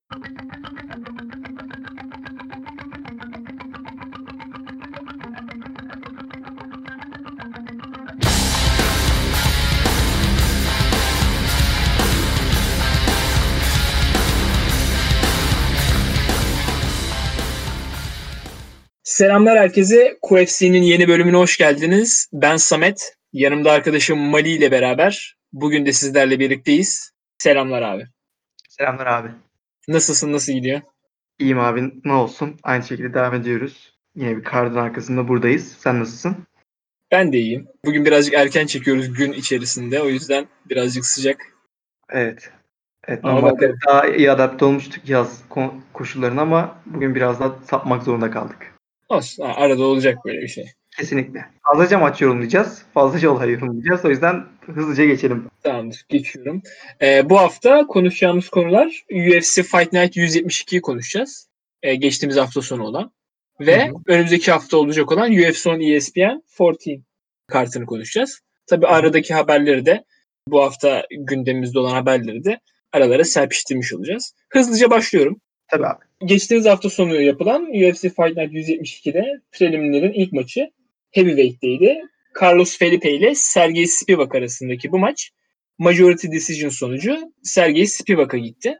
Selamlar herkese. QFC'nin yeni bölümüne hoş geldiniz. Ben Samet. Yanımda arkadaşım Mali ile beraber. Bugün de sizlerle birlikteyiz. Selamlar abi. Selamlar abi. Nasılsın? Nasıl gidiyor? İyiyim abi. Ne olsun? Aynı şekilde devam ediyoruz. Yine bir kardın arkasında buradayız. Sen nasılsın? Ben de iyiyim. Bugün birazcık erken çekiyoruz gün içerisinde. O yüzden birazcık sıcak. Evet. Evet, Ama normalde bakalım. daha iyi adapte olmuştuk yaz koşullarına ama bugün biraz daha sapmak zorunda kaldık. Olsun. Arada olacak böyle bir şey. Kesinlikle. Fazlaca maç yorumlayacağız. Fazlaca olay yorumlayacağız. O yüzden hızlıca geçelim. Tamamdır. Geçiyorum. Bu hafta konuşacağımız konular UFC Fight Night 172'yi konuşacağız. Geçtiğimiz hafta sonu olan. Ve önümüzdeki hafta olacak olan UFC on ESPN 14 kartını konuşacağız. Tabii aradaki haberleri de bu hafta gündemimizde olan haberleri de aralara serpiştirmiş olacağız. Hızlıca başlıyorum. Tabii abi. Geçtiğimiz hafta sonu yapılan UFC Fight Night 172'de preliminlerin ilk maçı Heavyweight'teydi. Carlos Felipe ile Sergey Spivak arasındaki bu maç majority decision sonucu Sergey Spivak'a gitti.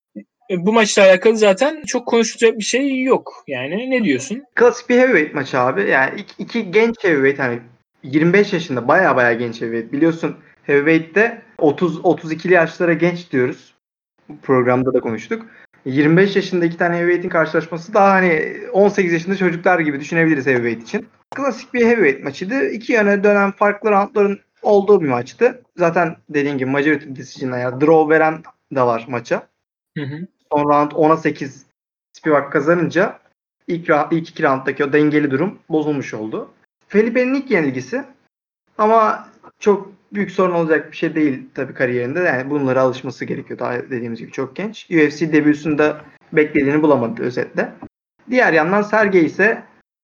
Bu maçla alakalı zaten çok konuşulacak bir şey yok. Yani ne diyorsun? Klasik bir heavyweight maçı abi. Yani iki genç heavyweight, hani 25 yaşında baya genç heavyweight. Biliyorsun heavyweight'te 30-32'li yaşlara genç diyoruz. Bu programda da konuştuk. 25 yaşında iki tane heavyweight'in karşılaşması daha hani 18 yaşında çocuklar gibi düşünebiliriz heavyweight için. Klasik bir heavyweight maçıydı. İki yöne dönen farklı roundların olduğu bir maçtı. Zaten dediğim gibi majority decision'a ya draw veren de var maça. Son round 10'a 8 Spivak kazanınca ilk iki rounddaki o dengeli durum bozulmuş oldu. Felipe'nin ilk yenilgisi ama çok büyük sorun olacak bir şey değil tabii kariyerinde. Yani bunlara alışması gerekiyor. Daha dediğimiz gibi çok genç. UFC debüsünde beklediğini bulamadı özetle. Diğer yandan Sergey ise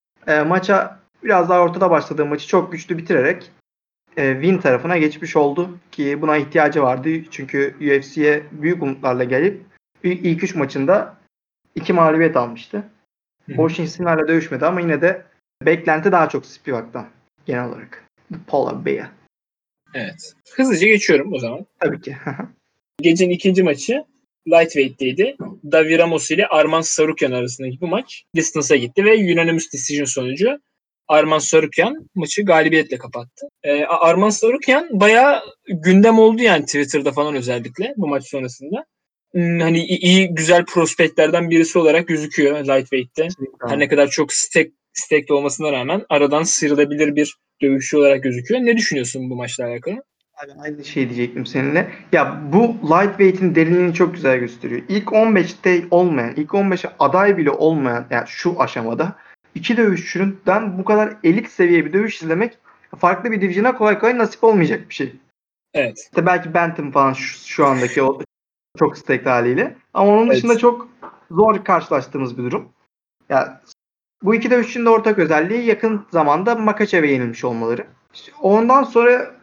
maça biraz daha ortada başladığı maçı çok güçlü bitirerek win tarafına geçmiş oldu ki buna ihtiyacı vardı. Çünkü UFC'ye büyük umutlarla gelip ilk 3 maçında 2 mağlubiyet almıştı. Boş isimlerle dövüşmedi ama yine de beklenti daha çok Spivak'tan genel olarak. Paul Bey'e. Evet. Hızlıca geçiyorum o zaman. Tabii ki. Gecenin ikinci maçı Lightweight'teydi. Davi Ramos ile Arman Sarukyan arasındaki bu maç distance'a gitti ve unanimous decision sonucu Arman Sarukyan maçı galibiyetle kapattı. Arman Sarukyan bayağı gündem oldu yani Twitter'da falan özellikle bu maç sonrasında. Hani iyi güzel prospektlerden birisi olarak gözüküyor Lightweight'te. Her ne kadar çok stacked olmasına rağmen aradan sıyrılabilir bir dövüşçü olarak gözüküyor. Ne düşünüyorsun bu maçla alakalı? Abi aynı şey diyecektim seninle. Ya bu lightweight'in derinliğini çok güzel gösteriyor. İlk 15'te olmayan, ilk 15'e aday bile olmayan, yani şu aşamada iki dövüşçüden bu kadar elit seviye bir dövüş izlemek farklı bir division'a kolay kolay nasip olmayacak bir şey. Evet. İşte belki Bantam falan şu andaki o çok stacked haliyle. Ama onun dışında çok zor karşılaştığımız bir durum. Ya bu iki dövüşçünün de ortak özelliği yakın zamanda Makachev'e yenilmiş olmaları. İşte ondan sonra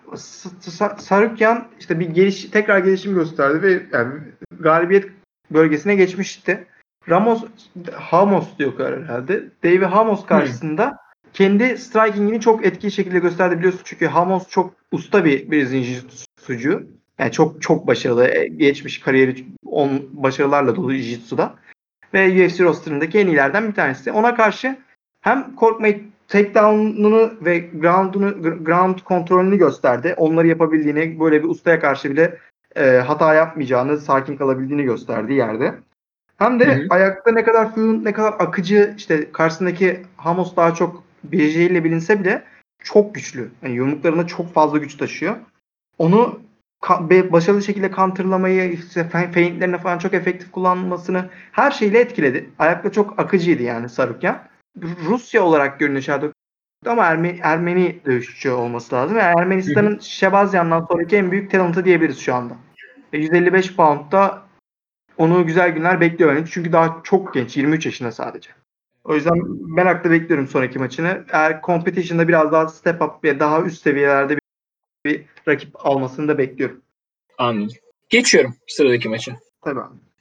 Sarukyan işte tekrar gelişim gösterdi ve yani galibiyet bölgesine geçmişti. Hamos diyor herhalde. Davey Hamos karşısında kendi striking'ini çok etkili şekilde gösterdi, biliyorsun. Çünkü Hamos çok usta bir jiu-jitsucu. Yani çok başarılı. Geçmiş kariyeri başarılarla dolu jiu-jitsu'da. Ve UFC rosterındaki en iyilerden bir tanesi. Ona karşı hem korkmayıp takedown'unu ve ground kontrolünü gösterdi. Onları yapabildiğini, böyle bir ustaya karşı bile hata yapmayacağını, sakin kalabildiğini gösterdiği yerde. Hem de ayakta ne kadar fluent, ne kadar akıcı, işte karşısındaki Hamos daha çok BJ'yle bilinse bile çok güçlü. Yani yumruklarında çok fazla güç taşıyor. Onu başarılı şekilde counterlamayı, işte feintlerini falan çok efektif kullanmasını her şeyle etkiledi. Ayakta çok akıcıydı yani Sarukyan. Rusya olarak görünüyor Şadok ama Ermeni dövüşçü olması lazım. Yani Ermenistan'ın Şebazyan'dan sonraki en büyük talentı diyebiliriz şu anda. 155 pound'da onu güzel günler bekliyor. Yani çünkü daha çok genç. 23 yaşında sadece. O yüzden merakla bekliyorum sonraki maçını. Eğer competition'da biraz daha step up ve daha üst seviyelerde bir rakip almasını da bekliyorum. Anladım. Geçiyorum sıradaki maça. Tabii abi.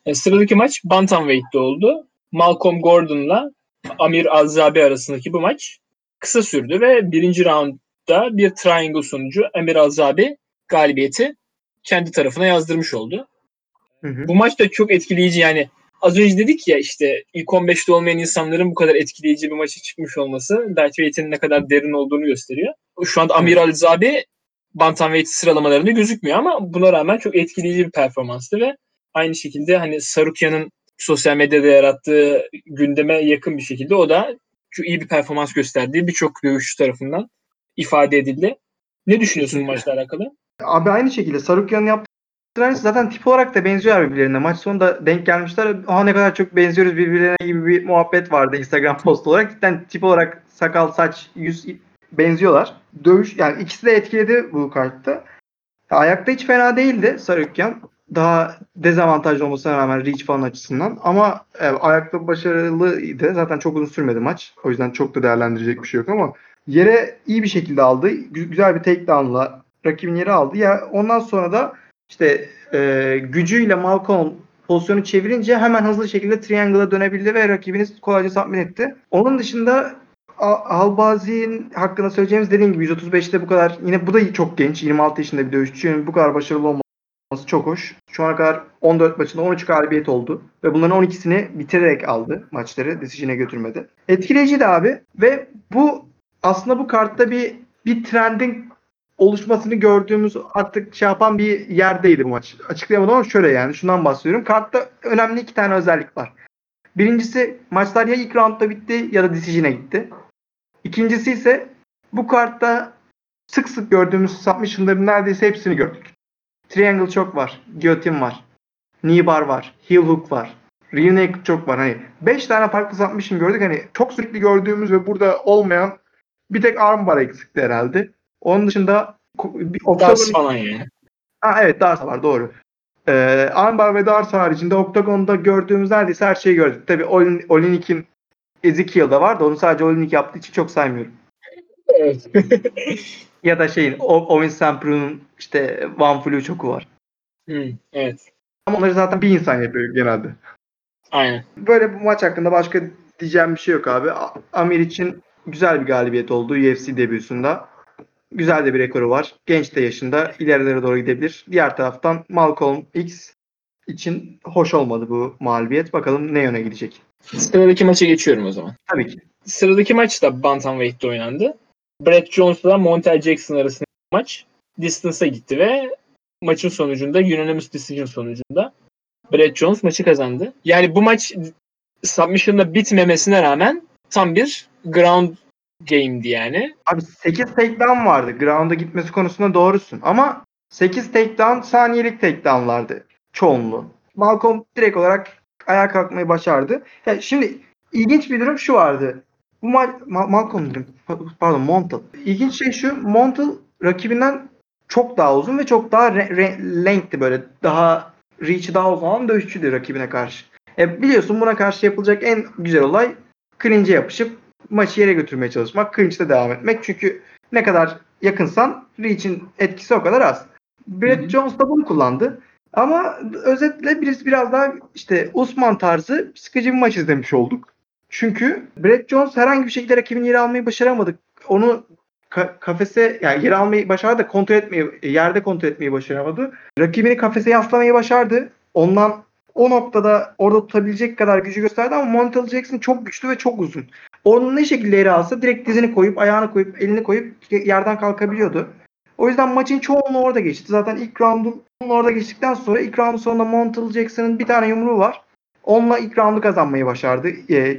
Sıradaki maç Bantamweight'te oldu. Malcolm Gordon'la Amir Alzabi arasındaki bu maç kısa sürdü ve birinci roundda bir triangle sonucu Amir Alzabi galibiyeti kendi tarafına yazdırmış oldu. Bu maç da çok etkileyici, yani az önce dedik ya işte ilk 15'te olmayan insanların bu kadar etkileyici bir maça çıkmış olması lightweight'in ne kadar derin olduğunu gösteriyor. Şu anda Amir Alzabi Bantamweight sıralamalarında gözükmüyor ama buna rağmen çok etkileyici bir performanstı ve aynı şekilde hani Sarukyan'ın sosyal medyada yarattığı gündeme yakın bir şekilde o da çok iyi bir performans gösterdiği birçok dövüşçü tarafından ifade edildi. Ne düşünüyorsun bu maçla alakalı? Abi aynı şekilde Sarukyan'ın yaptığı zaten tip olarak da benziyorlar birbirlerine. Maç sonunda denk gelmişler. Aha ne kadar çok benziyoruz birbirlerine gibi bir muhabbet vardı Instagram post olarak. Cidden tip olarak sakal, saç, yüz benziyorlar. Dövüş yani ikisi de etkiledi bu kartta. Ayakta hiç fena değildi Sarukyan. Daha dezavantajlı olmasına rağmen reach falan açısından. Ama ayakta başarılıydı. Zaten çok uzun sürmedi maç. O yüzden çok da değerlendirecek bir şey yok ama yere iyi bir şekilde aldı. Güzel bir takedown'la rakibin yeri aldı. Ya ondan sonra da işte gücüyle Malcolm pozisyonu çevirince hemen hızlı şekilde triangle'a dönebildi ve rakibini kolayca submit etti. Onun dışında Albazi'nin hakkında söyleyeceğimiz dediğim gibi 135'te bu kadar, yine bu da çok genç, 26 yaşında bir dövüşçü, bu kadar başarılı olması çok hoş. Şu ana kadar 14 maçında 13 galibiyet oldu ve bunların 12'sini bitirerek aldı maçları, decision'e götürmedi. Etkileyiciydi abi ve bu aslında bu kartta bir trendin oluşmasını gördüğümüz artık şey yapan bir yerdeydi bu maç. Açıklayamadım ama şöyle, yani şundan bahsediyorum. Kartta önemli 2 tane özellik var. Birincisi, maçlar ya ilk roundda bitti ya da decision'e gitti. İkincisi ise bu kartta sık sık gördüğümüz submission'ların neredeyse hepsini gördük. Triangle çok var. Guillotine var. Knee bar var. Heel hook var. Rear naked çok var. Hani 5 tane farklı submission gördük. Hani çok sürekli gördüğümüz ve burada olmayan bir tek arm bar eksikti herhalde. Onun dışında bir Dars falan yani. Evet, Dars var, doğru. Armbar ve Dars haricinde Octagon'da gördüğümüz neredeyse her şeyi gördük. Tabii Olinik'in Ezekiel'da vardı. Onu sadece Olinik yaptığı için çok saymıyorum. Evet. Ya da Owen Sampru'nun işte Van Flu çoku var. Evet. Ama onları zaten bir insan yapıyor genelde. Aynen. Böyle bu maç hakkında başka diyeceğim bir şey yok abi. Amir için güzel bir galibiyet oldu UFC debüsünde. Güzel de bir rekoru var. Genç de yaşında. İlerilere doğru gidebilir. Diğer taraftan Malcolm X için hoş olmadı bu mağlubiyet. Bakalım ne yöne gidecek. Sıradaki maça geçiyorum o zaman. Tabii ki. Sıradaki maç da Bantamweight'te oynandı. Brad Jones'la Montel Jackson arasında maç distance'a gitti ve maçın sonucunda unanimous decision sonucunda Brad Jones maçı kazandı. Yani bu maç submission'la bitmemesine rağmen tam bir ground game'di yani. Abi 8 takedown vardı. Ground'a gitmesi konusunda doğrusun. Ama 8 takedown saniyelik takedownlardı çoğunluğu. Malcolm direkt olarak ayağa kalkmayı başardı. Ya şimdi ilginç bir durum şu vardı. Bu Malcolm dedim. Pardon, Montel. İlginç şey şu. Montel rakibinden çok daha uzun ve çok daha length'ti, böyle daha reach'i daha uzun olan dövüşçüydü rakibine karşı. Biliyorsun buna karşı yapılacak en güzel olay clinch'e yapışıp maçı yere götürmeye çalışmak, clinch'te devam etmek. Çünkü ne kadar yakınsan reach'in etkisi o kadar az. Brad Jones da bunu kullandı. Ama özetle biraz daha işte Usman tarzı sıkıcı bir maç izlemiş olduk. Çünkü Brad Jones herhangi bir şekilde rakibin yeri almayı başaramadı. Onu kafese, yani yeri almayı başardı da kontrol etmeyi, yerde kontrol etmeyi başaramadı. Rakibini kafese yaslamayı başardı. Ondan o noktada orada tutabilecek kadar gücü gösterdi ama Montel Jackson çok güçlü ve çok uzun. Onun ne şekilde yere alsa direkt dizini koyup, ayağını koyup, elini koyup yerden kalkabiliyordu. O yüzden maçın çoğunluğu orada geçti. Zaten ilk round'un orada geçtikten sonra ilk round'un sonunda Montel Jackson'ın bir tane yumruğu var. Onunla ilk round'u kazanmayı başardı.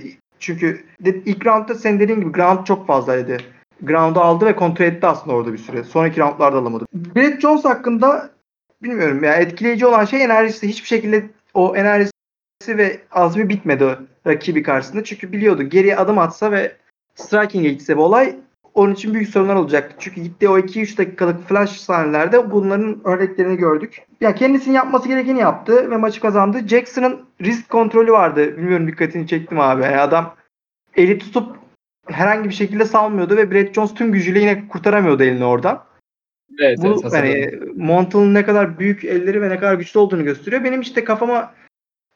Çünkü ilk round'da senin dediğin gibi ground çok fazlaydı. Ground'u aldı ve kontrol etti aslında orada bir süre. Sonraki round'larda alamadı. Brad Jones hakkında bilmiyorum ya, etkileyici olan şey enerjisi. Hiçbir şekilde o enerjisi ve azmi bitmedi rakibi karşısında. Çünkü biliyordu geriye adım atsa ve striking'e gitse bu olay onun için büyük sorunlar olacaktı. Çünkü gittiği o 2-3 dakikalık flash sahnelerde bunların örneklerini gördük. Ya kendisinin yapması gerekeni yaptı ve maçı kazandı. Jackson'ın risk kontrolü vardı. Bilmiyorum, dikkatini çektim abi. Yani adam eli tutup herhangi bir şekilde salmıyordu ve Brad Jones tüm gücüyle yine kurtaramıyordu elini oradan. Evet, Bu hani Montel'ın ne kadar büyük elleri ve ne kadar güçlü olduğunu gösteriyor. Benim işte kafama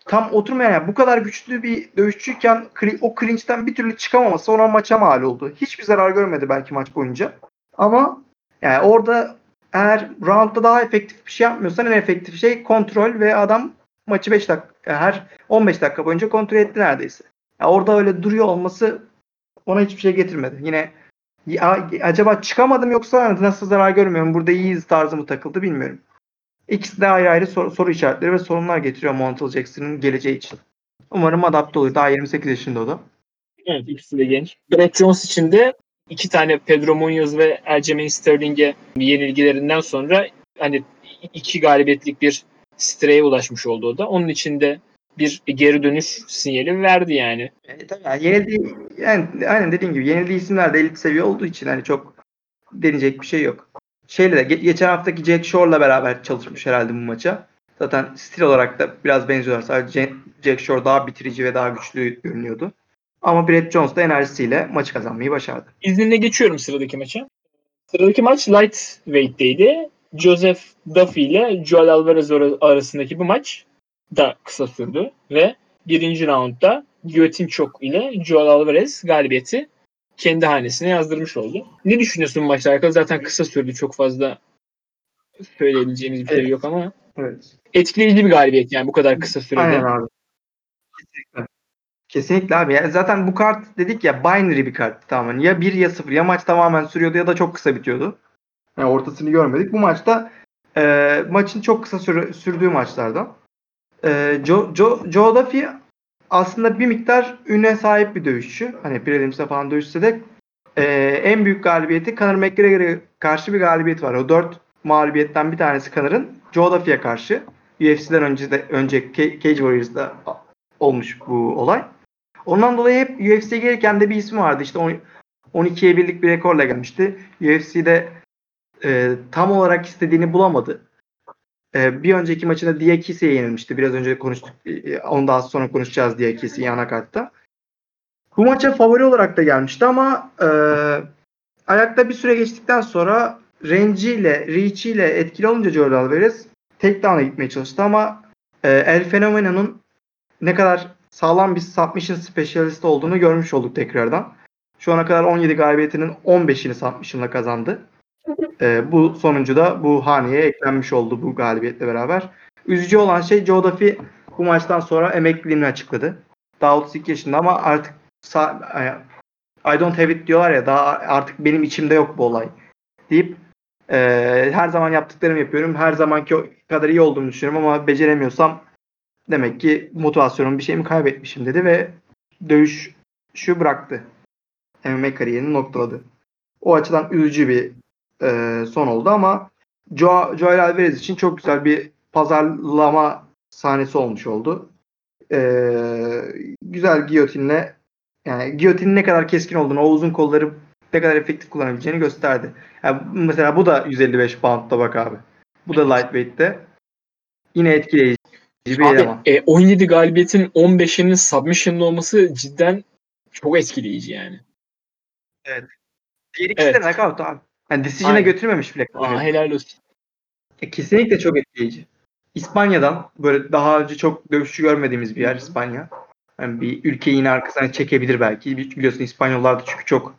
tam oturmayan, yani bu kadar güçlü bir dövüşçüyken o clinch'ten bir türlü çıkamaması ona maça mal oldu. Hiçbir zarar görmedi belki maç boyunca. Ama yani orada eğer roundda daha efektif bir şey yapmıyorsan en efektif şey kontrol ve adam maçı 5 dakika, her 15 dakika boyunca kontrol etti neredeyse. Yani orada öyle duruyor olması ona hiçbir şey getirmedi. Yine acaba çıkamadım yoksa nasıl zarar görmüyorum, burada iyiyiz tarzı mı takıldı bilmiyorum. İkisi de ayrı ayrı soru işaretleri ve sorunlar getiriyor Montel Jackson'ın geleceği için. Umarım adapte olur. Daha 28 yaşında o da. Evet, ikisi de genç. Brett Jones için de 2 tane Pedro Munoz ve Aljamain Sterling'e yenilgilerinden sonra hani 2 galibiyetlik bir streye ulaşmış oldu o da. Onun için de bir geri dönüş sinyali verdi yani. Tabii yani yenildiği, yani aynen dediğim gibi yenildiği isimler de elit seviye olduğu için hani çok deneyecek bir şey yok. Şeyle de geçen haftaki Jack Shore'la beraber çalışmış herhalde bu maça. Zaten stil olarak da biraz benziyorlar. Sadece Jack Shore daha bitirici ve daha güçlü görünüyordu. Ama Brett Jones da enerjisiyle maçı kazanmayı başardı. İzninle geçiyorum sıradaki maça. Sıradaki maç lightweight'teydi. Joseph Duffy ile Joel Alvarez arasındaki bu maç da kısa sürdü ve birinci roundda Guillotine Choke ile Joel Alvarez galibiyeti kendi hanesine yazdırmış oldu. Ne düşünüyorsun bu maçla alakalı? Zaten kısa sürdü. Çok fazla söyleyebileceğimiz bir şey yok ama Evet. etkileyici bir galibiyet yani bu kadar kısa sürede. Aynen abi. Kesinlikle. Kesinlikle abi. Yani zaten bu kart dedik ya, binary bir kart tamamen. Ya 1 ya 0. Ya maç tamamen sürüyordu ya da çok kısa bitiyordu. Yani ortasını görmedik. Bu maçta maçın çok kısa sürdüğü maçlardan. Joe Duffy aslında bir miktar üne sahip bir dövüşçü. Hani prelims'te falan dövüşse de en büyük galibiyeti Conor McGregor'a karşı bir galibiyet var. O 4 mağlubiyetten bir tanesi Conor'ın Joe Duffy'ye karşı. UFC'den önce Cage Warriors'da olmuş bu olay. Ondan dolayı hep UFC'ye gelirken de bir ismi vardı. İşte 12'ye birlik bir rekorla gelmişti. UFC'de tam olarak istediğini bulamadı. Bir önceki maçında Diakis'e yenilmişti. Biraz önce konuştuk. Onu daha sonra konuşacağız Diakis'i anakartta. Bu maça favori olarak da gelmişti ama ayakta bir süre geçtikten sonra reach ile etkili olunca Joel Alvarez takedown'a gitmeye çalıştı ama El Fenomeno'nun ne kadar sağlam bir submission specialist olduğunu görmüş olduk tekrardan. Şu ana kadar 17 galibiyetinin 15'ini submission'la kazandı. Bu sonuncu da bu haneye eklenmiş oldu bu galibiyetle beraber. Üzücü olan şey Joe Duffy bu maçtan sonra emekliliğini açıkladı. Daha 32 yaşında ama artık I don't have it diyorlar ya, daha artık benim içimde yok bu olay deyip her zaman yaptıklarımı yapıyorum. Her zamanki kadar iyi olduğumu düşünüyorum ama beceremiyorsam demek ki motivasyonumu bir şeyimi kaybetmişim dedi ve dövüşü bıraktı. MMA kariyerini noktaladı. O açıdan üzücü bir son oldu ama Joel Alvarez için çok güzel bir pazarlama sahnesi olmuş oldu. Güzel giyotinle, yani giyotinin ne kadar keskin olduğunu, o uzun kolları ne kadar efektif kullanabileceğini gösterdi. Yani mesela bu da 155 pound'da bak abi. Bu da lightweight'te. Yine etkileyici bir eleman. 17 galibiyetin 15'inin submission'lı olması cidden çok etkileyici yani. Evet. Diğer ikisi de knockout abi. Yani decision'a götürmemiş bile. Helal olsun. Kesinlikle çok etkileyici. İspanya'dan, böyle daha önce çok dövüşçü görmediğimiz bir yer İspanya. Yani bir ülkeyi yine arkasına çekebilir belki. Biliyorsun İspanyollar da çünkü çok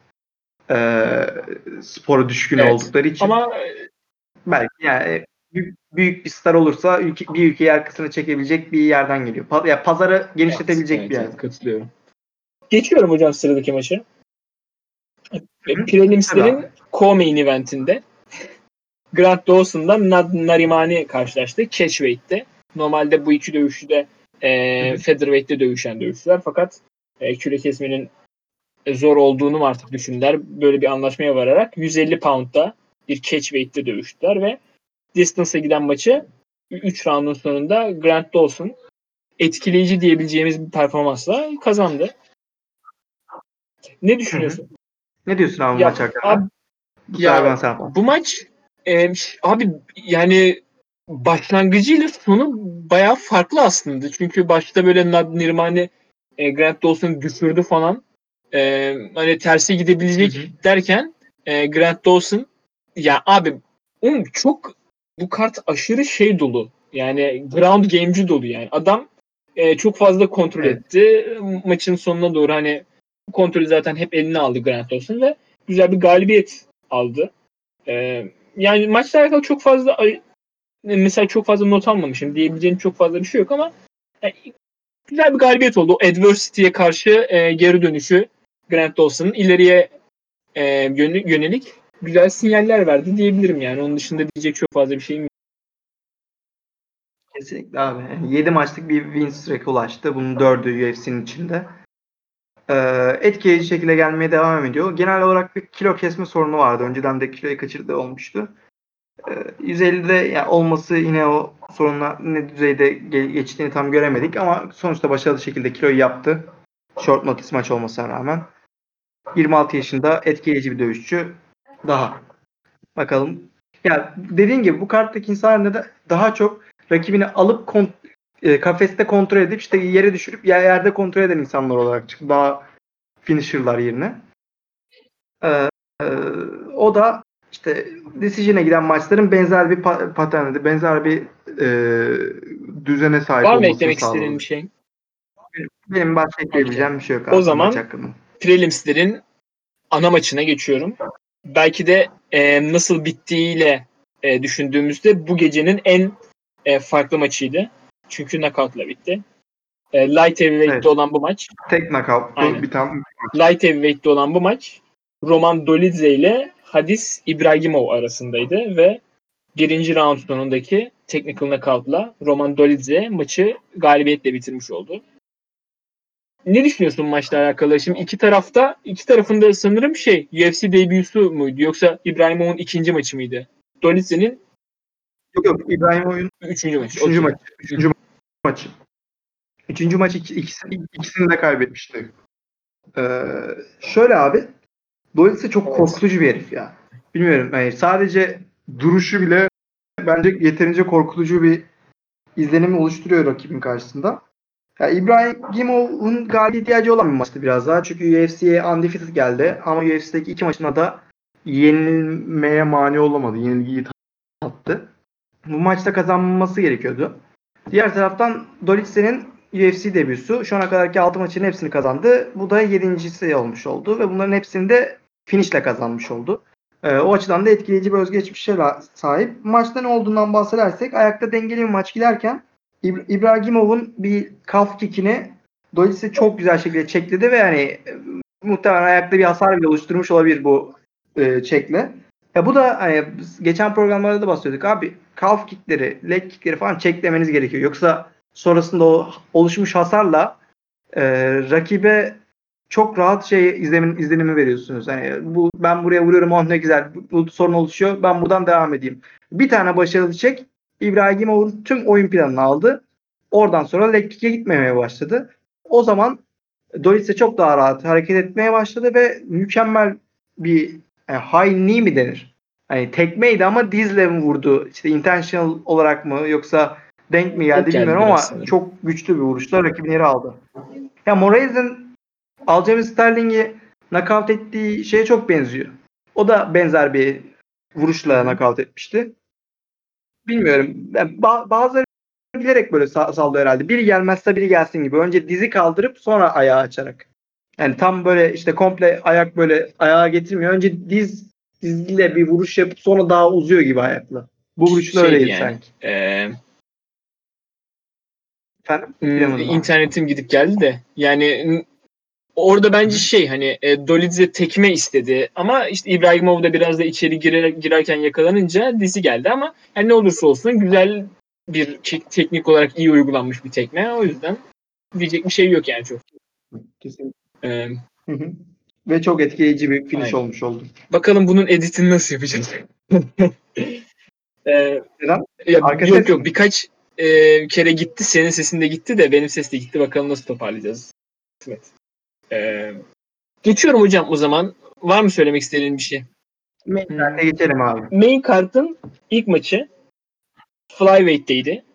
spora düşkün oldukları için. Ama belki yani büyük bir star olursa bir ülkeyi arkasına çekebilecek bir yerden geliyor. Ya pazarı genişletebilecek bir yer. Evet, katılıyorum. Geçiyorum hocam sıradaki maçı. Prelims'lerin co-main eventinde Grant Dawson'dan Narimani karşılaştı catchweight'te. Normalde bu iki dövüşçü de featherweight'te dövüşen dövüşçüler fakat küre kesmenin zor olduğunu mu artık düşündüler. Böyle bir anlaşmaya vararak 150 pound'da bir catchweight'te dövüştüler ve distance'a giden maçı 3 round'un sonunda Grant Dawson etkileyici diyebileceğimiz bir performansla kazandı. Ne düşünüyorsun? Ne diyorsun abi maç hakkında? Bu maç abi yani başlangıcıyla sonu bayağı farklı aslında. Çünkü başta böyle Nirmani Grant Dawson'ı düşürdü falan. Hani terse gidebilecek derken Grant Dawson ya abi çok bu kart aşırı şey dolu. Yani ground game'ci dolu yani. Adam çok fazla kontrol Evet. etti. Maçın sonuna doğru hani kontrolü zaten hep eline aldı Grant Dawson ve güzel bir galibiyet aldı. Yani maçla alakalı çok fazla mesela çok fazla not almamışım. Diyebileceğim çok fazla bir şey yok ama güzel bir galibiyet oldu. O adversity'ye karşı geri dönüşü Grant Dawson'ın ileriye yönelik güzel sinyaller verdi diyebilirim yani. Onun dışında diyecek çok fazla bir şeyim yok. Kesinlikle abi. Yani 7 maçlık bir win streak'e ulaştı. Bunun 4'ü UFC'nin içinde. Etkileyici şekilde gelmeye devam ediyor. Genel olarak bir kilo kesme sorunu vardı. Önceden de kiloyu kaçırdığı olmuştu. 150'de yani olması yine o sorunla ne düzeyde geçtiğini tam göremedik ama sonuçta başarılı şekilde kiloyu yaptı. Short notice maç olmasına rağmen. 26 yaşında etkileyici bir dövüşçü daha. Bakalım. Ya dediğin gibi bu karttaki insanlar da daha çok rakibini alıp kafeste kontrol edip işte yere düşürüp yerde kontrol eden insanlar olarak çıktı. Daha finisher'lar yerine. Ee, e, O da işte decision'e giden maçların benzer bir paterni, benzer bir düzene sahip Var mı olmasını eklemek istediğin sağladı. bir şey? Benim başka Okay. ekleyebileceğim bir şey yok O abi maç zaman hakkında. preliminas'lerin ana maçına geçiyorum. Belki de nasıl bittiğiyle düşündüğümüzde bu gecenin en farklı maçıydı. Çünkü knockout'la bitti. Light heavyweight'te Evet. olan bu maç. Tek knockout'tu. Aynen. Bir tane. Light heavyweight'te olan bu maç Roman Dolidze ile Hadis İbragimov arasındaydı ve birinci round sonundaki technical knockout'la Roman Dolidze maçı galibiyetle bitirmiş oldu. Ne düşünüyorsun maçla alakalı? Şimdi iki tarafında sanırım UFC debüsü müydü yoksa İbrahimov'un ikinci maçı mıydı? Dolidze'nin Yok İbrahim oyun üçüncü maçı. üçüncü Okey. maç. Üçüncü maçı. Üçüncü maç ikisini de kaybetmişti. Şöyle abi Dolitze çok Evet. korkutucu bir herif ya. Bilmiyorum yani sadece duruşu bile bence yeterince korkutucu bir izlenimi oluşturuyor rakibin karşısında. Ya İbrahimov'un galibiyete ihtiyacı olan bir maçtı biraz daha. Çünkü UFC'ye undefeated geldi. Ama UFC'deki iki maçına da yenilmeye mani olamadı. Yenilgiyi tattı. Bu maçta kazanması gerekiyordu. Diğer taraftan Dolitze'nin UFC debüsü. Şu ana kadarki 6 maçın hepsini kazandı. Bu da 7.'si olmuş oldu. Ve bunların hepsini de finishle kazanmış oldu. O açıdan da etkileyici bir özgeçmişe sahip. Maçta ne olduğundan bahsedersek ayakta dengeli bir maç giderken İbrahimov'un bir calf kick'ini Dolitze çok güzel şekilde çekledi ve yani muhtemelen ayakta bir hasar bile oluşturmuş olabilir bu çekle. Ya bu da hani geçen programlarda da bahsediyorduk abi calf kickleri, leg kickleri falan çeklemeniz gerekiyor. Yoksa sonrasında o oluşmuş hasarla rakibe çok rahat izlenimi veriyorsunuz. Yani ben buraya vuruyorum oh ne güzel bu sorun oluşuyor ben buradan devam edeyim. Bir tane başarılı çek İbrahimov'un tüm oyun planını aldı. Oradan sonra leg kick'e gitmemeye başladı. O zaman Dolitze çok daha rahat hareket etmeye başladı ve mükemmel bir high knee mi denir? Hani tekmeydi ama dizle mi vurdu? İşte intentional olarak mı yoksa denk mi Denk geldi geldi bilmiyorum biraz ama sanırım. çok güçlü bir vuruşla rakibini yere aldı. Ya Moraes'in Aljamain Sterling'i knockout ettiği şeye çok benziyor. O da benzer bir vuruşla knockout etmişti. Bilmiyorum. Yani bazıları bilerek böyle sallıyor herhalde. Biri gelmezse biri gelsin gibi. Önce dizi kaldırıp sonra ayağı açarak. Yani tam böyle işte komple ayak böyle ayağa getirmiyor. Önce dizle bir vuruş yapıp sonra daha uzuyor gibi ayakla. Bu vuruşla Şeydi öyleydi yani. sanki. Efendim? Bilemedim abi. İnternetim gidip geldi de. Yani orada bence hani Dolidze tekme istedi ama işte İbrahimov da biraz da içeri girerken yakalanınca dizi geldi ama yani ne olursa olsun güzel bir teknik olarak iyi uygulanmış bir tekme. O yüzden diyecek bir şey yok yani çok. Kesinlikle. E, Ve çok etkileyici bir finish aynen. olmuş oldu. Bakalım bunun editini nasıl yapacağız? e, Neden? Ya Arka yok ses yok mi? birkaç kere gitti. Senin sesin de gitti de benim ses de gitti. Bakalım nasıl toparlayacağız. Evet. E, Geçiyorum hocam o zaman. Var mı söylemek istediğin bir şey? Main card'e geçelim abi. Main card'ın ilk maçı Flyweight'teydi.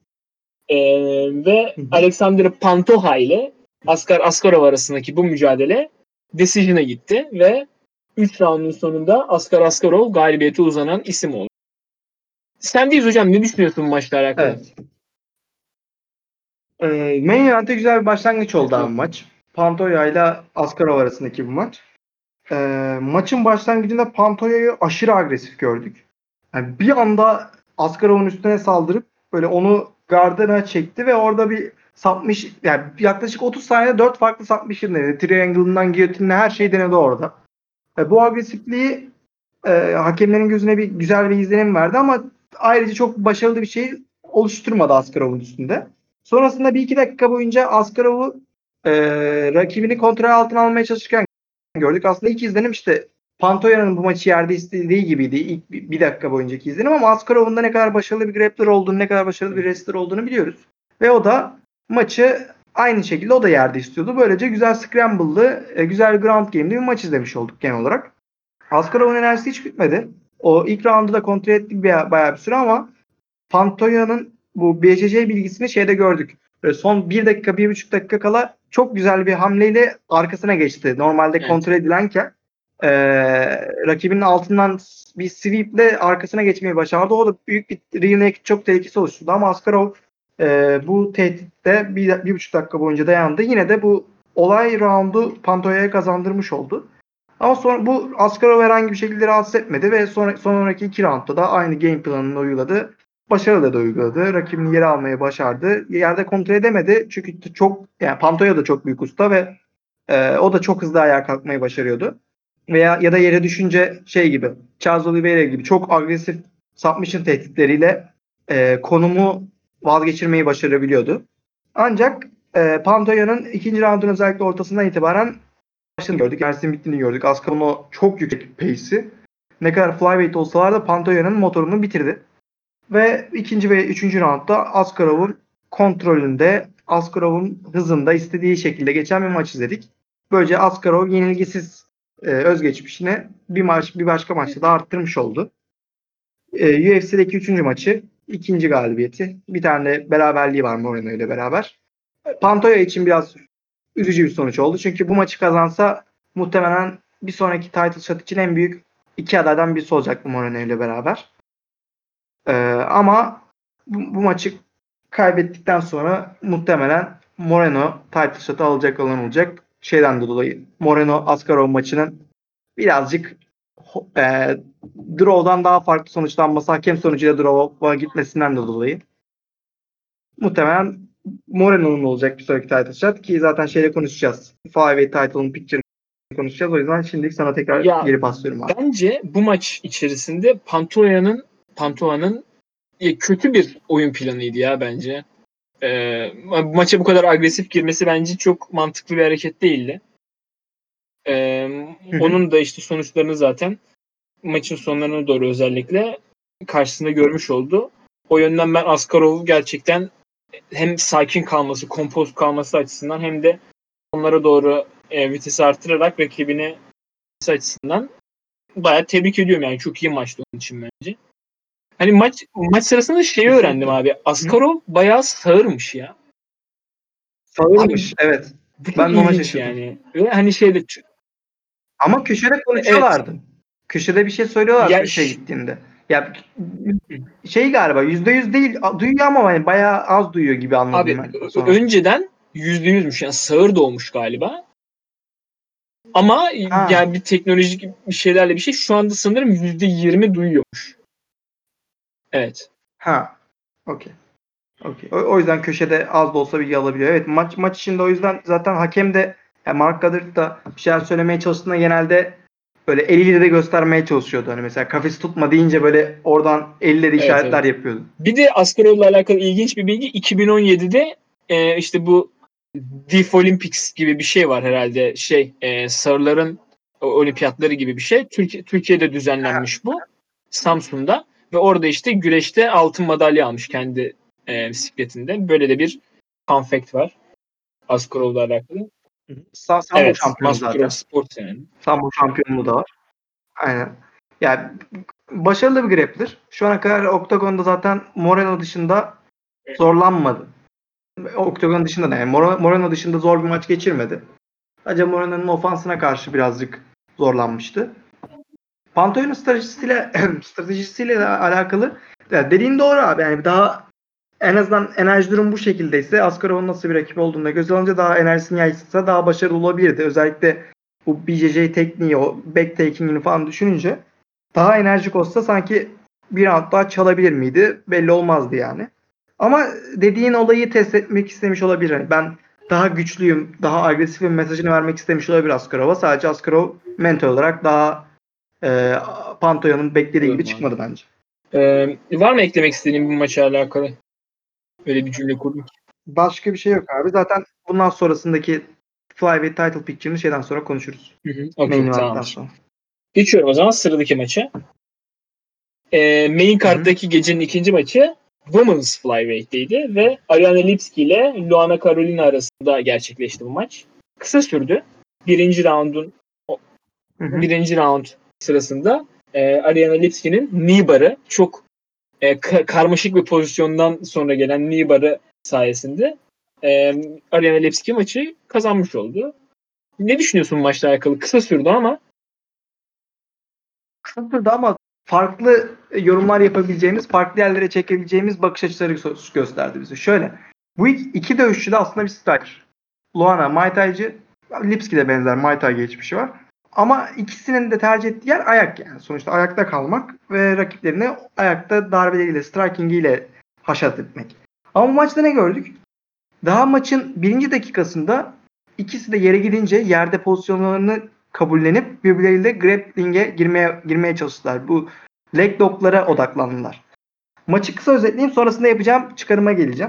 Ve Alexander Pantoja ile Askar Askarov arasındaki bu mücadele decision'a gitti ve 3 roundun sonunda Askar Askarov galibiyete uzanan isim oldu. Sendeyiz hocam. Ne düşünüyorsun bu maçla alakalı? Evet. Main event'e güzel bir başlangıç oldu abi Evet. maç. Pantoja ile Askarov arasındaki bir maç. Maçın başlangıcında Pantoja'yı aşırı agresif gördük. Yani bir anda Askarov'un üstüne saldırıp böyle onu gardına çekti ve orada bir sapmış, yani yaklaşık 30 saniyede 4 farklı sapmış denedi. Triangle'ından giyotinine her şeyi denedi orada. Bu agresifliği hakemlerin gözüne bir güzel bir izlenim verdi ama ayrıca çok başarılı bir şey oluşturmadı Askarov'un üstünde. Sonrasında bir iki dakika boyunca Askarov'u rakibini kontrol altına almaya çalışırken gördük. Aslında ilk izlenim işte Pantoya'nın bu maçı yerde istediği gibiydi. İlk bir dakika boyuncaki izlenim ama Askarov'un da ne kadar başarılı bir grappler olduğunu, ne kadar başarılı bir wrestler olduğunu biliyoruz. Ve o da maçı aynı şekilde o da yerde istiyordu. Böylece güzel scramble'lı, güzel ground game'li bir maç izlemiş olduk genel olarak. Askarov'un enerjisi hiç bitmedi. O ilk roundu da kontrol ettik bayağı bir süre ama Pantoya'nın bu BCC bilgisini şeyde gördük. Böyle son 1 dakika, 1,5 dakika kala çok güzel bir hamleyle arkasına geçti. Normalde Evet. kontrol edilenken rakibinin altından bir sweeple arkasına geçmeyi başardı. O da büyük bir rear naked çok tehlikesi oluşturdu. Ama Askarov bu tehditte 1,5 dakika boyunca dayandı. Yine de bu olay roundu Pantoya'ya kazandırmış oldu. Ama sonra bu Askarov herhangi bir şekilde rahatsız etmedi ve sonraki 2 roundda da aynı game planını uyguladı. Başarılı da uyguladı. Rakibini yere almayı başardı. Yerde kontrol edemedi. Çünkü çok, yani Pantoja da çok büyük usta ve o da çok hızlı ayağa kalkmayı başarıyordu. Veya ya da yere düşünce şey gibi, Charles Oliveira gibi çok agresif submission tehditleriyle konumu vazgeçirmeyi başarabiliyordu. Ancak Pantoja'nın ikinci roundun özellikle ortasından itibaren başını gördük. Ersin bittiğini gördük. Askarov'un o çok yüksek pace'i. Ne kadar flyweight olsalar da Pantoja'nın motorunu bitirdi. Ve ikinci ve üçüncü roundda Askarov'un kontrolünde, Askarov'un hızında istediği şekilde geçen bir maç izledik. Böylece Askarov yenilgisiz özgeçmişini bir başka maçta da arttırmış oldu. UFC'deki üçüncü maçı, ikinci galibiyeti. Bir tane beraberliği var Moreno ile beraber. Pantoja için biraz üzücü bir sonuç oldu. Çünkü bu maçı kazansa muhtemelen bir sonraki title shot için en büyük iki adaydan birisi olacak Moreno ile beraber. Ama bu maçı kaybettikten sonra muhtemelen Moreno title shot'ı alacak olan olacak. Şeyden de dolayı Moreno Askarov maçının birazcık draw'dan daha farklı sonuçlanması, hakem sonucuyla draw'a gitmesinden de dolayı. Muhtemelen Moreno'nun olacak bir sonraki title shot ki zaten şeyle konuşacağız. Flyweight title'ın picture'ını konuşacağız. O yüzden şimdilik sana tekrar Ya geri paslıyorum abi. bence bu maç içerisinde Pantoya'nın kötü bir oyun planıydı ya bence. Maça bu kadar agresif girmesi bence çok mantıklı bir hareket değildi. Onun da işte sonuçlarını zaten maçın sonlarına doğru özellikle karşısında görmüş oldu. O yönden ben Askarov gerçekten hem sakin kalması, kompoz kalması açısından hem de onlara doğru vitesi artırarak rakibini açısından bayağı tebrik ediyorum yani. Çok iyi maçtı onun için bence. Hani maç sırasında şeyi öğrendim abi. Askarov bayağı sağırmış ya. Abi Sağırmış, evet. bu çok Ben de ona ilginç şaşırdım. yani. Ve hani şeyde Ama köşede evet konuşuyorlardı. Köşede bir şey söylüyorlardı ya şey gittiğinde. Ya şey galiba %100 değil, duyuyor ama hani bayağı az duyuyor gibi anladım abi ben sonrasında. önceden %100'müş yani sağır doğmuş galiba. Ama Ha, yani bir teknolojik bir şeylerle bir şey şu anda sanırım %20 duyuyormuş. Evet. ha. Okey. Okey. O yüzden köşede az da olsa bilgi alabiliyor. Evet, maç içinde o yüzden zaten hakem de, yani Mark Goddard da bir şeyler söylemeye çalıştığında genelde böyle eliyle de göstermeye çalışıyordu. Hani mesela kafesi tutma deyince böyle oradan elle de Evet, işaretler evet. yapıyordu. Bir de Askarov'la alakalı ilginç bir bilgi. 2017'de işte bu Deaf Olympics gibi bir şey var herhalde. Sağırların olimpiyatları gibi bir şey. Türkiye'de düzenlenmiş bu. Samsun'da. Ve orada işte güreşte altın madalya almış kendi bisikletinde. Böyle de bir fun fact var. Askarov'la alakalı. Sambo Evet. şampiyonu Maskurov zaten. Sport yani. Sambo şampiyonluğu da var. Aynen. Yani başarılı bir grappler. Şu ana kadar Oktagon'da zaten Moreno dışında zorlanmadı. Oktagon dışında da yani Moreno dışında zor bir maç geçirmedi. Sadece Moreno'nun ofansına karşı birazcık zorlanmıştı. Pantoy'un stratejisiyle alakalı, yani dediğin doğru abi. Yani daha en azından enerji durum bu şekildeyse Askarov'un nasıl bir rakip olduğunu da göz alınca daha enerjisini yaysıtsa daha başarılı olabilirdi. Özellikle bu BJJ tekniği, o backtaking'ini falan düşününce daha enerjik olsa sanki bir round daha çalabilir miydi? Belli olmazdı yani. Ama dediğin olayı test etmek istemiş olabilir. Yani ben daha güçlüyüm, daha agresifim mesajını vermek istemiş olabilir Askarov'a. Sadece Askarov mental olarak daha Pantoya'nın beklediği gibi çıkmadı bence. Var mı eklemek istediğin bu maçla alakalı? Öyle bir cümle kurdum ki. Başka bir şey yok abi. Zaten bundan sonrasındaki Flyweight title picture'ını şeyden sonra konuşuruz. Okay, Main event'ten tamamdır. sonra. Geçiyorum o zaman sıradaki maça. Main card'daki gecenin ikinci maçı Women's Flyweight'teydi ve Ariane Lipski ile Luana Carolina arasında gerçekleşti bu maç. Kısa sürdü. Birinci round sırasında Ariane Lipski'nin knee bar'ı çok karmaşık bir pozisyondan sonra gelen knee bar'ı sayesinde Ariane Lipski maçı kazanmış oldu. Ne düşünüyorsun maçla alakalı? Kısa sürdü ama. Kısa sürdü ama farklı yorumlar yapabileceğimiz, farklı yerlere çekebileceğimiz bakış açıları gösterdi bize. Şöyle, bu iki dövüşçü de aslında bir striker. Luana Muay Thai'cı, Lipski de benzer Muay Thai geçmişi var. Ama ikisinin de tercih ettiği yer ayak yani. Sonuçta ayakta kalmak ve rakiplerini ayakta darbeleriyle, strikingiyle haşat etmek. Ama bu maçta ne gördük? Daha maçın birinci dakikasında ikisi de yere gidince yerde pozisyonlarını kabullenip birbirleriyle grappling'e girmeye çalıştılar. Bu leg lock'lara odaklandılar. Maçı kısa özetleyeyim, sonrasında yapacağım çıkarıma geleceğim.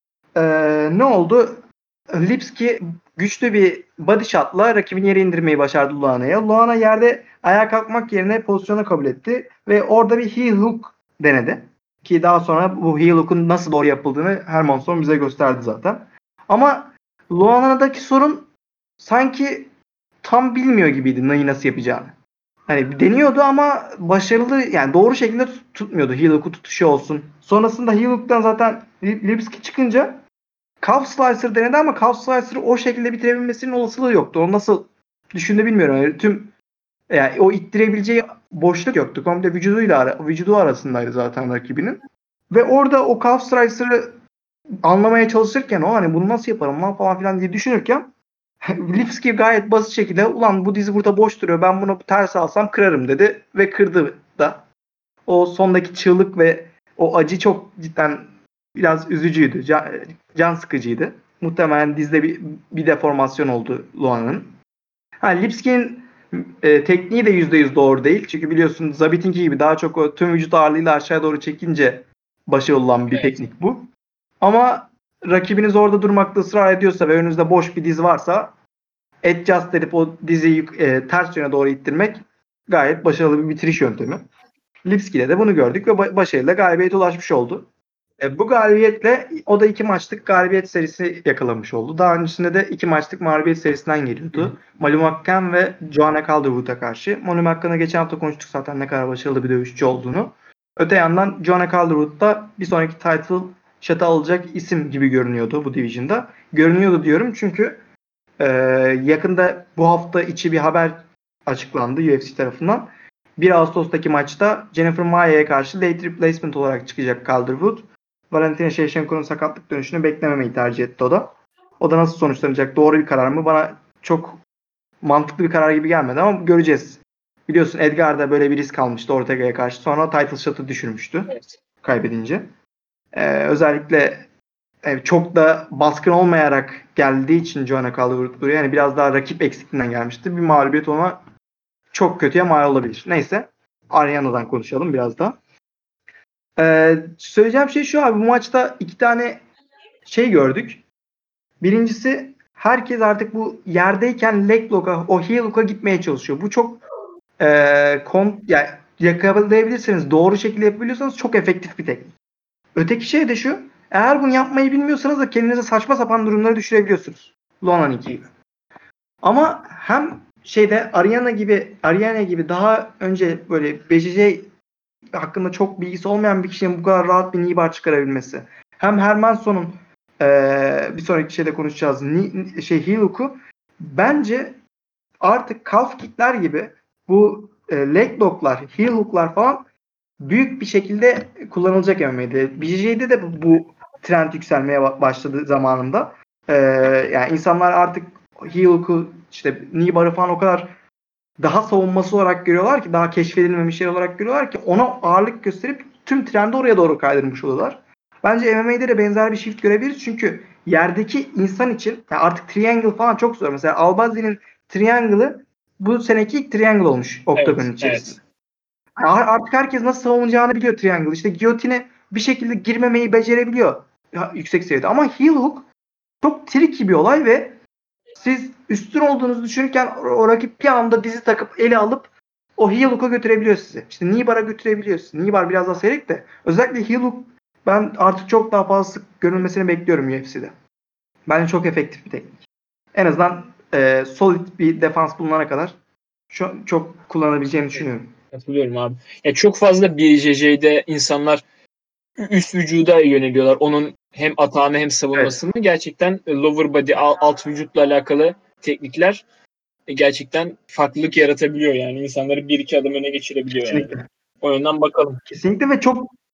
Ne oldu? Lipski güçlü bir body shot'la rakibini yere indirmeyi başardı Luana'ya. Luana yerde ayağa kalkmak yerine pozisyonu kabul etti ve orada bir heel hook denedi. Ki daha sonra bu heel hook'un nasıl doğru yapıldığını Hermansson bize gösterdi zaten. Ama Luana'daki sorun sanki tam bilmiyor gibiydi neyi nasıl yapacağını. Hani deniyordu ama başarılı, yani doğru şekilde tutmuyordu. Heel hook'u tutuşu olsun. Sonrasında heel hook'tan zaten Lipski çıkınca Calf Slicer denedi ama Calf Slicer'ı o şekilde bitirebilmesinin olasılığı yoktu. Onu nasıl düşündü bilmiyorum. Yani o ittirebileceği boşluk yoktu. Komple vücudu arasındaydı zaten rakibinin. Ve orada o Calf Slicer'ı anlamaya çalışırken o hani bunu nasıl yaparım lan falan filan diye düşünürken Lipski gayet basit şekilde ulan bu dizi burada boş duruyor, ben bunu ters alsam kırarım dedi ve kırdı da. O sondaki çığlık ve o acı çok cidden biraz üzücüydü. Can sıkıcıydı. Muhtemelen dizde bir deformasyon oldu Luan'ın. Lipski'nin tekniği de %100 doğru değil. Çünkü biliyorsun Zabit'inki gibi daha çok o tüm vücut ağırlığıyla aşağıya doğru çekince başarılı olan bir teknik bu. Ama rakibiniz orada durmakta ısrar ediyorsa ve önünüzde boş bir diz varsa adjust edip o diziyi ters yöne doğru ittirmek gayet başarılı bir bitiriş yöntemi. Lipski'de de bunu gördük ve başarıyla galibiyete ulaşmış oldu. Bu galibiyetle o da 2 maçlık galibiyet serisi yakalamış oldu. Daha öncesinde de 2 maçlık mağlubiyet serisinden geliyordu. Malum Hakan ve Joanna Calderwood'a karşı. Malum Hakan'a geçen hafta konuştuk zaten ne kadar başarılı bir dövüşçü olduğunu. Öte yandan Joanna Calderwood da bir sonraki title shot'ı alacak isim gibi görünüyordu bu division'da. Görünüyordu diyorum çünkü yakında bu hafta içi bir haber açıklandı UFC tarafından. 1 Ağustos'taki maçta Jennifer Maia'ya karşı late replacement olarak çıkacak Calderwood. Valentina Shevchenko'nun sakatlık dönüşünü beklememeyi tercih etti o da. O da nasıl sonuçlanacak? Doğru bir karar mı? Bana çok mantıklı bir karar gibi gelmedi ama göreceğiz. Biliyorsun Edgar da böyle bir risk almıştı Ortega'ya karşı. Sonra title shot'ı düşürmüştü. Evet. Kaybedince. Özellikle çok da baskın olmayarak geldiği için Joanna Calderwood buraya yani biraz daha rakip eksikliğinden gelmişti. Bir mağlubiyet ona çok kötüye mal olabilir. Neyse. Ariana'dan konuşalım biraz daha. Söyleyeceğim şey şu abi. Bu maçta 2 tane şey gördük. Birincisi herkes artık bu yerdeyken leg lock'a, o heel lock'a gitmeye çalışıyor. Bu çok yani yakalayabilirseniz, doğru şekilde yapabiliyorsanız çok efektif bir teknik. Öteki şey de şu. Eğer bunu yapmayı bilmiyorsanız da kendinize saçma sapan durumlara düşürebiliyorsunuz. Luana'nın gibi. Ama hem Ariana gibi daha önce böyle BJJ hakkında çok bilgisi olmayan bir kişinin bu kadar rahat bir knee bar çıkarabilmesi. Hem Hermansson'un bir sonraki şeyde konuşacağız heel hook'u bence artık calf kickler gibi bu leg lock'lar, heel hook'lar falan büyük bir şekilde kullanılacak MMA'de. BJJ'de de bu trend yükselmeye başladı zamanında. Yani insanlar artık heel hook'u işte knee bar'ı falan o kadar daha savunması olarak görüyorlar ki, daha keşfedilmemiş şey olarak görüyorlar ki ona ağırlık gösterip tüm trendi oraya doğru kaydırmış oluyorlar. Bence MMA'de de benzer bir shift görebiliriz çünkü yerdeki insan için yani artık triangle falan çok zor. Mesela Albazi'nin triangle'ı bu seneki ilk triangle olmuş Octagon'un içerisinde. Evet. Artık herkes nasıl savunacağını biliyor triangle. İşte giyotine bir şekilde girmemeyi becerebiliyor yüksek seviyede. Ama heel hook çok tricky bir olay ve siz üstün olduğunuzu düşünürken o rakip bir anda dizi takıp eli alıp o heel hook'a götürebiliyor sizi. İşte knee bar'a götürebiliyor sizi. Knee bar biraz daha seyrek de özellikle heel hook ben artık çok daha fazla sık görülmesini bekliyorum UFC'de. Bence çok efektif bir teknik. En azından solid bir defans bulunana kadar çok kullanabileceğini düşünüyorum. Hatırlıyorum abi. Ya çok fazla BJJ'de insanlar üst vücuda yöneliyorlar. Onun hem atağını hem savunmasını. Evet. Gerçekten lower body, alt vücutla alakalı teknikler gerçekten farklılık yaratabiliyor yani. İnsanları bir iki adım öne geçirebiliyor. Kesinlikle. Yani. O yönden bakalım. Kesinlikle ve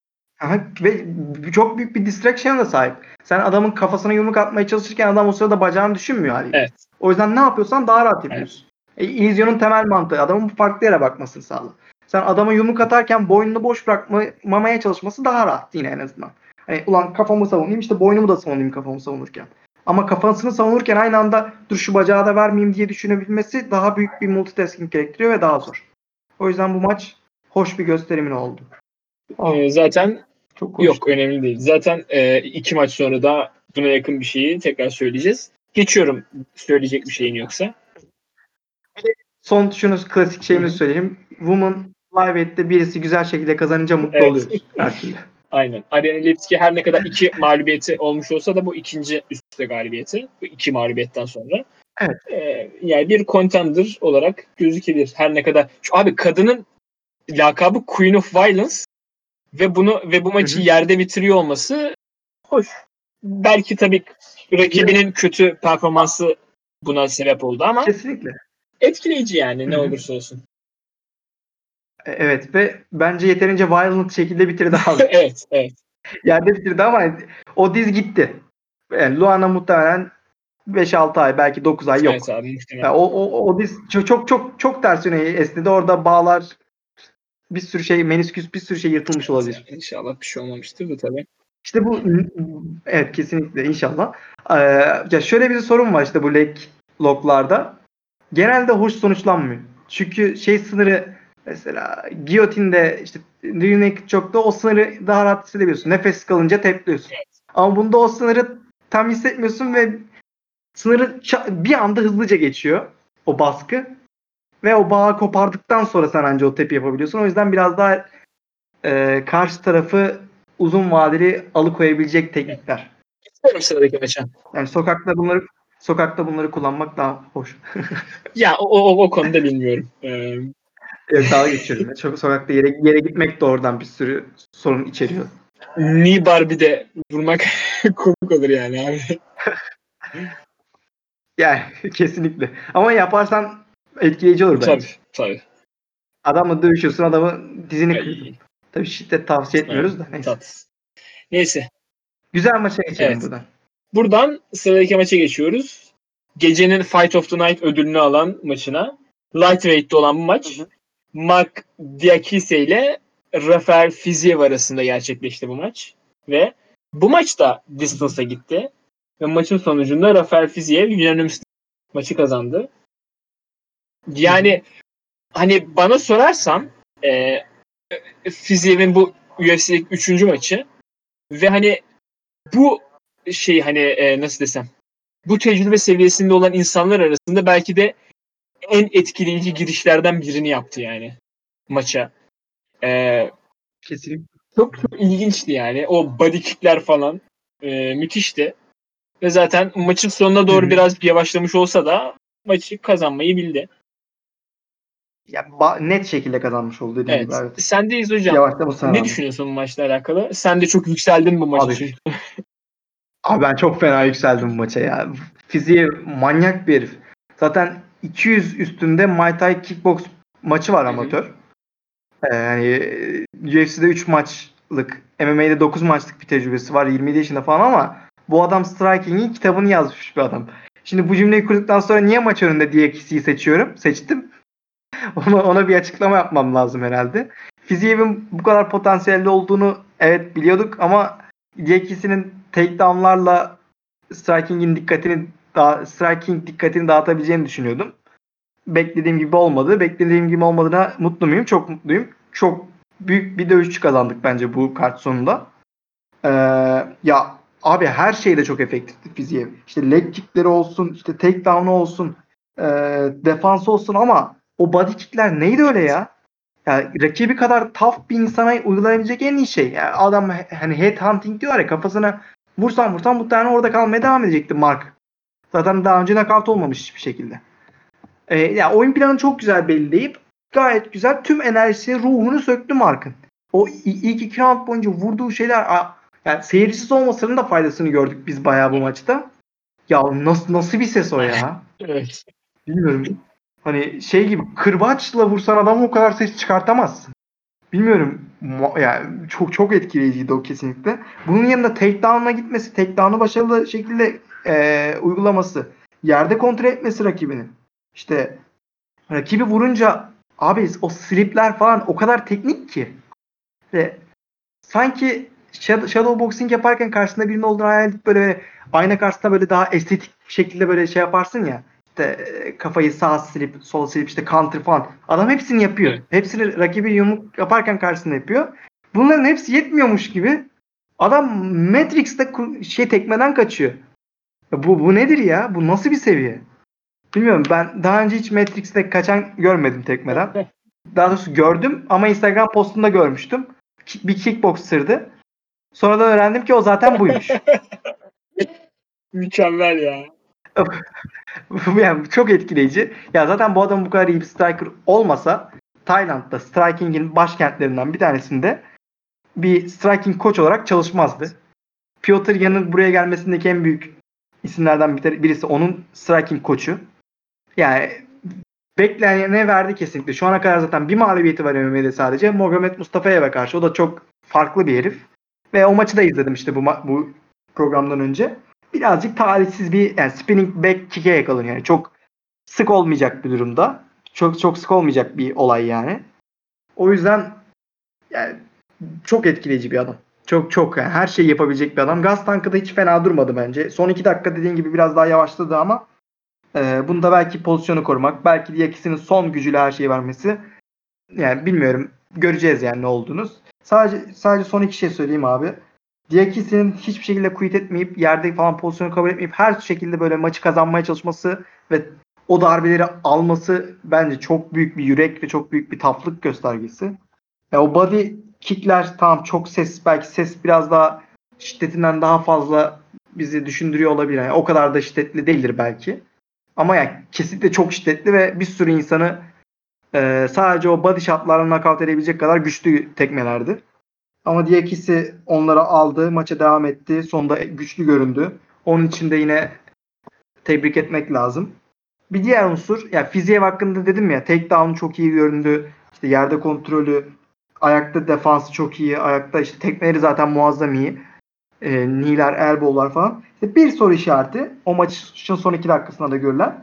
çok büyük bir distraction'a da sahip. Sen adamın kafasına yumruk atmaya çalışırken adam o sırada bacağını düşünmüyor haliyle. Evet. O yüzden ne yapıyorsan daha rahat yapıyorsun. İllüzyonun temel mantığı adamın farklı yere bakmasını sağla. Sen adama yumruk atarken boynunu boş bırakmamaya çalışması daha rahat yine en azından. Hani ulan kafamı savunayım işte boynumu da savunayım kafamı savunurken. Ama kafasını savunurken aynı anda dur şu bacağı da vermeyeyim diye düşünebilmesi daha büyük bir multitasking gerektiriyor ve daha zor. O yüzden bu maç hoş bir gösterimin oldu. Zaten çok yok önemli değil. Zaten 2 maç sonra da buna yakın bir şeyi tekrar söyleyeceğiz. Geçiyorum söyleyecek bir şeyin yoksa. Son şunu klasik şeyimizi söyleyeyim. Women Liveweight'te birisi güzel şekilde kazanınca mutlu oluyoruz her türlü. Aynen. Ariane Lipski her ne kadar 2 mağlubiyeti olmuş olsa da bu ikinci üst üste galibiyeti. Bu 2 mağlubiyetten sonra. Evet. Yani bir contender olarak gözükebilir. Her ne kadar. Abi kadının lakabı Queen of Violence ve bu maçı yerde bitiriyor olması hoş. Belki tabii rakibinin kötü performansı buna sebep oldu ama kesinlikle etkileyici yani ne olursa olsun. Evet ve bence yeterince violent şekilde bitirdi abi. evet. Yerde bitirdi ama o diz gitti. Yani Luana muhtemelen 5-6 ay belki 9 ay yok. Evet abi muhtemelen. Yani o diz çok ters yöne esnedi. Orada bağlar bir sürü şey menisküs bir sürü şey yırtılmış olabilir. Yani inşallah bir şey olmamıştır da tabii. İşte bu evet kesinlikle inşallah. Ya şöyle bir sorun var işte bu leg lock'larda. Genelde hoş sonuçlanmıyor. Çünkü sınırı mesela giyotinde işte Runic çok da o sınırı daha rahat hissedebiliyorsun. Nefes kalınca tepliyorsun. Evet. Ama bunda o sınırı tam hissetmiyorsun ve sınırı bir anda hızlıca geçiyor o baskı. Ve o bağı kopardıktan sonra sen anca o tepi yapabiliyorsun. O yüzden biraz daha karşı tarafı uzun vadeli alıkoyabilecek teknikler. İsterim sıradaki maça. Yani sokakta bunları kullanmak daha hoş. Ya o konuda bilmiyorum. Yok dalga geçiyorum. Çok sokakta yere gitmek de oradan bir sürü sorun içeriyor. Knee bar bir de vurmak komik olur yani abi. Yani kesinlikle. Ama yaparsan etkileyici olur bence. Tabii. Adamla dövüşüyorsun adamın dizini kırdın. Tabii şiddet tavsiye etmiyoruz da neyse. Neyse. Güzel maça geçelim buradan. Buradan sıradaki maça geçiyoruz. Gecenin Fight of the Night ödülünü alan maçına. Lightweight'te olan bu maç. Mark Diakise ile Rafael Fiziev arasında gerçekleşti bu maç. Ve bu maç da distance'a gitti. Ve maçın sonucunda Rafael Fiziev unanimous maçı kazandı. Yani hani bana sorarsan Fiziev'in bu UFC'deki 3. maçı ve hani bu nasıl desem bu tecrübe seviyesinde olan insanlar arasında belki de en etkileyici girişlerden birini yaptı yani maça. Kesinlikle. Çok ilginçti yani. O body kickler falan müthişti. Ve zaten maçın sonuna doğru biraz yavaşlamış olsa da maçı kazanmayı bildi. Ya net şekilde kazanmış oldu dediğim gibi. Evet. Sendeyiz hocam. Ne düşünüyorsun bu maçla alakalı? Sen de çok yükseldin bu maç için. Abi ben çok fena yükseldim bu maça ya. Fiziği manyak bir herif. Zaten 200 üstünde Muay Thai kickbox maçı var amatör. Yani UFC'de 3 maç maçlık, MMA'de 9 maçlık bir tecrübesi var. 27 yaşında falan ama bu adam striking'in kitabını yazmış bir adam. Şimdi bu cümleyi kurduktan sonra niye maç önünde DXC'yi seçtim. Ona bir açıklama yapmam lazım herhalde. Fiziyev'in bu kadar potansiyelli olduğunu evet biliyorduk ama DXC'nin takedown'larla striking dikkatini dağıtabileceğini düşünüyordum. Beklediğim gibi olmadı. Beklediğim gibi olmadığına mutlu muyum? Çok mutluyum. Çok büyük bir dövüşçü kazandık bence bu kart sonunda. Ee, ya abi her şeyde çok efektifti Fiziev. İşte leg kickleri olsun, işte takedown'u olsun, e, defans olsun ama o body kickler neydi öyle ya? Ya rakibi kadar tough bir insana uygulayabilecek en iyi şey. Yani adam hani head hunting diyor ya, kafasına vursan muhtemelen orada kalmaya devam edecekti Mark. Zaten daha önce knockout olmamış hiçbir şekilde. Ya oyun planı çok güzel belirleyip gayet güzel tüm enerjisini, ruhunu söktü Mark'ın. O ilk 2 round boyunca vurduğu şeyler, yani seyircisiz olmasının da faydasını gördük biz bayağı bu maçta. Ya nasıl bir ses o ya? Evet. Bilmiyorum. Hani şey gibi kırbaçla vursan adam o kadar ses çıkartamazsın. Bilmiyorum. Yani çok etkileyiciydi o kesinlikle. Bunun yanında takedown'a gitmesi, takedown'u başarılı şekilde uygulaması, yerde kontrol etmesi rakibini. İşte rakibi vurunca abi o slipler falan o kadar teknik ki. Ve sanki shadow boxing yaparken karşısında birinin olduğunu hayal edip böyle ayna karşısında böyle daha estetik bir şekilde böyle şey yaparsın ya. İşte kafayı sağ silip sol silip işte counter falan. Adam hepsini yapıyor. Evet. Hepsini rakibi yumruk yaparken karşısında yapıyor. Bunların hepsi yetmiyormuş gibi adam Matrix'te tekmeden kaçıyor. Bu nedir ya? Bu nasıl bir seviye? Bilmiyorum, ben daha önce hiç Matrix'te kaçan görmedim tekmeden. Daha doğrusu gördüm ama Instagram postunda görmüştüm. Bir kickboxer'dı. Sonradan öğrendim ki o zaten buymuş. Mükemmel ya. Yani çok etkileyici. Ya zaten bu adam bu kadar iyi bir striker olmasa Tayland'da striking'in başkentlerinden bir tanesinde bir striking koç olarak çalışmazdı. Piotr Yan'ın buraya gelmesindeki en büyük isimlerden birisi onun striking koçu. Yani beklenene verdi kesinlikle. Şu ana kadar zaten bir mağlubiyeti var MMA'de sadece. Magomed Mustafa'ya karşı. O da çok farklı bir herif. Ve o maçı da izledim işte bu programdan önce. Birazcık talihsiz bir yani spinning back kick'e yakalanıyor. Yani çok sık olmayacak bir durumda. Çok sık olmayacak bir olay yani. O yüzden yani çok etkileyici bir adam. Çok yani her şeyi yapabilecek bir adam. Gaz tankı da hiç fena durmadı bence. Son 2 dakika dediğin gibi biraz daha yavaşladı ama bunda belki pozisyonu korumak, belki Diakis'in son gücüyle her şeyi vermesi. Yani bilmiyorum. Göreceğiz yani ne olduğunu. Sadece son 2 şey söyleyeyim abi. Diakis'in hiçbir şekilde quit etmeyip yerde falan pozisyonu kabul etmeyip her şekilde böyle maçı kazanmaya çalışması ve o darbeleri alması bence çok büyük bir yürek ve çok büyük bir taflık göstergesi. Ya o body kickler tamam çok belki ses biraz daha şiddetinden daha fazla bizi düşündürüyor olabilir. Yani o kadar da şiddetli değildir belki. Ama yani kesinlikle çok şiddetli ve bir sürü insanı sadece o body shot'larla knockout edebilecek kadar güçlü tekmelerdi. Ama Diakis'i onlara aldı. Maça devam etti. Sonunda güçlü göründü. Onun için de yine tebrik etmek lazım. Bir diğer unsur, ya Fiziev hakkında dedim ya, takedown çok iyi göründü. İşte yerde kontrolü, ayakta defansı çok iyi. Ayakta işte tekmeleri zaten muazzam iyi. Knee'ler, elbow'lar falan. İşte bir soru işareti. O maçın son 2 dakikasında da görülen.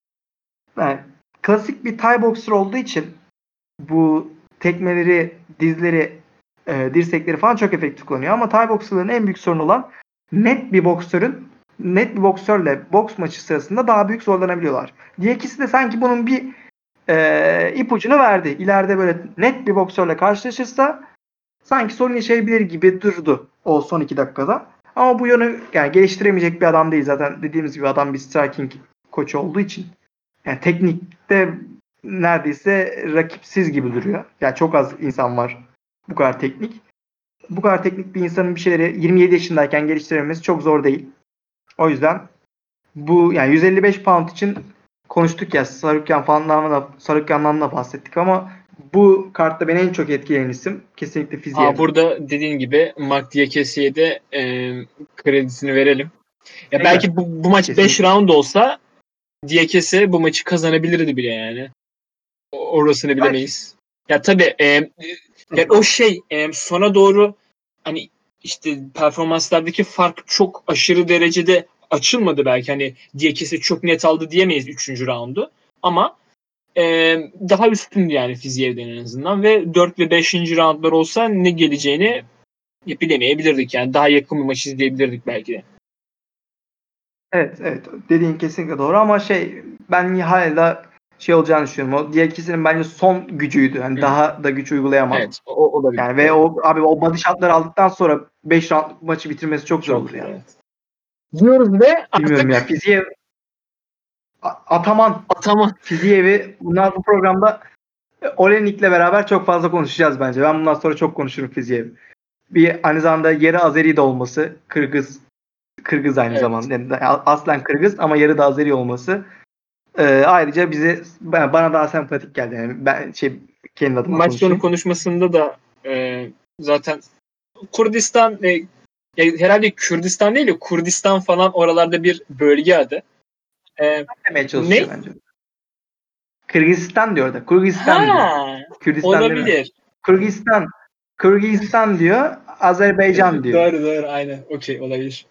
Yani klasik bir Thai boxer olduğu için bu tekmeleri, dizleri, dirsekleri falan çok efektif kullanıyor. Ama Thai boksörlerin en büyük sorunu olan net bir boksörle boks maçı sırasında daha büyük zorlanabiliyorlar. Diğer de sanki bunun bir ipucunu verdi. İleride böyle net bir boksörle karşılaşırsa sanki sorun yaşayabilir gibi durdu o son 2 dakikada. Ama bu yönü yani geliştiremeyecek bir adam değil. Zaten dediğimiz gibi adam bir striking koçu olduğu için. Yani teknikte neredeyse rakipsiz gibi duruyor. Yani çok az insan var bu kadar teknik. Bu kadar teknik bir insanın bir şeyleri 27 yaşındayken geliştiremesi çok zor değil. O yüzden bu yani 155 pound için konuştuk ya, Sarukyan'dan da bahsettik ama bu kartta beni en çok etkileyen isim kesinlikle Fiziev. Burada dediğin gibi Mark Diakisi'ye de kredisini verelim. Ya Evet, belki bu maç 5 kesinlikle. round olsa Diakisi bu maçı kazanabilirdi bile yani. Orasını Belki. bilemeyiz. Ya tabii yani o sona doğru hani işte performanslardaki fark çok aşırı derecede açılmadı belki. Hani Diakis'i çok net aldı diyemeyiz 3. raundu. Ama daha üstündü yani Fiziev'den en azından ve 4 ve 5. roundlar olsa ne geleceğini bilemeyebilirdik yani. Daha yakın bir maç izleyebilirdik belki de. Evet, evet. Dediğin kesinlikle doğru ama ben hala olacağını düşünüyorum. O diğer ikisinin bence son gücüydü. Yani daha da güç uygulayamaz. Evet, o da bir. Yani ve o body shot'ları aldıktan sonra 5 round maçı bitirmesi çok zor olur yani. Evet. Diyoruz ve Bilmiyorum ya. Fiziev Ataman Fiziev'i bu programda Olenik'le beraber çok fazla konuşacağız bence. Ben bundan sonra çok konuşurum Fiziev'i. Bir aynı zamanda yarı Azeri de olması, Kırgız aynı zamanda. Yani aslen Kırgız ama yarı da Azeri olması ayrıca bana daha sempatik geldi. Yani ben kendi adıma maç sonu konuşayım. konuşmasında da zaten Kurdistan herhalde Kürdistan değil de Kurdistan falan oralarda bir bölge adı. Demeye çalışıyor bence. Kırgızistan diyor da. Kırgızistan diyor. Kürdistan olabilir. Kırgızistan diyor. Azerbaycan diyor. Doğru aynen. Okey olabilir.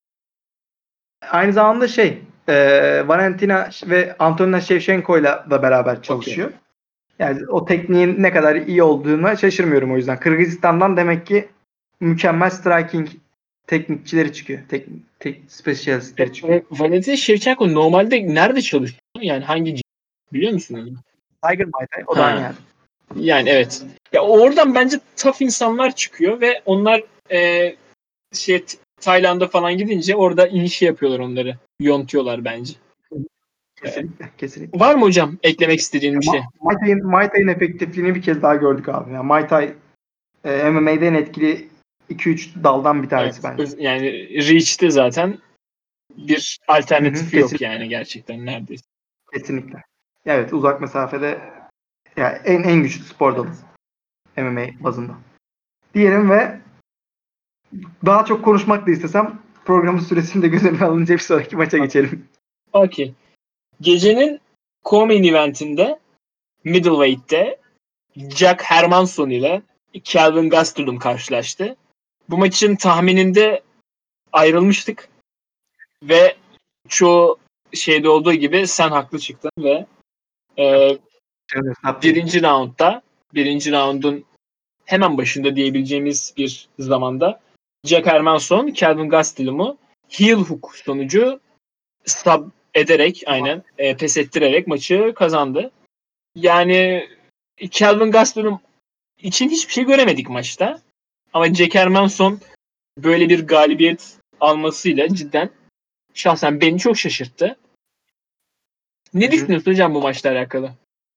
Aynı zamanda Valentina ve Antonina Shevchenko ile de beraber çalışıyor. Okay. Yani o tekniğin ne kadar iyi olduğuna şaşırmıyorum o yüzden. Kırgızistan'dan demek ki mükemmel striking teknikçileri çıkıyor. Spesiyalistleri çıkıyor. Valentina Shevchenko normalde nerede çalışıyor? Yani hangi biliyor musun? Tiger Muay Thai o da aynı yer. Yani evet. Ya oradan bence tough insanlar çıkıyor ve onlar Tayland'a falan gidince orada inişi yapıyorlar onları. Yontuyorlar bence. Kesinlikle. Var mı hocam eklemek istediğin bir şey? Muay Thai'nin efektifliğini bir kez daha gördük abi. Yani Muay Thai MMA'den etkili 2-3 daldan bir tanesi bence. Yani Reach'te zaten bir alternatifi yok yani gerçekten neredeyse. Kesinlikle. Evet, uzak mesafede yani en güçlü spor dalı MMA bazında. Diyelim ve daha çok konuşmak da istesem programın süresini de göz önüne alınca bir sonraki maça geçelim. Okay. Gecenin co-main eventinde middleweight'te Jack Hermansson ile Kelvin Gastelum karşılaştı. Bu maçın tahmininde ayrılmıştık ve çoğu şeyde olduğu gibi sen haklı çıktın ve birinci roundun hemen başında diyebileceğimiz bir zamanda Jack Hermansson, Kelvin Gastelum'u heel hook sonucu sub ederek pes ettirerek maçı kazandı. Yani Kelvin Gastelum için hiçbir şey göremedik maçta. Ama Jack Hermansson böyle bir galibiyet almasıyla cidden şahsen beni çok şaşırttı. Ne düşünüyorsun hocam bu maçla alakalı?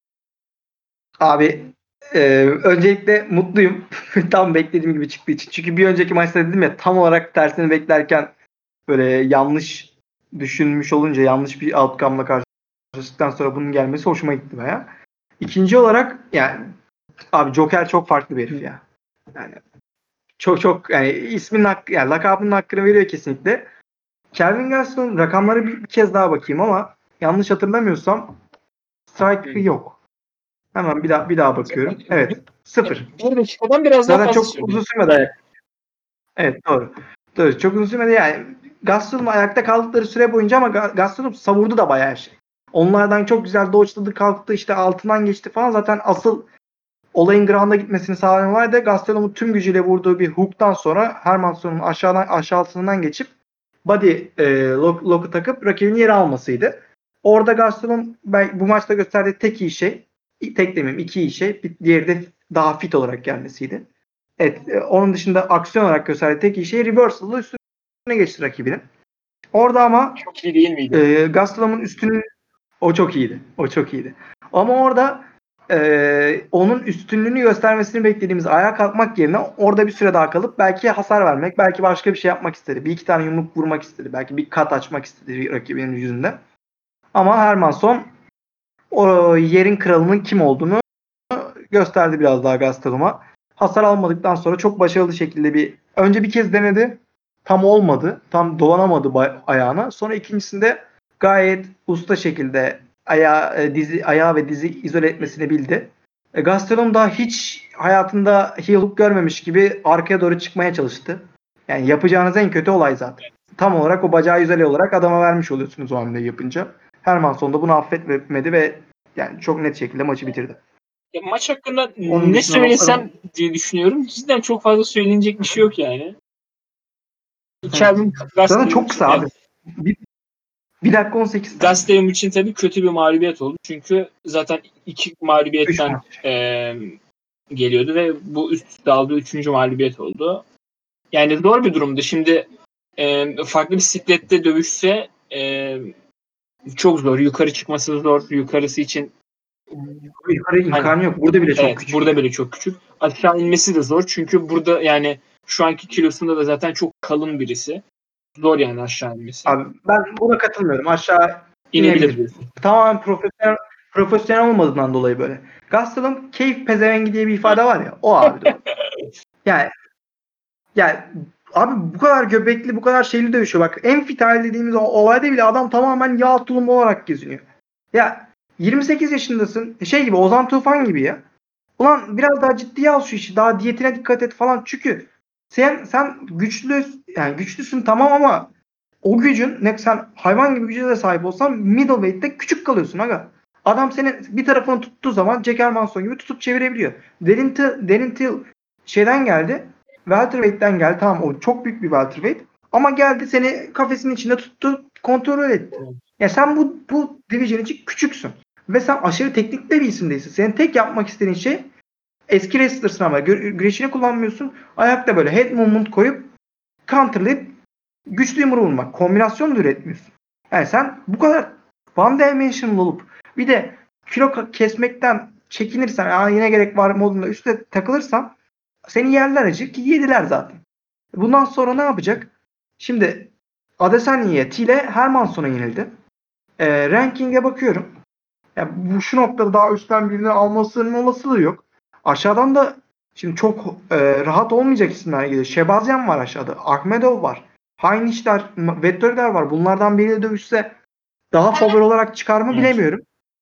Abi öncelikle mutluyum. Tam beklediğim gibi çıktığı için. Çünkü bir önceki maçta dedim ya tam olarak tersini beklerken böyle yanlış düşünmüş olunca yanlış bir outcome'la karşılaştıktan sonra bunun gelmesi hoşuma gitti baya. İkinci olarak yani abi Joker çok farklı bir herif ya. Yani çok yani isminin hakkı yani lakabının hakkını veriyor kesinlikle. Kelvin Gastelum rakamları bir kez daha bakayım ama yanlış hatırlamıyorsam strike'ı yok. Hemen bir daha bakıyorum. Evet. 0. Bir dakikadan biraz daha zaten fazla çok uzun sürmedi. Evet doğru. Doğru. Çok uzun sürmedi yani. Gastelum ayakta kaldıkları süre boyunca ama Gastelum savurdu da bayağı şey. Onlardan çok güzel dodge'ladı kalktı işte altından geçti falan. Zaten asıl olayın ground'a gitmesini sağlayan olay da Gastelum'un tüm gücüyle vurduğu bir hook'tan sonra Hermansson'un aşağısından geçip body lock'u takıp rakibini yere almasıydı. Orada Gastelum bu maçta gösterdiği tek iyi şey, tek demeyeyim iki iyi şey, diğeri de daha fit olarak gelmesiydi. Evet, onun dışında aksiyon olarak gösterdiği tek iyi şey reversal'la üstüne geçti rakibinin. Orada ama çok iyi değil miydi? Gastelum'un üstünün o çok iyiydi. O çok iyiydi. Ama orada onun üstünlüğünü göstermesini beklediğimiz ayağa kalkmak yerine orada bir süre daha kalıp belki hasar vermek, belki başka bir şey yapmak istedi. Bir iki tane yumruk vurmak istedi. Belki bir kat açmak istedi rakibinin yüzünde. Ama Hermansson o yerin kralının kim olduğunu gösterdi biraz daha Gastelum'a. Hasar almadıktan sonra çok başarılı şekilde önce bir kez denedi. Tam olmadı. Tam dolanamadı ayağına. Sonra ikincisinde gayet usta şekilde ayağı ve dizi izole etmesini bildi. Gastelum daha hiç hayatında heel hook görmemiş gibi arkaya doğru çıkmaya çalıştı. Yani yapacağınız en kötü olay zaten. Tam olarak o bacağı yüzey olarak adama vermiş oluyorsunuz o hamleyi yapınca. Hermanson da bunu affetmedi ve yani çok net şekilde maçı bitirdi. Ya maç hakkında Onun ne dışında söylesem diye düşünüyorum. Cidden çok fazla söylenecek bir şey yok yani. Kelvin zaten çok kısa abi. Evet. 1 dakika 18 saniye. Gastelum için tabii kötü bir mağlubiyet oldu. Çünkü zaten 2 mağlubiyetten geliyordu ve bu üst üste aldığı 3. mağlubiyet oldu. Yani zor bir durumdu. Şimdi farklı bir siklette dövüşse çok zor. Yukarı çıkması zor. Yukarısı için Yukarı imkanı yok. Burada bile çok evet, küçük. burada bile çok küçük. Aşağı inmesi de zor. Çünkü burada yani şu anki kilosunda da zaten çok kalın birisi. Zor yani aşağı inmesi. Abi ben buna katılmıyorum. Aşağı İnebilir inebilir. diyorsun. Tamamen profesyonel olmadığından dolayı böyle. Gastelum keyif pezevengi diye bir ifade var ya. O abi de. Yani abi bu kadar göbekli, bu kadar şeyli dövüşüyor. Bak en fital dediğimiz olayda bile adam tamamen yağ tulumu olarak geziniyor. Ya 28 yaşındasın. Şey gibi Ozan Tufan gibi ya. Ulan biraz daha ciddiye al şu işi. Daha diyetine dikkat et falan. Çünkü sen güçlüsün tamam ama o gücün ne sen hayvan gibi güce de sahip olsan middleweight'te küçük kalıyorsun aga. Adam senin bir tarafını tuttuğu zaman Jack Hermanson gibi tutup çevirebiliyor. Darren Till şeyden geldi. Welterweight'ten geldi. Tamam o çok büyük bir welterweight. Ama geldi seni kafesinin içinde tuttu, kontrol etti. Ya sen bu division için küçüksün. Ve sen aşırı teknikte bir isim değilsin. Senin tek yapmak istediğin şey eski wrestlersın ama güreşini kullanmıyorsun. Ayakta böyle head movement koyup counterlayıp güçlü yumruğu vurmak. Kombinasyon da üretmiyorsun. Yani sen bu kadar one dimensional olup bir de kilo kesmekten çekinirsen yine gerek var modunda üstte takılırsan seni yerler acı ki yediler zaten. Bundan sonra ne yapacak? Şimdi Adesanya'ya Tile Hermansson'a yenildi. Ranking'e bakıyorum. Yani bu şu noktada daha üstten birini almasının olasılığı yok. Aşağıdan da şimdi çok rahat olmayacak isimler geliyor. Şebazyan var aşağıda. Ahmedov var. Heinrichler, Vettori'ler var. Bunlardan biriyle dövüşse daha favori olarak çıkar mı bilemiyorum.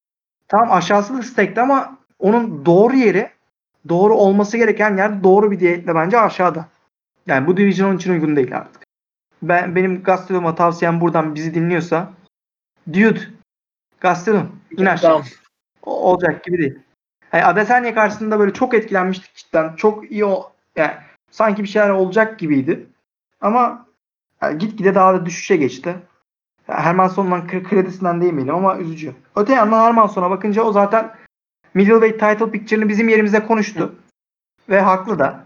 Tamam aşağısı da stack'te ama onun doğru yeri, doğru olması gereken yer doğru bir diyetle bence aşağıda. Yani bu division onun için uygun değil artık. Benim Gastelum'a tavsiyem buradan bizi dinliyorsa dude Gastelum in aşağı. Tamam. Olacak gibi değil. Yani Adesanya karşısında böyle çok etkilenmiştik cidden. Çok iyi yani sanki bir şeyler olacak gibiydi. Ama yani gitgide daha da düşüşe geçti. Hermansson'dan kredisinden değmeyelim ama üzücü. Öte yandan Hermansson'a bakınca o zaten middleweight title picture'ını bizim yerimize konuştu. Ve haklı da.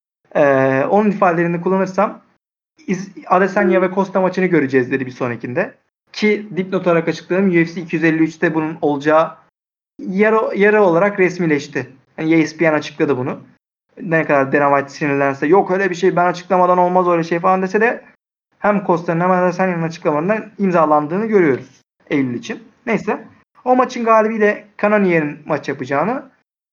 Onun ifadelerini kullanırsam Adesanya ve Costa maçını göreceğiz dedi bir sonrakinde. Ki dipnot olarak açıklayalım UFC 253'te bunun olacağı yarı olarak resmileşti. Yani ESPN açıkladı bunu. Ne kadar Dana White sinirlense yok öyle bir şey ben açıklamadan olmaz öyle şey falan dese de hem Costa'nın hem Adesanya'nın açıklamalarından imzalandığını görüyoruz Eylül için. Neyse. O maçın galibiyle Cannonier'in maç yapacağını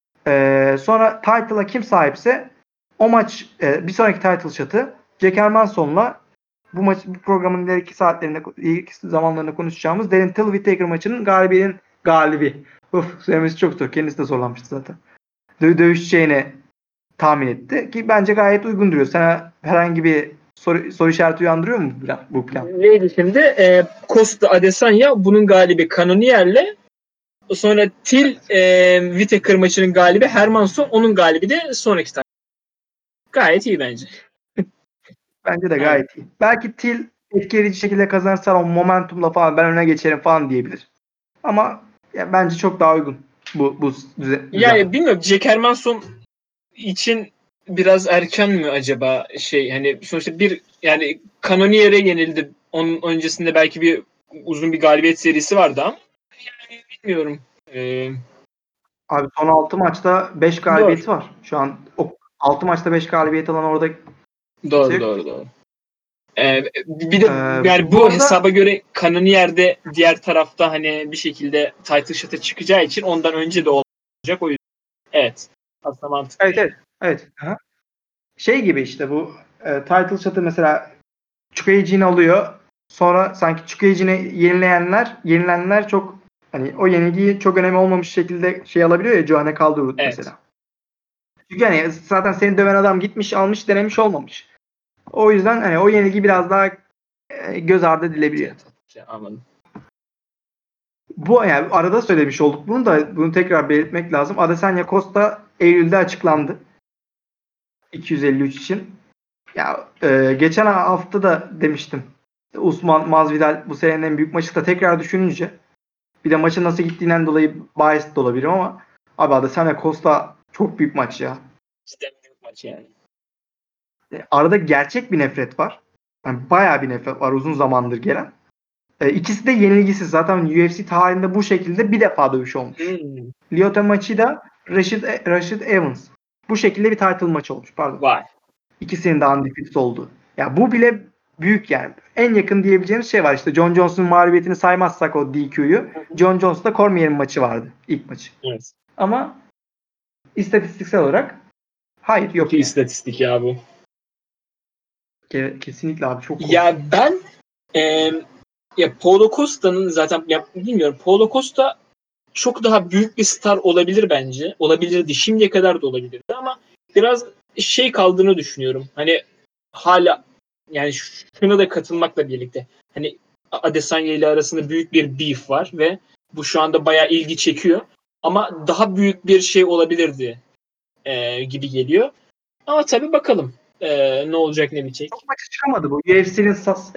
sonra title'a kim sahipse o maç bir sonraki title shot'ı Jack Hermansson'la bu programın ileriki saatlerinde ilk zamanlarında konuşacağımız Darren Till Whittaker maçının galibi. Söylemesi çok zor. Kendisi de zorlanmıştı zaten. Dövüşeceğini tahmin etti. Ki bence gayet uygun duruyor. Sana herhangi bir soru işareti uyandırıyor mu bu plan? Neydi şimdi? Costa Adesanya bunun galibi Cannonier'le sonra Till Whittaker maçının galibi Hermansson onun galibi de sonraki takım. Gayet iyi bence. Bence de gayet iyi. Belki Till etkileyici şekilde kazanırsa o momentumla falan ben öne geçerim falan diyebilir. Ama ya, bence çok daha uygun bu düzen. Yani bilmiyorum Jack Hermansson için biraz erken mi acaba hani sonuçta bir yani Cannonier'e yenildi. Onun öncesinde belki bir uzun bir galibiyet serisi vardı ama yani bilmiyorum. Abi son 6 maçta 5 galibiyeti var. Şu an 6 maçta 5 galibiyet alan orada Doğru. Bir de yani bu bu arada, hesaba göre Cannonier'de diğer tarafta hani bir şekilde title shot'a çıkacağı için ondan önce de olacak o yüzden. Evet. Aslında mantıklı. Evet. Aha. Şey gibi işte bu title shot'ı mesela Chukagi'ni alıyor. Sonra sanki Chukagi'ni yenilenler çok Hani o yenilgiyi çok önemli olmamış şekilde şey alabiliyor ya Johanne Calderwood Evet. mesela. Çünkü hani zaten seni döven adam gitmiş almış denemiş olmamış. O yüzden hani o yenilgi biraz daha göz ardı edilebiliyor. Anladım. Bu yani arada söylemiş olduk bunu tekrar belirtmek lazım. Adesanya Costa Eylül'de açıklandı. 253 için. Ya geçen hafta da demiştim. Usman Masvidal bu senenin en büyük maçı da tekrar düşününce bir de maçın nasıl gittiğinden dolayı biased de olabilirim ama abi Adesanya Costa çok büyük maç ya. İşte büyük maç yani. Arada gerçek bir nefret var. Yani bayağı bir nefret var uzun zamandır gelen. İkisi de yenilgisiz. Zaten UFC tarihinde bu şekilde bir defa dövüş olmuş. Lyoto Machida, Rashid Evans. Bu şekilde bir title maçı olmuş. Pardon. Vay. İkisinin de undefeated oldu. Ya bu bile büyük yani. En yakın diyebileceğimiz şey var. İşte John Jones'un mağlubiyetini saymazsak o DQ'yu. John Jones'la Cormier'in maçı vardı. İlk maçı. Evet. Ama istatistiksel olarak hayır yok Çok yani. istatistik ya bu. Kesinlikle abi çok korkunç. Ya ben ya Paulo Costa'nın zaten ya bilmiyorum Paulo Costa çok daha büyük bir star olabilir bence. Olabilirdi. Şimdiye kadar da olabilirdi ama biraz şey kaldığını düşünüyorum. Hani hala yani şuna da katılmakla birlikte hani Adesanya ile arasında büyük bir beef var ve bu şu anda bayağı ilgi çekiyor. Ama daha büyük bir şey olabilirdi gibi geliyor. Ama tabii bakalım ne olacak ne bitecek. Çok maçı çıkamadı bu. UFC'nin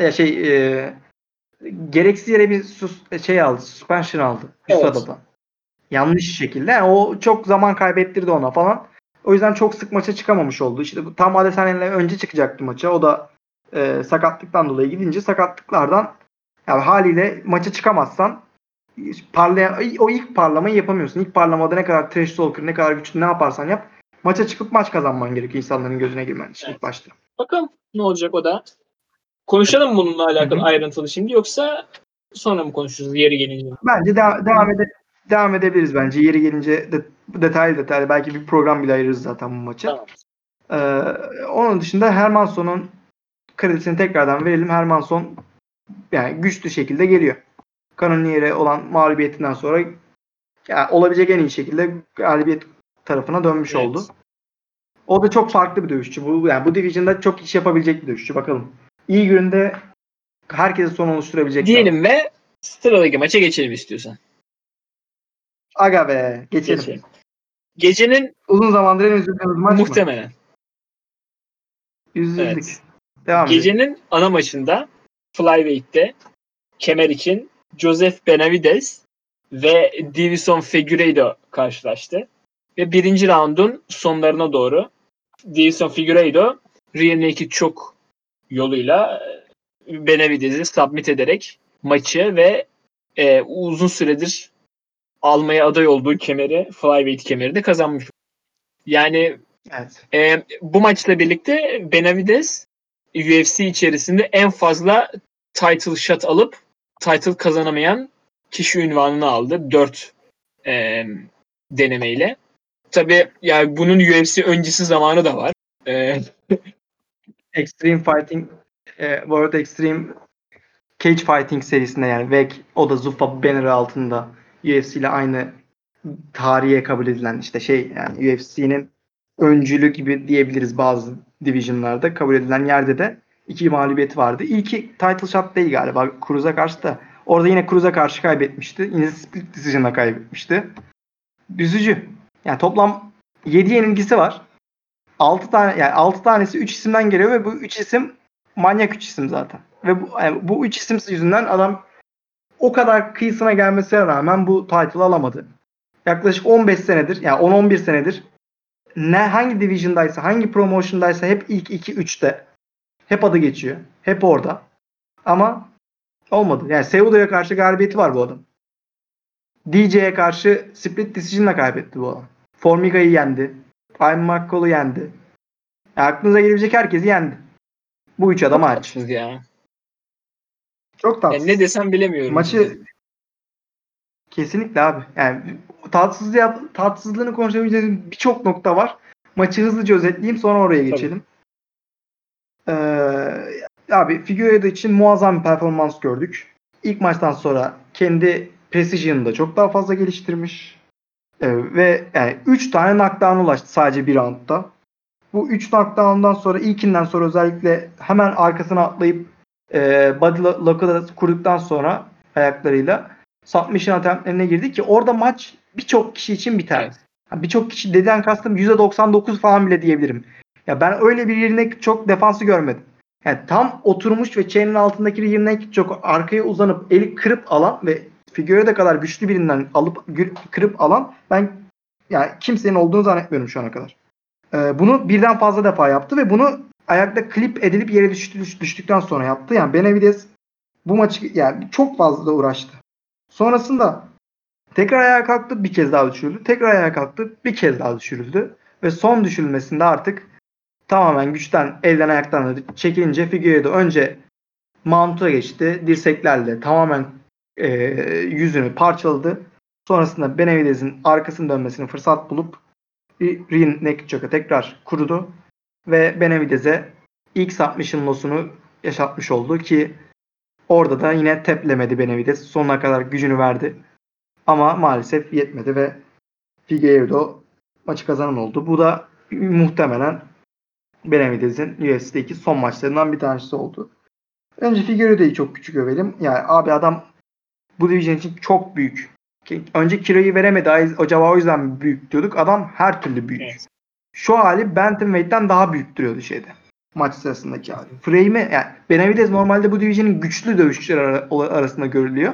gereksiz yere bir şey aldı. Suspension aldı. Evet. USADA'dan. Yanlış şekilde. Yani o çok zaman kaybettirdi ona falan. O yüzden çok sık maça çıkamamış oldu. İşte bu tam Adesanya'yla önce çıkacaktı maça. O da sakatlıktan dolayı gidince sakatlıklardan yani haliyle maça çıkamazsan o ilk parlamayı yapamıyorsun. İlk parlamada ne kadar trash talker, ne kadar güçlü ne yaparsan yap. Maça çıkıp maç kazanman gerekiyor insanların gözüne girmen için ilk başta. Bakalım ne olacak o da. Konuşalım mı bununla alakalı Hı hı. ayrıntılı şimdi yoksa sonra mı konuşuruz yeri gelince? Bence devam edebiliriz bence. Yeri gelince detaylı belki bir program bile ayırırız zaten bu maça. Tamam. Onun dışında Hermansson'un kredisini tekrardan verelim. Hermansson yani güçlü şekilde geliyor. Cannonier'e olan mağlubiyetinden sonra yani olabilecek en iyi şekilde galibiyet tarafına dönmüş Evet. oldu. O da çok farklı bir dövüşçü. Bu division'da çok iş yapabilecek bir dövüşçü. Bakalım. İyi gününde herkese son oluşturabilecek bir adam. Diyelim ve sıradaki maça geçelim istiyorsan. Aga be. Geçelim. Gecenin Uzun zamandır en üzüldüğümüz maç mı? muhtemelen. Üzüldük. Evet. Devam edelim. Gecenin ana maçında Flyweight'te kemer için Joseph Benavidez ve Davison Figueiredo karşılaştı. Ve birinci raundun sonlarına doğru Davison Figueiredo rear naked choke yoluyla Benavidez'i submit ederek maçı ve uzun süredir almaya aday olduğu kemeri, Flyweight kemeri de kazanmış. Yani Evet. bu maçla birlikte Benavidez UFC içerisinde en fazla title shot alıp title kazanamayan kişi unvanını aldı. 4 denemeyle. Tabii yani bunun UFC öncesi zamanı da var. Extreme Fighting World Extreme Cage Fighting serisinde yani VEC o da Zuffa banner'ı altında UFC ile aynı tarihe kabul edilen işte şey yani UFC'nin öncülü gibi diyebiliriz bazı division'larda kabul edilen yerde de 2 mağlubiyeti vardı. İlki title shot değil galiba Cruz'a karşı da. Orada yine Cruz'a karşı kaybetmişti. Yine split decision'la kaybetmişti. Üzücü. Yani toplam 7 yenilgisi var. 6 tanesi 3 isimden geliyor ve bu 3 isim manyak 3 isim zaten. Ve bu 3 isim yüzünden adam o kadar kıyısına gelmesine rağmen bu title'ı alamadı. Yaklaşık 15 senedir yani 10-11 senedir hangi division'daysa, hangi promotion'daysa hep ilk 2-3'te. Hep adı geçiyor. Hep orada. Ama olmadı. Yani Cejudo'ya karşı galibiyeti var bu adam. DJ'ye karşı split decision'la kaybetti bu adam. Formiga'yı yendi. Ian McCall'u yendi. Yani aklınıza gelebilecek herkesi yendi. Bu 3 adam Çok hariç. tatsız ya. Çok Yani tatsız. ne desem bilemiyorum. Maçı kesinlikle abi. Yani tatsızlığını konuşabileceğimiz birçok nokta var. Maçı hızlıca özetleyeyim sonra oraya geçelim. Abi Figueiredo için muazzam bir performans gördük. İlk maçtan sonra kendi Precision'ı da çok daha fazla geliştirmiş. Ve yani 3 tane knockdown'a ulaştı sadece bir roundda. Bu 3 knockdown'dan sonra ilkinden sonra özellikle hemen arkasına atlayıp body lock'u da kurduktan sonra ayaklarıyla submission attempt'lerine girdi ki orada maç birçok kişi için biter. Evet. Birçok kişi dediğim kastım %99 falan bile diyebilirim. Ya ben öyle bir yerine çok defansı görmedim. Yani tam oturmuş ve chain'in altındaki bir yerine çok arkaya uzanıp eli kırıp alan ve Figueiredo kadar güçlü birinden alıp kırıp alan ben yani kimsenin olduğunu zannetmiyorum şu ana kadar. Bunu birden fazla defa yaptı ve bunu ayakta klip edilip yere düştükten sonra yaptı. Yani Benavidez bu maçı yani çok fazla uğraştı. Sonrasında tekrar ayağa kalktı, bir kez daha düşürüldü. Tekrar ayağa kalktı, bir kez daha düşürüldü. Ve son düşürülmesinde artık tamamen güçten, elden ayaktan çekilince Figueiredo önce mount'a geçti. Dirseklerle tamamen yüzünü parçaladı. Sonrasında Benavidez'in arkasını dönmesini fırsat bulup Rin neck choke'a tekrar kurudu ve Benavidez'e ilk submission loss'unu yaşatmış oldu ki orada da yine teplemedi Benavidez. Sonuna kadar gücünü verdi. Ama maalesef yetmedi ve Figueiredo maçı kazanan oldu. Bu da muhtemelen Benavidez'in UFC'deki son maçlarından bir tanesi oldu. Önce Figueiredo'yu çok küçük övelim. Yani abi adam bu division için çok büyük. Önce kiloyu veremedi. Acaba o yüzden büyük diyorduk. Adam her türlü büyük. Evet. Şu hali Bantamweight'ten daha büyük duruyordu şeyde. Maç sırasındaki hali. Frame'i yani Benavidez normalde bu division'in güçlü dövüşçüler arasında görülüyor.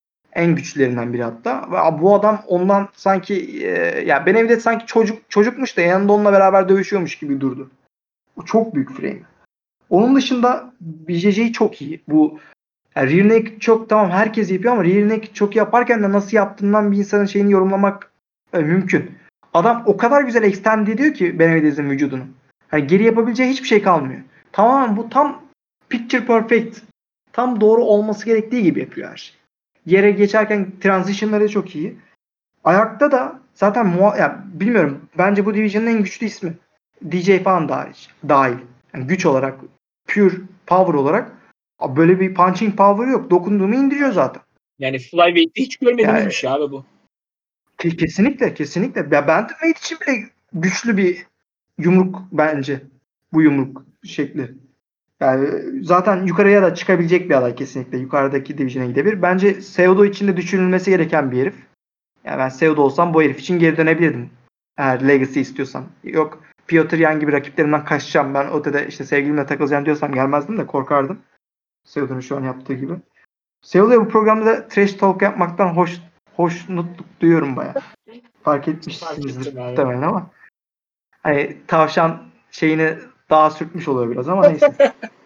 En güçlülerinden biri hatta. Ve bu adam ondan sanki ya Benavidez sanki çocukmuş da yanında onunla beraber dövüşüyormuş gibi durdu. Bu çok büyük frame. Onun dışında BJJ çok iyi. Bu yani rear naked çok tamam herkes yapıyor ama rear naked çok yaparken de nasıl yaptığından bir insanın şeyini yorumlamak mümkün. Adam o kadar güzel extend ediyor ki Benavidez'in vücudunu. Hani geri yapabileceği hiçbir şey kalmıyor. Tamamen bu tam picture perfect. Tam doğru olması gerektiği gibi yapıyor her şey. Yere geçerken transition'ları çok iyi. Ayakta da zaten yani bilmiyorum bence bu division'ın en güçlü ismi. DJ falan dahil. Yani güç olarak, pure power olarak böyle bir punching power yok. Dokunduğumu indiriyor zaten. Yani Flyweight'te hiç görmediğimiz Yani bir şey abi bu. kesinlikle kesinlikle. Ya Bantamweight için bile güçlü bir yumruk bence. Bu yumruk şekli. Yani zaten yukarıya da çıkabilecek bir aday kesinlikle. Yukarıdaki division'a gidebilir. Bence Cejudo için de düşünülmesi gereken bir herif. Yani ben Cejudo olsam bu herif için geri dönebilirdim. Eğer legacy istiyorsam. Yok Piotr Yan gibi rakiplerimden kaçacağım. Ben ötede işte sevgilimle takılacağım diyorsam gelmezdim de korkardım. Cejudo'nun şu an yaptığı gibi. Cejudo'ya bu programda da trash talk yapmaktan hoşnutluk duyuyorum bayağı. Fark Fark etmişsinizdir ettim abi. muhtemelen ama. Hani tavşan şeyini daha sürtmüş oluyor biraz ama neyse.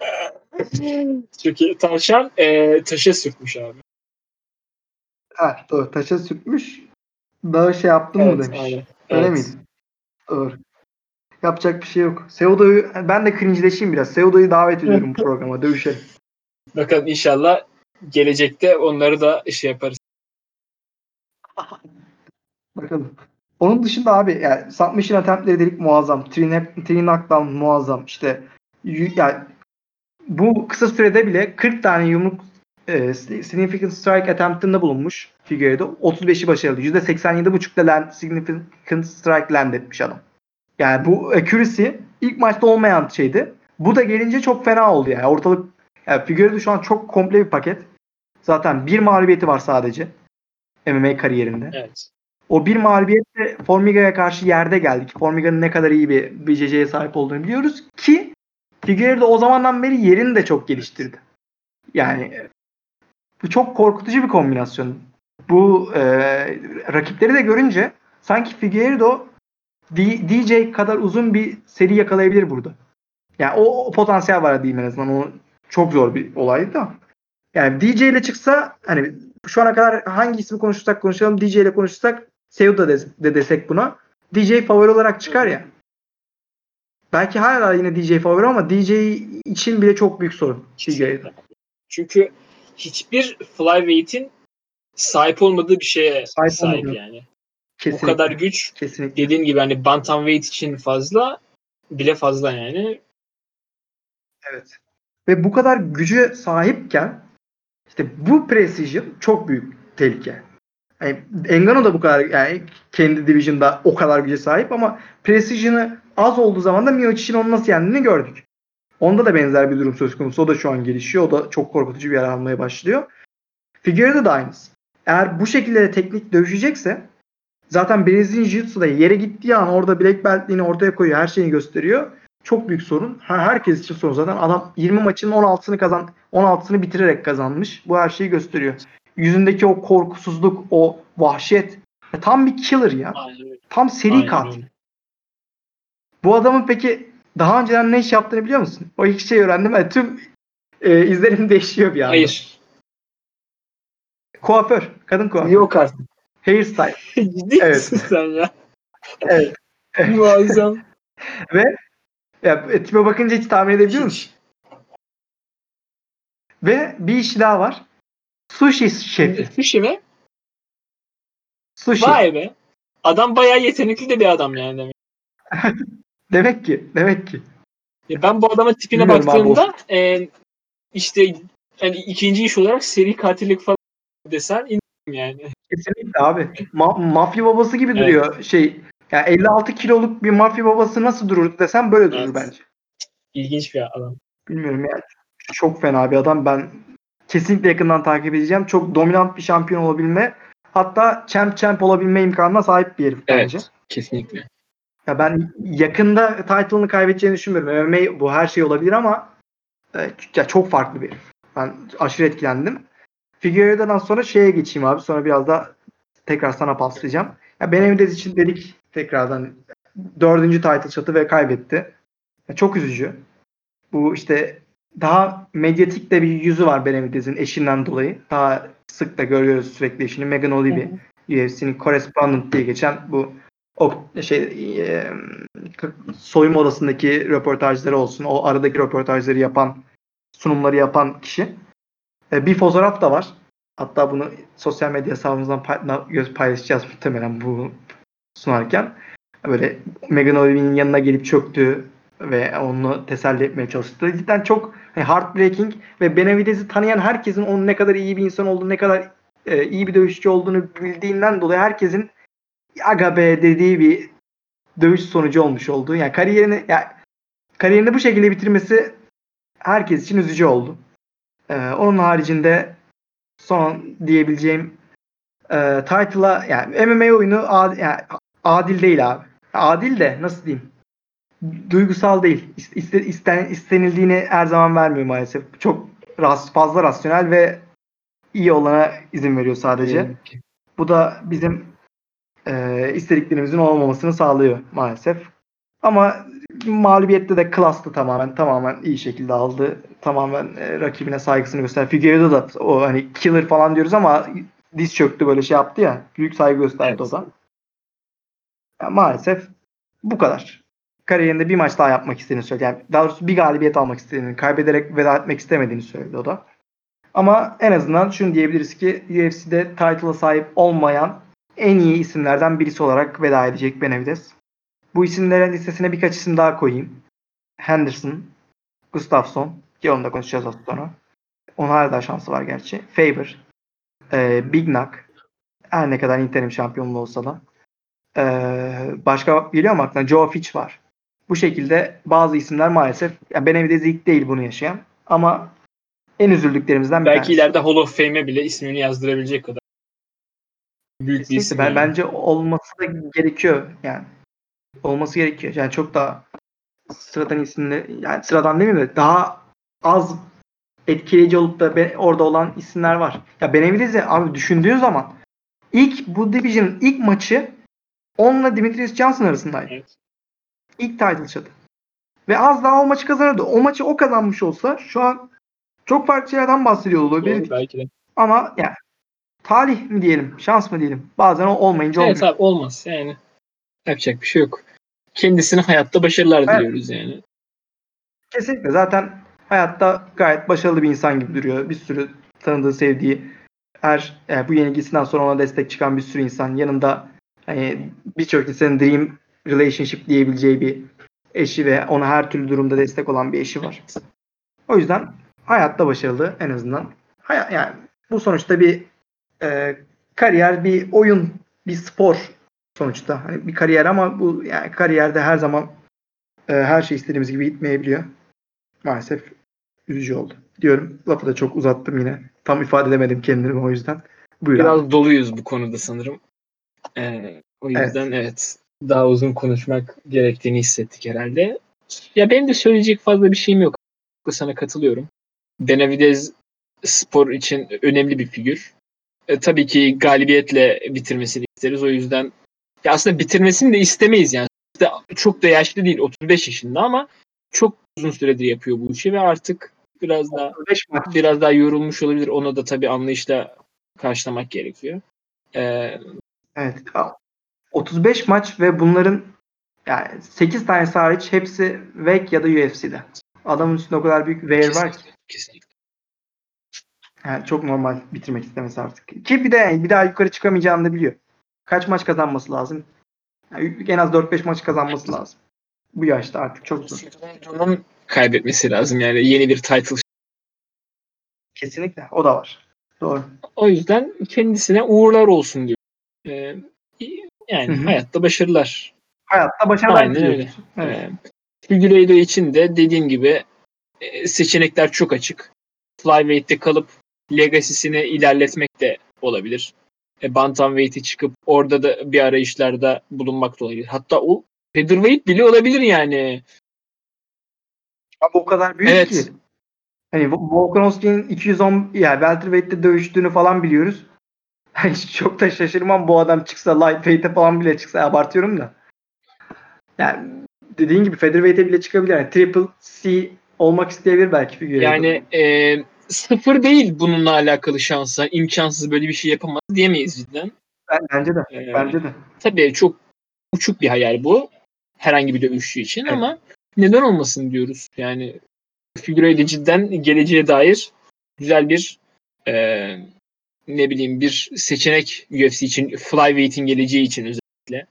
Çünkü tavşan taşa sürtmüş abi. Ha, doğru. Taşa sürtmüş. Daha şey yaptın mı Evet, demiş. aynen. Öyle Evet. miydi? Doğru. Yapacak bir şey yok. Cejudo'yu ben de cringe'leşeyim biraz. Cejudo'yu davet ediyorum bu programa. Dövüşelim. Bakalım inşallah gelecekte onları da şey yaparız. Bakalım. Onun dışında abi yani submission attemptleri dedik muazzam. Three knockdown muazzam. İşte yani bu kısa sürede bile 40 tane yumruk significant strike attempt'ında bulunmuş Figueiredo. 35'i başarılı. %87.5'da significant strike land etmiş adam. Yani bu accuracy ilk maçta olmayan şeydi. Bu da gelince çok fena oldu yani. Ortalık yani Figueiredo şu an çok komple bir paket. Zaten bir mağlubiyeti var sadece MMA kariyerinde. Evet. O bir mağlubiyetle Formiga'ya karşı yerde geldik. Formiga'nın ne kadar iyi bir BJJ'ye sahip olduğunu biliyoruz ki Figueiredo o zamandan beri yerini de çok geliştirdi. Yani bu çok korkutucu bir kombinasyon. Bu rakipleri de görünce sanki Figueiredo DJ kadar uzun bir seri yakalayabilir burada. Yani o potansiyel var diyeyim en azından. O çok zor bir olaydı da. Yani DJ ile çıksa hani şu ana kadar hangi ismi konuşursak konuşalım DJ ile konuşursak Cejudo de desek buna. DJ favori olarak çıkar ya. Belki hala yine DJ favori ama DJ için bile çok büyük sorun. Kesinlikle. Çünkü hiçbir Flyweight'in sahip olmadığı bir şeye Sahip sahip olmadı. yani. Bu kadar Kesinlikle. güç Kesinlikle. dediğin gibi hani Bantamweight için fazla bile fazla yani. Evet. Ve bu kadar güce sahipken işte bu precision çok büyük tehlike. Yani Ngannou da bu kadar, yani kendi division'da o kadar güce sahip ama precision'ı az olduğu zaman da Miocic'in onu nasıl yendiğini gördük. Onda da benzer bir durum söz konusu. O da şu an gelişiyor. O da çok korkutucu bir yer almaya başlıyor. Figueiredo da aynısı. Eğer bu şekilde de teknik dövüşecekse, zaten Brezilya Jiu-Jitsu'da yere gittiği an orada black beltliğini ortaya koyuyor. Her şeyini gösteriyor. Çok büyük sorun. Herkes için sorun. Zaten adam 20 maçın 16'sını bitirerek kazanmış. Bu her şeyi gösteriyor. Yüzündeki o korkusuzluk, o vahşet. Tam bir killer ya. Aynen öyle. Tam seri Aynen katil. öyle. Bu adamın peki daha önceden ne iş yaptığını biliyor musun? O iki şeyi öğrendim. Yani tüm izlenim değişiyor bir anda. Hayır. Kuaför. Kadın kuaför. Yok artık. Hairstyle. Ciddi Evet. misin sen ya? Evet. Muazzam. Ve ya, tipe bakınca hiç tahmin edebiliyor musun? Hiç. Ve bir iş daha var. Sushi şefi. Sushi mi? Sushi. Vay be. Adam bayağı yetenekli de bir adam yani demek. Demek ki. Demek ki. Ya ben bu adamın tipine Bilmiyorum abi. baktığımda işte yani ikinci iş olarak seri katillik falan desen inanırım yani. Kesinlikle abi. Mafya babası gibi Evet. duruyor. Yani 56 kiloluk bir mafya babası nasıl durur desem böyle durur Evet. bence. İlginç bir adam. Bilmiyorum yani. Çok fena bir adam. Ben kesinlikle yakından takip edeceğim. Çok dominant bir şampiyon olabilme, hatta champ olabilme imkanına sahip bir herif bence. Evet. Kesinlikle. Ya ben yakında title'ını kaybedeceğini düşünmüyorum. MMA bu her şey olabilir ama ya çok farklı bir herif. Ben aşırı etkilendim. Figueiredo'dan sonra şeye geçeyim abi. Sonra biraz da tekrar sana paslayacağım. Ya Benavidez için dedik tekrardan 4. title shot'ı ve kaybetti. Ya çok üzücü. Bu işte daha medyatik de bir yüzü var Benavidez'in eşinden dolayı. Daha sık da görüyoruz sürekli eşini. Megan Olivi, UFC'nin correspondent diye geçen bu e, soyunma odasındaki röportajları olsun. O aradaki röportajları yapan, sunumları yapan kişi. Bir fotoğraf da var. Hatta bunu sosyal medya hesabımızdan paylaşacağız muhtemelen bu sunarken. Böyle Megan Olivi'nin yanına gelip çöktü ve onu teselli etmeye çalıştı. Cidden çok heartbreaking ve Benavidez'i tanıyan herkesin onun ne kadar iyi bir insan olduğunu, ne kadar iyi bir dövüşçü olduğunu bildiğinden dolayı herkesin aga be dediği bir dövüş sonucu olmuş oldu. Yani kariyerini bu şekilde bitirmesi herkes için üzücü oldu. Onun haricinde son diyebileceğim title'a, yani MMA oyunu yani adil değil abi. Adil de nasıl diyeyim? Duygusal değil. İstenildiğini her zaman vermiyor maalesef. Çok fazla rasyonel ve iyi olana izin veriyor sadece. Bu da bizim istediklerimizin olmamasını sağlıyor maalesef. Ama mağlubiyette de klastı tamamen iyi şekilde aldı. Tamamen rakibine saygısını gösterdi. Figueiredo da o hani killer falan diyoruz ama diz çöktü, böyle şey yaptı ya. Büyük saygı gösterdi Evet. o da. Yani maalesef bu kadar. Kariyerinde bir maç daha yapmak istediğini söyledi. Yani daha doğrusu bir galibiyet almak istediğini, kaybederek veda etmek istemediğini söyledi o da. Ama en azından şunu diyebiliriz ki UFC'de title'a sahip olmayan en iyi isimlerden birisi olarak veda edecek Benavidez. Bu isimlerin listesine birkaç isim daha koyayım. Henderson, Gustafsson, ki onu da konuşacağız az sonra. Onun hala şansı var gerçi. Faber, Big Knock, her ne kadar interim şampiyonluğu olsa da. Başka geliyor mu aklına? Joe Fitch var. Bu şekilde bazı isimler maalesef, yani Benavidez ilk değil bunu yaşayan, ama en üzüldüklerimizden bir Belki tanesi. ileride Hall of Fame'e bile ismini yazdırabilecek kadar büyük bir Kesinlikle. isim yani. Bence olması da gerekiyor yani. Olması gerekiyor. Yani çok daha sıradan isimler, yani sıradan değil mi de daha az etkileyici olup da orada olan isimler var. Ya Benavidez'i abi düşündüğün zaman bu Division'ın ilk maçı onunla Demetrius Johnson arasındaydı. Evet. İlk title shot'ı. Ve az daha o maçı kazanırdı. O maçı o kazanmış olsa şu an çok farklı şeylerden bahsediyor olabilirdik. Doğru, belki de. Ama yani talih mi diyelim, şans mı diyelim. Bazen o olmayınca Evet olmuyor. abi, olmaz yani. Yapacak bir şey yok. Kendisine hayatta başarılar diliyoruz yani. Kesinlikle. Zaten hayatta gayet başarılı bir insan gibi duruyor. Bir sürü tanıdığı, sevdiği, bu yenilgisinden sonra ona destek çıkan bir sürü insan. Yanında hani birçok insanın dream relationship diyebileceği bir eşi ve ona her türlü durumda destek olan bir eşi var. O yüzden hayatta başarılı en azından. Yani bu sonuçta bir kariyer bir oyun, bir spor sonuçta. Hani bir kariyer ama bu yani kariyerde her zaman her şey istediğimiz gibi gitmeyebiliyor. Maalesef üzücü oldu. Diyorum. Lafı da çok uzattım yine. Tam ifade edemedim kendimi o yüzden. Buyur abi. Biraz doluyuz bu konuda sanırım. O Evet. yüzden evet daha uzun konuşmak gerektiğini hissettik herhalde. Ya benim de söyleyecek fazla bir şeyim yok. Sana katılıyorum. Benavidez spor için önemli bir figür. Tabii ki galibiyetle bitirmesini isteriz. O yüzden ya aslında bitirmesini de istemeyiz yani. Çok da yaşlı değil, 35 yaşında ama çok uzun süredir yapıyor bu işi ve artık biraz daha 35 maç. yorulmuş olabilir. Ona da tabii anlayışla karşılamak gerekiyor. Ee, Evet. 35 maç ve bunların yani 8 tanesi hariç hepsi WEC ya da UFC'de. Adamın üstünde o kadar büyük WER var ki. kesinlikle. Yani çok normal bitirmek istemesi artık. Ki bir daha yukarı çıkamayacağını da biliyor. Kaç maç kazanması lazım? Yani en az 4-5 maç kazanması lazım. Bu yaşta artık çok zor. Onun kaybetmesi lazım yani yeni bir title. Kesinlikle. O da var. Doğru. O yüzden kendisine uğurlar olsun diyor. Ee, Hı Yani hı. hayatta başarılar. Hayatta başarılar Aynen öyle. diliyoruz. Evet. Figueiredo için de dediğim gibi seçenekler çok açık. Flyweight'te kalıp legacy'sini ilerletmek de olabilir. Bantamweight'e çıkıp orada da bir arayışlarda bulunmak da olabilir. Hatta o featherweight bile olabilir yani. Ama o kadar büyük ki. Evet. Hani Volkanovski'nin 210 yani welterweight'te dövüştüğünü falan biliyoruz. Hiç çok da şaşırmam bu adam çıksa lightweight'e falan bile çıksa abartıyorum da. Yani dediğin gibi featherweight'e bile çıkabilir. Yani triple C olmak isteyebilir belki Figueiredo. Yani sıfır değil bununla alakalı şansa. İmkansız böyle bir şey yapamaz diyemeyiz cidden. Bence de. E, Bence de. tabii çok uçuk bir hayal bu. Herhangi bir dövüşçü için Evet. ama neden olmasın diyoruz. Yani Figueiredo cidden geleceğe dair güzel bir e, ne bileyim bir seçenek UFC için, Flyweight'in geleceği için özellikle.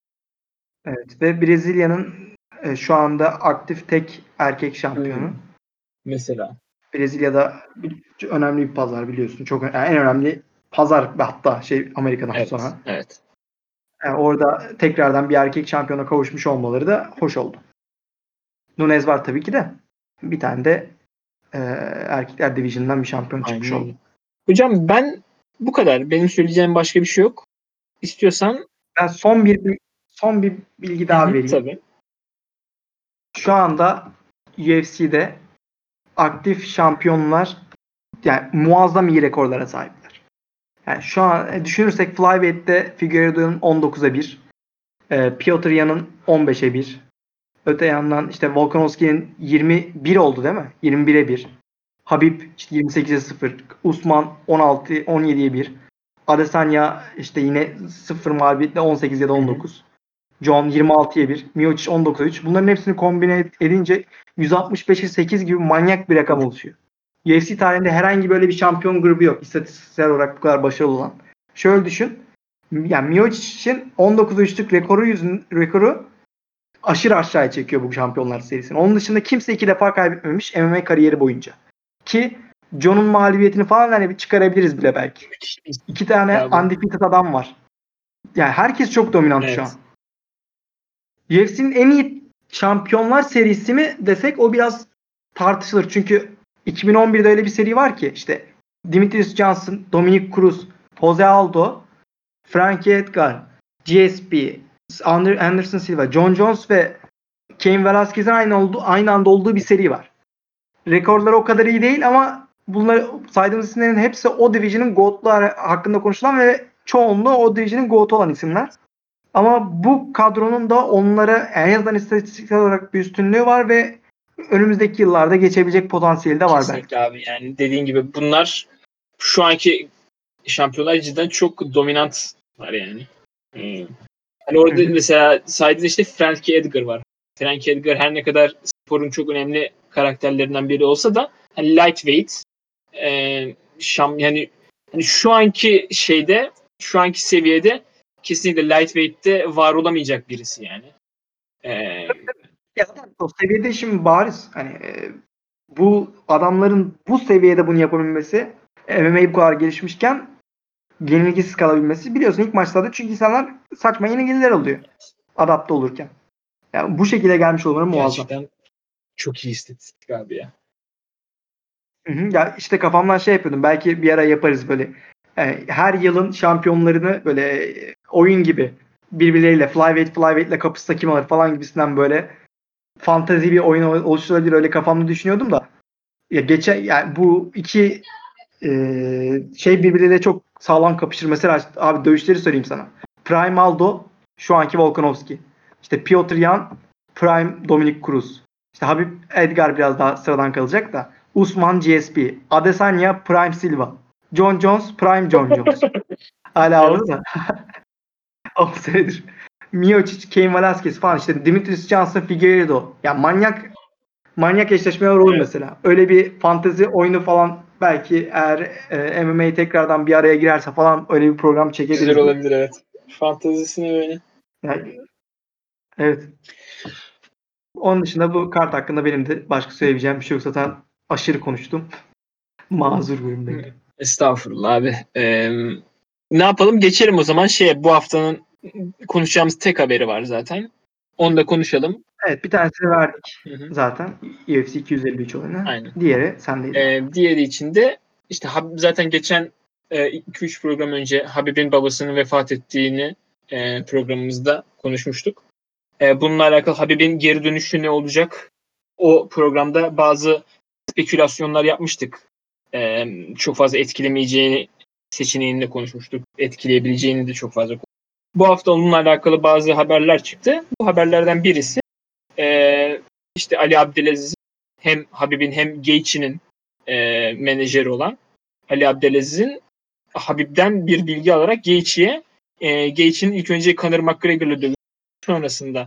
Evet. Ve Brezilya'nın şu anda aktif tek erkek şampiyonu. Mesela. Brezilya'da önemli bir pazar biliyorsun. Çok yani en önemli pazar hatta Amerika'dan Evet, sonra. evet. Yani orada tekrardan bir erkek şampiyona kavuşmuş olmaları da hoş oldu. Nunez var tabii ki de. Bir tane de erkekler division'dan bir şampiyon çıkmış Aynen oldu. öyle. Hocam ben bu kadar. Benim söyleyeceğim başka bir şey yok. İstiyorsan Ben son bir bilgi daha vereyim. tabii. Şu anda UFC'de aktif şampiyonlar yani muazzam iyi rekorlara sahipler. Yani şu an düşünürsek Flyweight'te Figueiredo'nun 19'a 1, Piotr Yan'ın 15'e 1. Öte yandan işte Volkanovski'nin 21 oldu değil mi? 21'e 1. Habib işte 28'e 0. Usman 17'ye 1. Adesanya işte yine 0 mağlubiyetle 18 ya da 19. John 26'ya 1. Miocic 19'a 3. Bunların hepsini kombine edince 165'e 8 gibi manyak bir rakam oluşuyor. UFC tarihinde herhangi böyle bir şampiyon grubu yok. İstatistiksel olarak bu kadar başarılı olan. Şöyle düşün. Yani Miocic'in 19'a 3'lük rekoru aşırı aşağıya çekiyor bu şampiyonlar serisini. Onun dışında kimse 2 defa kaybetmemiş MMA kariyeri boyunca. Ki John'un mağlubiyetini falan hani bir çıkarabiliriz bile belki. 2 tane Bravo. undefeated adam var. Yani herkes çok dominant şu an. Evet. UFC'nin en iyi şampiyonlar serisi mi desek o biraz tartışılır. Çünkü 2011'de öyle bir seri var ki işte Demetrius Johnson, Dominic Cruz, Jose Aldo, Frankie Edgar, GSP, Anderson Silva, John Jones ve Cain Velasquez'in aynı anda olduğu bir seri var. Rekorları o kadar iyi değil ama bunlar saydığımız isimlerin hepsi o division'ın GOAT'ları hakkında konuşulan ve çoğunluğu o division'ın GOAT olan isimler. Ama bu kadronun da onlara en azından istatistiksel olarak bir üstünlüğü var ve önümüzdeki yıllarda geçebilecek potansiyeli de var belki. Kesinlikle abi yani dediğin gibi bunlar şu anki şampiyonlar cidden çok dominant var yani. Hani orada mesela saydığın işte Frankie Edgar var. Frankie Edgar her ne kadar sporun çok önemli karakterlerinden biri olsa da hani lightweight yani hani şu anki seviyede kesinlikle lightweight'te var olamayacak birisi yani. E, Ya zaten o seviyede şimdi bariz hani bu adamların bu seviyede bunu yapabilmesi MMA bu kadar gelişmişken yenilgisiz kalabilmesi. Biliyorsun ilk maçlarda çünkü insanlar saçma yenilgiler oluyor. Adapte olurken. Yani bu şekilde gelmiş olmaları muazzam. Gerçekten çok iyi istatistik abi ya. Hı. Ya işte kafamdan şey yapıyordum. Belki bir ara yaparız böyle. Yani her yılın şampiyonlarını böyle oyun gibi birbirleriyle flyweight'le kapışsa kim alır falan gibisinden böyle fantezi bir oyun oluşturabilir öyle kafamda düşünüyordum da. Ya yani bu iki şey birbirleriyle çok sağlam kapışır. Mesela abi dövüşleri söyleyeyim sana. Prime Aldo şu anki Volkanovski. İşte Piotr Yan Prime Dominic Cruz. İşte Habib Edgar biraz daha sıradan kalacak da. Usman GSP. Adesanya Prime Silva. John Jones Prime John Jones. Hala Evet. anladın mı? 6 senedir. Miocic, Cain Velasquez falan işte Demetrius Johnson, Figueiredo. Ya manyak eşleşmeler olur Evet. mesela. Öyle bir fantezi oyunu falan belki eğer MMA tekrardan bir araya girerse falan öyle bir program Güzel çekebiliriz. olabilir, evet. Fantezisini böyle. Yani, evet. Onun dışında bu kart hakkında benim de başka söyleyeceğim bir şey yok. Zaten aşırı konuştum. Mazur görün beni. Estağfurullah abi. Ne yapalım? Geçelim o zaman. Bu haftanın konuşacağımız tek haberi var zaten. Onu da konuşalım. Evet bir tanesini verdik Hı hı. zaten. UFC 253 oyunu. Aynen. Diğeri sendeydi. Diğeri için de işte zaten geçen 2-3 program önce Habib'in babasının vefat ettiğini programımızda konuşmuştuk. Bununla alakalı Habib'in geri dönüşü ne olacak? O programda bazı spekülasyonlar yapmıştık. Çok fazla etkilemeyeceğini seçeneğini de konuşmuştuk. Etkileyebileceğini de çok fazla konuştuk. Bu hafta onunla alakalı bazı haberler çıktı. Bu haberlerden birisi işte Ali Abdelaziz hem Habib'in hem Gaethje'nin menajeri olan Ali Abdelaziz'in Habib'den bir bilgi alarak Gaethje'nin ilk önce Conor McGregor'la dövüşmesi sonrasında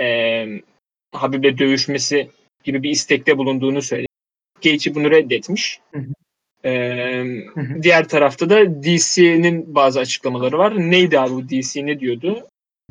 Habib'le dövüşmesi gibi bir istekte bulunduğunu söyledi. Gaethje bunu reddetmiş. Hı hı. Hı hı. Diğer tarafta da DC'nin bazı açıklamaları var. Neydi abi bu DC ne diyordu?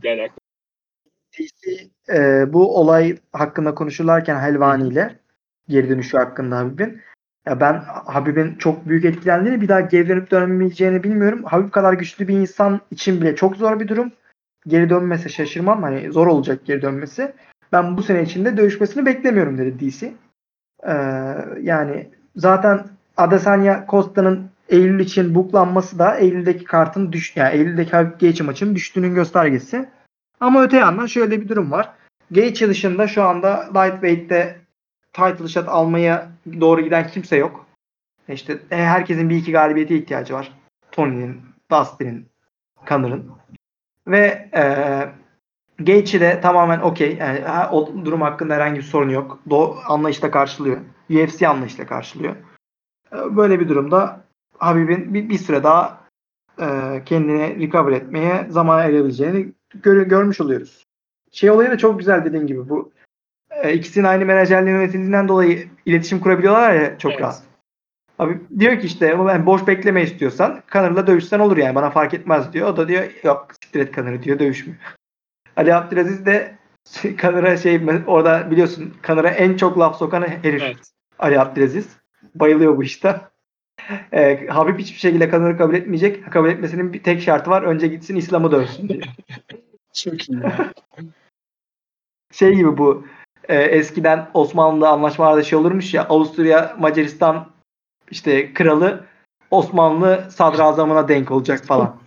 DC, bu olay hakkında konuşurlarken Helvani ile geri dönüşü hakkında Habib'in. Ya ben Habib'in çok büyük etkilendiğini bir daha geri dönüp dönemeyeceğini bilmiyorum. Habib kadar güçlü bir insan için bile çok zor bir durum. Geri dönmese şaşırmam. Hani zor olacak geri dönmesi. Ben bu sene içinde dövüşmesini beklemiyorum dedi DC. Yani zaten Adesanya Costa'nın Eylül için booklanması da Eylül'deki kartın yani Eylül'deki Habib Gaethje maçının düştüğünün göstergesi. Ama öte yandan şöyle bir durum var. Gaethje dışında şu anda lightweight'te title shot almaya doğru giden kimse yok. İşte herkesin bir iki galibiyete ihtiyacı var. Tony'nin, Dustin'in, Conor'ın. Ve Gaethje de tamamen okey. Yani o durum hakkında herhangi bir sorun yok. Anlayışla karşılıyor. UFC anlayışla karşılıyor. Böyle bir durumda Habib'in bir süre daha kendini recover etmeye zaman ayırabileceğini görmüş oluyoruz. Şey olayı da çok güzel dediğin gibi bu ikisinin aynı menajerle yönetildiğinden dolayı iletişim kurabiliyorlar ya çok rahat. Abi diyor ki işte ben boş bekleme istiyorsan Connor'la dövüşsen olur yani bana fark etmez diyor. O da diyor yok siktir et Connor'ı diyor dövüşmüyor. Ali Abdülaziz de Connor'a orada biliyorsun Connor'a en çok laf sokan herif Evet. Ali Abdülaziz. Bayılıyor bu işte. Habib hiçbir şekilde Connor'ı kabul etmeyecek. Kabul etmesinin bir tek şartı var. Önce gitsin İslam'ı dövsün diyor. Çok iyi ya. Şey gibi bu eskiden Osmanlı'da anlaşmalarda şey olurmuş ya Avusturya Macaristan işte kralı Osmanlı sadrazamına denk olacak falan.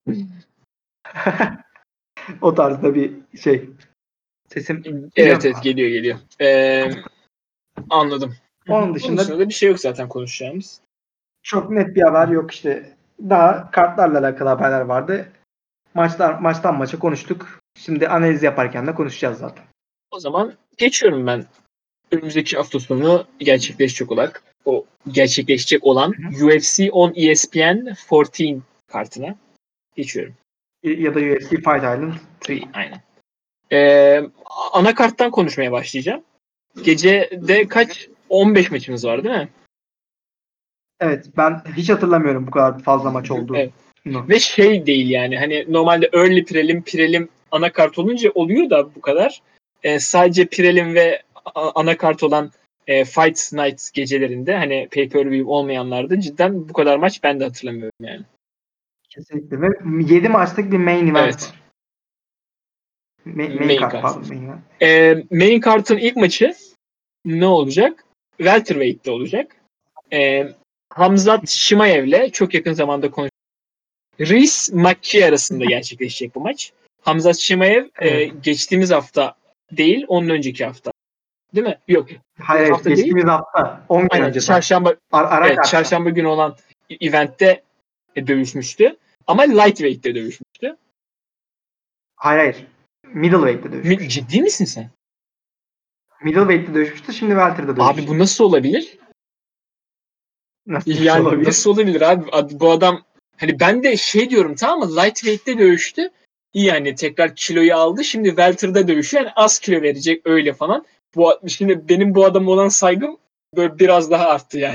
O tarzda bir şey. Sesim geliyor Evet mu? evet geliyor. Anladım. Onun Onun dışında dışında da bir şey yok zaten konuşacağımız. çok net bir haber yok işte. Daha kartlarla alakalı haberler vardı. Maçtan maça konuştuk. Şimdi analiz yaparken de konuşacağız zaten. O zaman geçiyorum ben önümüzdeki hafta sonu gerçekleşecek olan UFC on ESPN 14 kartına geçiyorum. Ya da UFC Fight Island 3. Aynen. Anakarttan konuşmaya başlayacağım. Gecede 15 maçımız var değil mi? Evet ben hiç hatırlamıyorum bu kadar fazla maç olduğunu. Evet. Ve değil yani hani normalde early prelim anakart olunca oluyor da bu kadar. Sadece prelim ve anakart olan Fight Night gecelerinde hani pay-per-view olmayanlarda cidden bu kadar maç ben de hatırlamıyorum yani. Kesinlikle. Ve 7 maçlık bir main event Evet. var. Main Main card card. pardon. Main event. Main card'ın ilk maçı ne olacak? Welterweight'te olacak. Hamzat Şimayev'le çok yakın zamanda konuştuk. Reis Makki arasında gerçekleşecek bu maç. Hamzat Şimayev Evet. geçtiğimiz hafta değil, onun önceki hafta. Değil mi? Yok. Hayır, Hafta değil. geçtiğimiz hafta 10 gün Aynen. önce Çarşamba, ara evet, karşı. çarşamba günü olan eventte dövüşmüştü. Ama lightweight'te dövüşmüştü. Hayır. Middleweight'te dövüşmüştü. Ciddi misin sen? Middleweight'te dövüşmüştü. Şimdi welter'da Abi dövüşecek. bu nasıl olabilir? Nasıl olabilir? Nasıl olabilir abi? Bu adam, hani ben de şey diyorum, tamam mı? Lightweight'te dövüştü. İyi, yani tekrar kiloyu aldı. Şimdi welter'da dövüşüyor. Yani az kilo verecek öyle falan. Şimdi benim bu adama olan saygım böyle biraz daha arttı yani.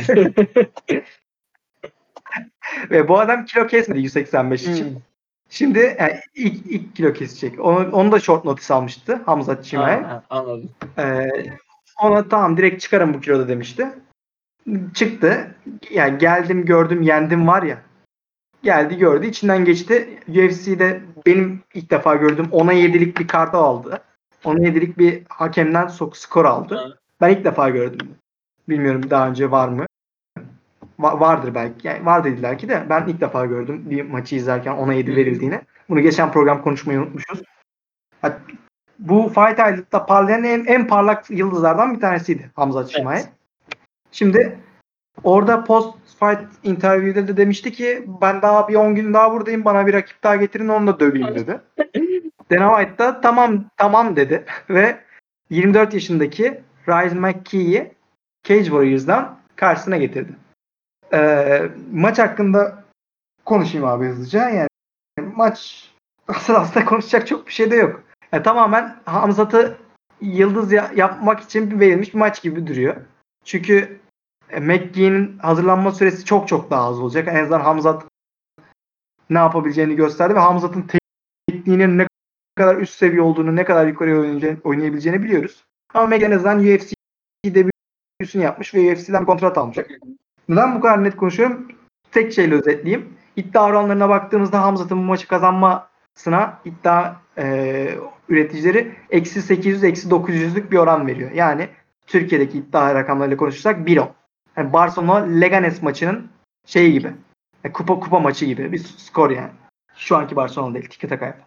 Ve bu adam kilo kesmedi 185 için. Şimdi yani ilk kilo kesecek. Onu da short notice almıştı Hamzat Çimaev. Anladım. Ona tamam direkt çıkarım bu kiloda demişti. Çıktı. Yani geldim gördüm yendim var ya. Geldi gördü içinden geçti. UFC'de benim ilk defa gördüğüm 10'a 7'lik bir kartı aldı. 10'a 7'lik bir hakemden skor aldı. Ben ilk defa gördüm. Bilmiyorum daha önce var mı? Vardır belki. Yani var dediler ki de ben ilk defa gördüm bir maçı izlerken 10'a 7 verildiğini. Bunu geçen program konuşmayı unutmuşuz. Bu Fight Island'da parlayan en parlak yıldızlardan bir tanesiydi Hamza Chimaev. Evet. Şimdi orada post fight interview'de de demişti ki ben daha bir 10 gün daha buradayım, bana bir rakip daha getirin onu da döveyim dedi. Dana White da tamam dedi ve 24 yaşındaki Ryan McKee'yi Cage Warriors'dan karşısına getirdi. Maç hakkında konuşayım abi hızlıca. Yani maç aslında konuşacak çok bir şey de yok. Yani tamamen Hamzat'ı yıldız yapmak için verilmiş bir maç gibi duruyor. Çünkü McGee'nin hazırlanma süresi çok çok daha az olacak. En azından Hamzat ne yapabileceğini gösterdi ve Hamzat'ın tekniğinin ne kadar üst seviye olduğunu, ne kadar yukarıya oynayabileceğini biliyoruz. Ama McGee en azından UFC debüsünü yapmış ve UFC'den bir kontrat almış. Neden bu kadar net konuşuyorum? Tek şeyle özetleyeyim. İddia oranlarına baktığımızda Hamzat'ın bu maçı kazanmasına iddia üreticileri -800 -900'lük bir oran veriyor. Yani Türkiye'deki iddia rakamlarıyla konuşursak 1-10. Yani Barcelona Leganes maçının şeyi gibi. Kupa maçı gibi bir skor yani. Şu anki Barcelona değil. Tiki taka.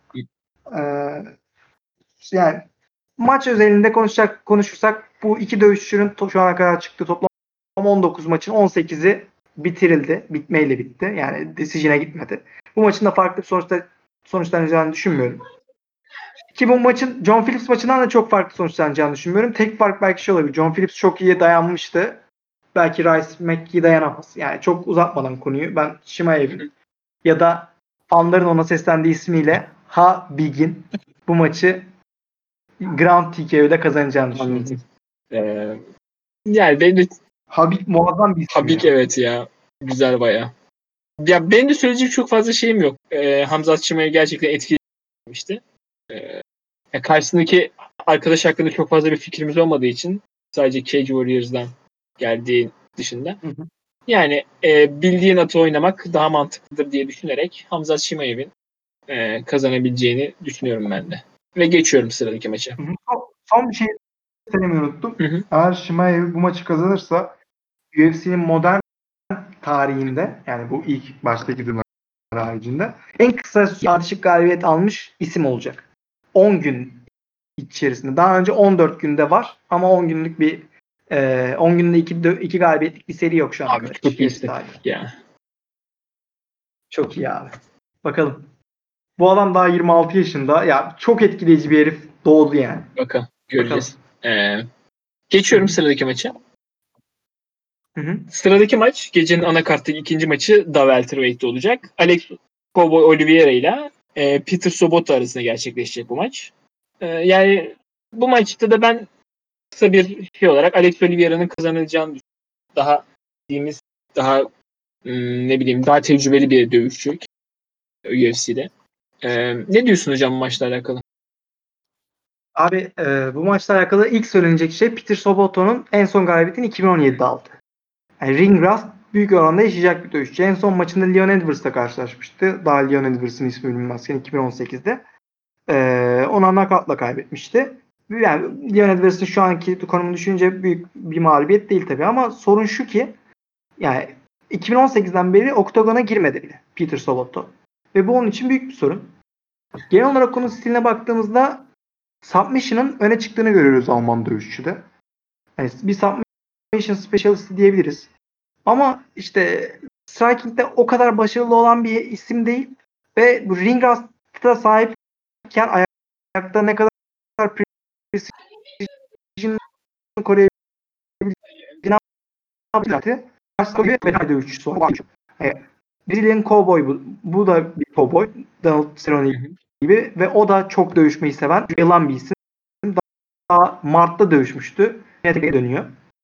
Yani maç özelinde konuşursak bu iki dövüşçünün şu ana kadar çıktığı toplam 19 maçın 18'i bitirildi. Bitmeyle bitti. Yani decision'a gitmedi. Bu maçın da farklı sonuçlanacağını düşünmüyorum. Ki bu maçın John Phillips maçından da çok farklı sonuçlanacağını düşünmüyorum. Tek fark belki şey olabilir. John Phillips çok iyi dayanmıştı. Belki Rice McKee dayanamaz. Yani çok uzatmadan konuyu ben Shimaev'in ya da fanların ona seslendiği ismiyle Habib'in bu maçı Grand TKO'da kazanacağını düşünüyorum. Yani benim de Habib muazzam bir isim Habib, ya. evet ya. Güzel baya. Ya benim de söyleyecek çok fazla şeyim yok. Hamzat Chimaev gerçekten etkilemişti. Karşısındaki arkadaş hakkında çok fazla bir fikrimiz olmadığı için, sadece Cage Warriors'dan geldiği dışında. Yani bildiğin atı oynamak daha mantıklıdır diye düşünerek Hamzat Chimaev'in kazanabileceğini düşünüyorum ben de. Ve geçiyorum sıradaki maça. Son bir şey söylemeyi unuttum. Eğer Shimaev bu maçı kazanırsa UFC'nin modern tarihinde, yani bu ilk baştaki durumlar haricinde en kısa ardışık galibiyet almış isim olacak. 10 gün içerisinde. Daha önce 14 günde var ama 10 günlük bir 10 günde 2 galibiyetlik bir seri yok şu ana kadar. Çok iyi ya. Çok iyi abi. Bakalım. Bu adam daha 26 yaşında. Ya çok etkileyici bir herif doğdu yani. Bakalım. Göreceğiz. Geçiyorum sıradaki maça. Sıradaki maç gecenin anakartı ikinci maçı da welterweight'te olacak. Alex Cowboy Oliveira ile Peter Sobotta arasında gerçekleşecek bu maç. Yani bu maçta da ben kısa bir şey olarak Alex Oliveira'nın kazanacağını düşünüyorum. Daha daha ne bileyim daha tecrübeli bir dövüşçü UFC'de. Ne diyorsun hocam bu maçla alakalı? Abi bu maçla alakalı ilk söylenecek şey Peter Sobotta'nın en son galibiyetini 2017'de aldı. Yani ring rust büyük oranda yaşayacak bir dövüşçü. En son maçında Leon Edwards'la karşılaşmıştı. Daha Leon Edwards'ın ismi bilinmezken 2018'de. Ona knockout'la kaybetmişti. Yani Leon Edwards'ın şu anki konumunu düşününce büyük bir mağlubiyet değil tabii ama sorun şu ki yani 2018'den beri oktagona girmedi bile Peter Soboto. Ve bu onun için büyük bir sorun. Genel olarak onun stiline baktığımızda submission'ın öne çıktığını görüyoruz Alman dövüşçüde. Yani bir submission specialist diyebiliriz. Ama işte striking'de o kadar başarılı olan bir isim değil ve bu ring rust'a sahipken ayakta ne kadar precision koruyabildiğini yaptı. Karşısında bir dövüşçüsü var. Brazilian Cowboy bu. Bu da bir cowboy. Donald Cerrone gibi ve o da çok dövüşmeyi seven, yılan bir isim. Daha Mart'ta dövüşmüştü. Yine dönüyor.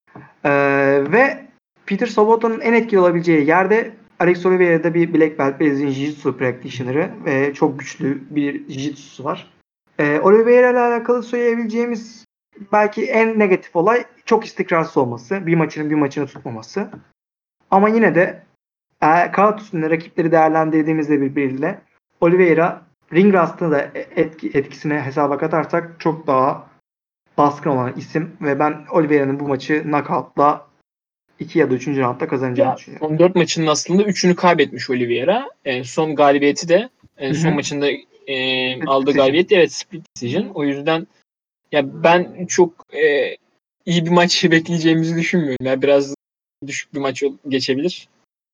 Ve Peter Soboto'nun en etkili olabileceği yerde Alex Oliveira'da bir Black Belt Brazilian Jiu-Jitsu practitioner'ı ve çok güçlü bir Jiu-Jitsu'su var. Oliveira ile alakalı söyleyebileceğimiz belki en negatif olay çok istikrarsız olması. Bir maçını tutmaması. Ama yine de kağıt üstünde rakipleri değerlendirdiğimizde birbiriyle Oliveira ring rust'ını da etkisine hesaba katarsak çok daha baskın olan isim ve ben Oliveira'nın bu maçı knockout'la 2 ya da 3. roundda kazanacağını düşünüyorum. Son 4 maçının aslında 3'ünü kaybetmiş Oliveira. Son galibiyeti de son maçında aldığı galibiyet de split decision. O yüzden ya ben çok iyi bir maç bekleyeceğimizi düşünmüyorum. Yani biraz düşük bir maç geçebilir.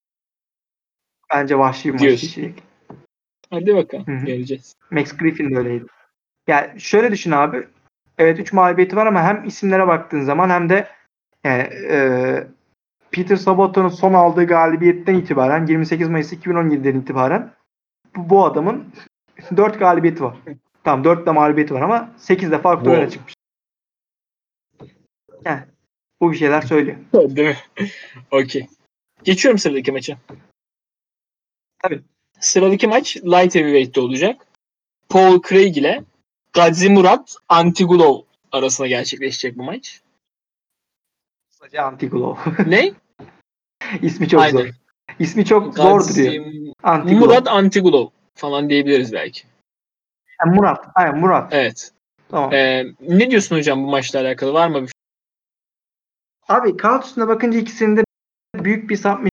Bence vahşi bir maç geçecek. Hadi bakalım. Göreceğiz. Max Griffin de öyleydi. Yani şöyle düşün abi. Evet 3 mağlubiyeti var ama hem isimlere baktığın zaman hem de yani, Peter Soboto'nun son aldığı galibiyetten itibaren 28 Mayıs 2017'den itibaren bu adamın 4 galibiyeti var. Tamam 4 de mağlubiyeti var ama 8 de farklı oyuna çıkmış. Yani, bu bir şeyler söylüyor. Değil mi? Okey. Geçiyorum sıradaki maça. Tabii. Sıradaki maç Light Heavyweight'te olacak. Paul Craig ile Gazimurat Antigulov arasında gerçekleşecek bu maç. Sadece Antigulov. Ne? İsmi çok Aynen. zor. İsmi çok zor duruyor. Murat Antigulov falan diyebiliriz belki. Murat. Aynen Murat. Evet. Tamam. Ne diyorsun hocam bu maçla alakalı? Var mı bir Abi kağıt üstüne bakınca ikisinin de büyük bir submission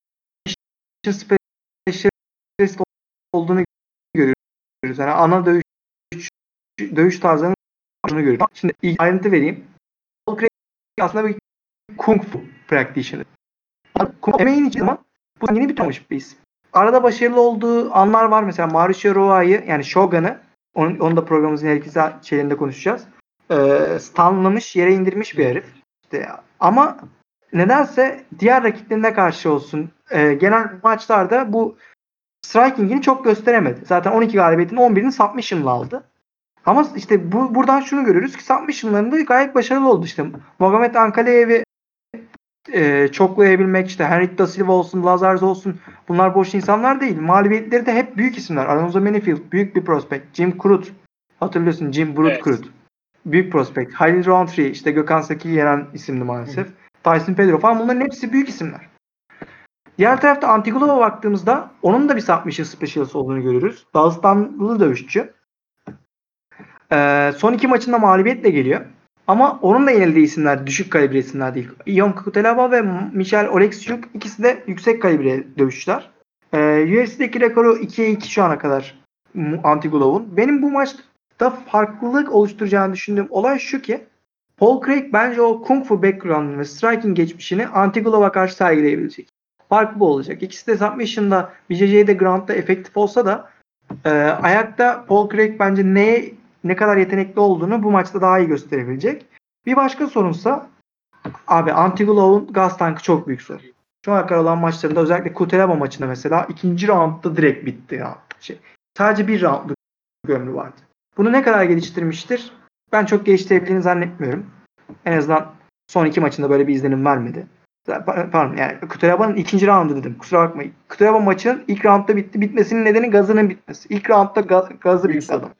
specialist olduğunu görüyoruz. Yani ana dövüş tarzlarını görüyoruz. Şimdi ilk ayrıntı vereyim. Paul Craig aslında bir Kung Fu practitioner. Kung Fu emeğin için ama bu yeni bir tanış bir isim. Arada başarılı olduğu anlar var. Mesela Mauricio Roa'yı yani Shogun'ı onu da programımızın her iki şeylerinde konuşacağız. Stunlamış, yere indirmiş bir herif. İşte, ama nedense diğer rakiplerine karşı olsun genel maçlarda bu striking'ini çok gösteremedi. Zaten 12 galibiyetin 11'ini submission'la aldı. Ama işte buradan şunu görüyoruz ki submission'larında gayet başarılı oldu. İşte Magomed Ankalaev'i çoklayabilmek, işte Henrik da Silva olsun, Lazarz olsun, bunlar boş insanlar değil. Mağlubiyetleri de hep büyük isimler. Alonzo Menifield büyük bir prospekt. Jim Crute hatırlıyorsun, Jim Brute evet. Crute. Büyük prospekt. Halil Roundtree işte Gökhan Saki'yi yenen isimdi maalesef. Tyson Pedro falan, bunların hepsi büyük isimler. Diğer tarafta Antigulov'a baktığımızda onun da bir submission specialist olduğunu görürüz. Dağıstanlı dövüşçü. Son 2 maçında mağlubiyetle geliyor. Ama onun da yenildiği isimler düşük kalibre isimler değil. Ion Kutelaba ve Michal Oleksiuk ikisi de yüksek kalibre dövüşçüler. UFC'deki rekoru 2'ye 2 şu ana kadar Antigulov'un. Benim bu maçta farklılık oluşturacağını düşündüğüm olay şu ki Paul Craig bence o Kung Fu background ve striking geçmişini Antigulov'a karşı sergileyebilecek. Fark bu olacak. İkisi de submission'da BJJ'de ground'da efektif olsa da ayakta Paul Craig bence ne kadar yetenekli olduğunu bu maçta daha iyi gösterebilecek. Bir başka sorunsa abi Antigulov'un gaz tankı çok büyük sorun. Şu ana kadar olan maçlarında özellikle Kutelaba maçında mesela 2. roundda direkt bitti ya. Sadece bir roundluk ömrü vardı. Bunu ne kadar geliştirmiştir? Ben çok geliştirebildiğini zannetmiyorum. En azından son 2 maçında böyle bir izlenim vermedi. Pardon yani Kutelaba'nın 2. roundu dedim. Kusura bakmayın. Kutelaba maçının ilk roundda bitti. Bitmesinin nedeni gazının bitmesi. İlk roundda gazı bitti adam.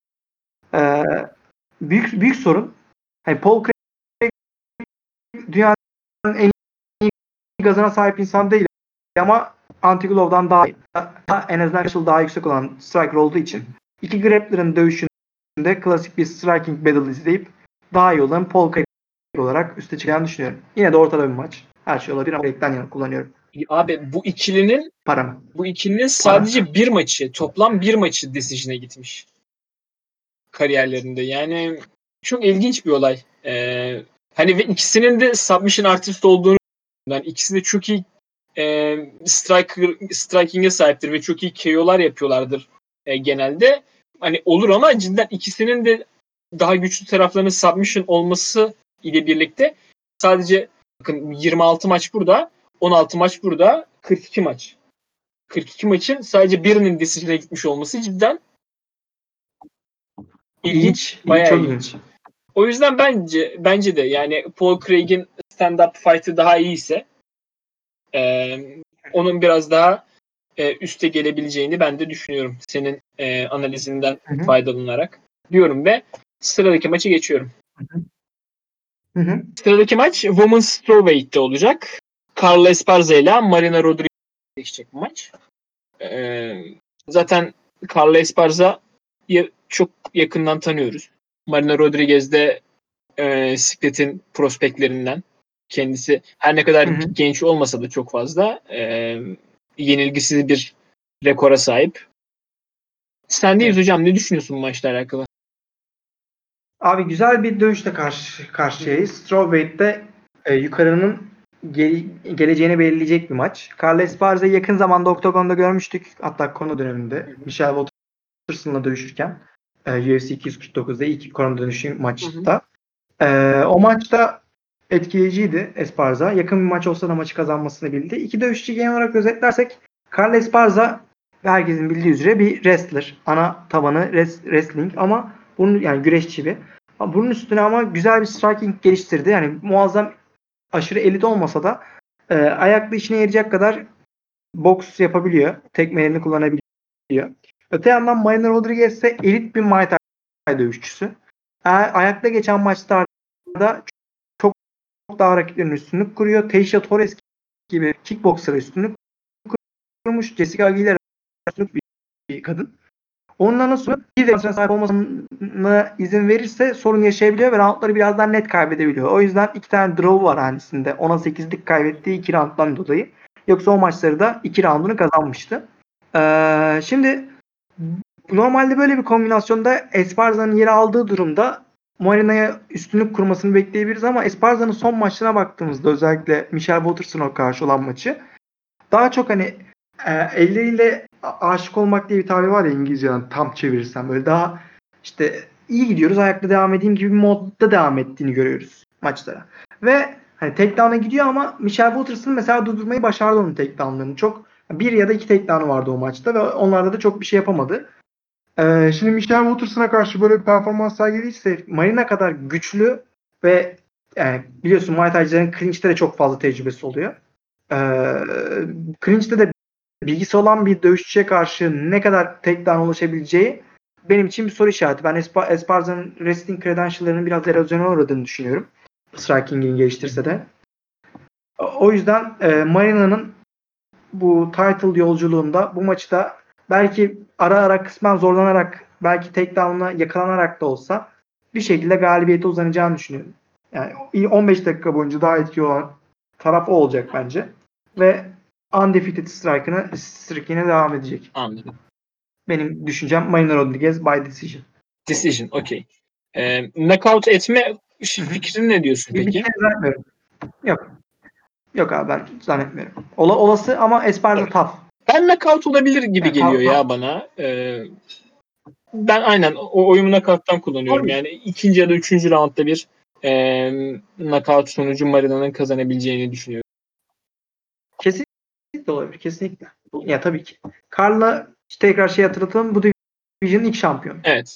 Büyük sorun. Yani Paul Craig dünyanın en iyi gazına sahip insan değil ama Antigolov'dan daha iyi. En azından Russell daha yüksek olan striker olduğu için iki grappler'ın dövüşünde klasik bir striking battle izleyip daha iyi olan Paul Craig olarak üste çıkacağını düşünüyorum. Yine de ortada bir maç. Her şey olabilir ama Craig'den yana kullanıyorum. Abi bu ikilinin sadece bir maçı, toplam bir maçı decision'e gitmiş kariyerlerinde. Yani çok ilginç bir olay. Hani ve ikisinin de submission artist olduğunu, yani ikisi de çok iyi striking'e sahiptir ve çok iyi KO'lar yapıyorlardır genelde. Hani olur ama cidden ikisinin de daha güçlü taraflarının submission olması ile birlikte sadece bakın 26 maç burada, 16 maç burada, 42 maç. 42 maçın sadece birinin decision'e gitmiş olması cidden ilginç, bayağı çok ilginç. O yüzden bence de yani Paul Craig'in stand-up fight'ı daha iyiyse onun biraz daha üste gelebileceğini ben de düşünüyorum. Senin analizinden faydalanarak diyorum ve sıradaki maçı geçiyorum. Sıradaki maç Women's Strawweight'te olacak. Carla Esparza ile Marina Rodriguez değişecek bu maç. Zaten Carla Esparza'yı çok yakından tanıyoruz. Marina Rodriguez de sikletin prospektlerinden. Kendisi her ne kadar genç olmasa da çok fazla yenilgisiz bir rekora sahip. Sendeyiz hocam. Ne düşünüyorsun bu maçla alakalı? Abi güzel bir dövüşle karşıyayız. Strawweight'te yukarının geleceğini belirleyecek bir maç. Carla Esparza'yı yakın zamanda Oktagon'da görmüştük. Hatta Kona döneminde. Michelle Waterson'la dövüşürken UFC 249'da ilk Kona dönüşü maçta. O maçta etkileyiciydi Esparza. Yakın bir maç olsa da maçı kazanmasını bildi. İki dövüşçü genel olarak özetlersek Carla Esparza herkesin bildiği üzere bir wrestler. Ana tabanı wrestling ama bunun yani güreşçi bir. Ama bunun üstüne ama güzel bir striking geliştirdi. Yani muazzam aşırı elit olmasa da ayaklı işine yarayacak kadar boks yapabiliyor. Tekmelerini kullanabiliyor. Öte yandan Marina Rodriguez ise elit bir Muay Thai dövüşçüsü. Ayakta geçen maçlarda çok daha rakiplerin üstünlük kuruyor. Teisha Torres gibi kickboxer üstünlük kurmuş. Jessica Aguilera üstünlük bir kadın. Ondan sonra bir de sahip olmasına izin verirse sorun yaşayabiliyor ve roundları birazdan net kaybedebiliyor. O yüzden 2 tane draw var hanesinde. 10'a 8'lik kaybettiği 2 rounddan dolayı. Yoksa o maçları da 2 roundunu kazanmıştı. Şimdi normalde böyle bir kombinasyonda Esparza'nın yeri aldığı durumda Marina'ya üstünlük kurmasını bekleyebiliriz ama Esparza'nın son maçlarına baktığımızda özellikle Michelle Waterson'a karşı olan maçı daha çok hani elleriyle aşık olmak diye bir tabir var ya İngilizceden tam çevirirsem böyle daha işte iyi gidiyoruz ayakta devam edeyim gibi bir modda devam ettiğini görüyoruz maçlara. Ve hani takedown'a gidiyor ama Michelle Waterson mesela durdurmayı başardı onun takedown'larını. Çok bir ya da iki takedown'ı vardı o maçta ve onlarda da çok bir şey yapamadı. Şimdi Michelle Waterson'a karşı böyle bir performans sergiliyse Marina kadar güçlü ve yani biliyorsun Muay Thai'cilerin clinch'te de çok fazla tecrübesi oluyor. Clinch'te de bilgisi olan bir dövüşçüye karşı ne kadar takedown ulaşabileceği benim için bir soru işareti. Ben Esparza'nın wrestling credential'larının biraz erozyona uğradığını düşünüyorum. Striking'ini geliştirse de. O yüzden Marina'nın bu title yolculuğunda bu maçta belki ara ara kısmen zorlanarak belki takedown'la yakalanarak da olsa bir şekilde galibiyete uzanacağını düşünüyorum. Yani 15 dakika boyunca daha etkili olan taraf o olacak bence. Ve undefeated streak'ine devam edecek. Anladım. Benim düşüncem Marina Rodriguez by decision. Decision, okey. Knockout etme fikrini ne diyorsun peki? Bir zannetmiyorum. Yok. Yok abi ben zannetmiyorum. Olası ama Esparza tough. Ben knockout olabilir gibi geliyor ya bana. Ben aynen o oyumu knockout'tan kullanıyorum. Yani ikinci ya da üçüncü roundda bir knockout sonucu Marina'nın kazanabileceğini düşünüyorum. Kesinlikle olabilir. Kesinlikle. Ya tabii ki. Carla tekrar hatırlatalım. Bu division'ın ilk şampiyonu. Evet.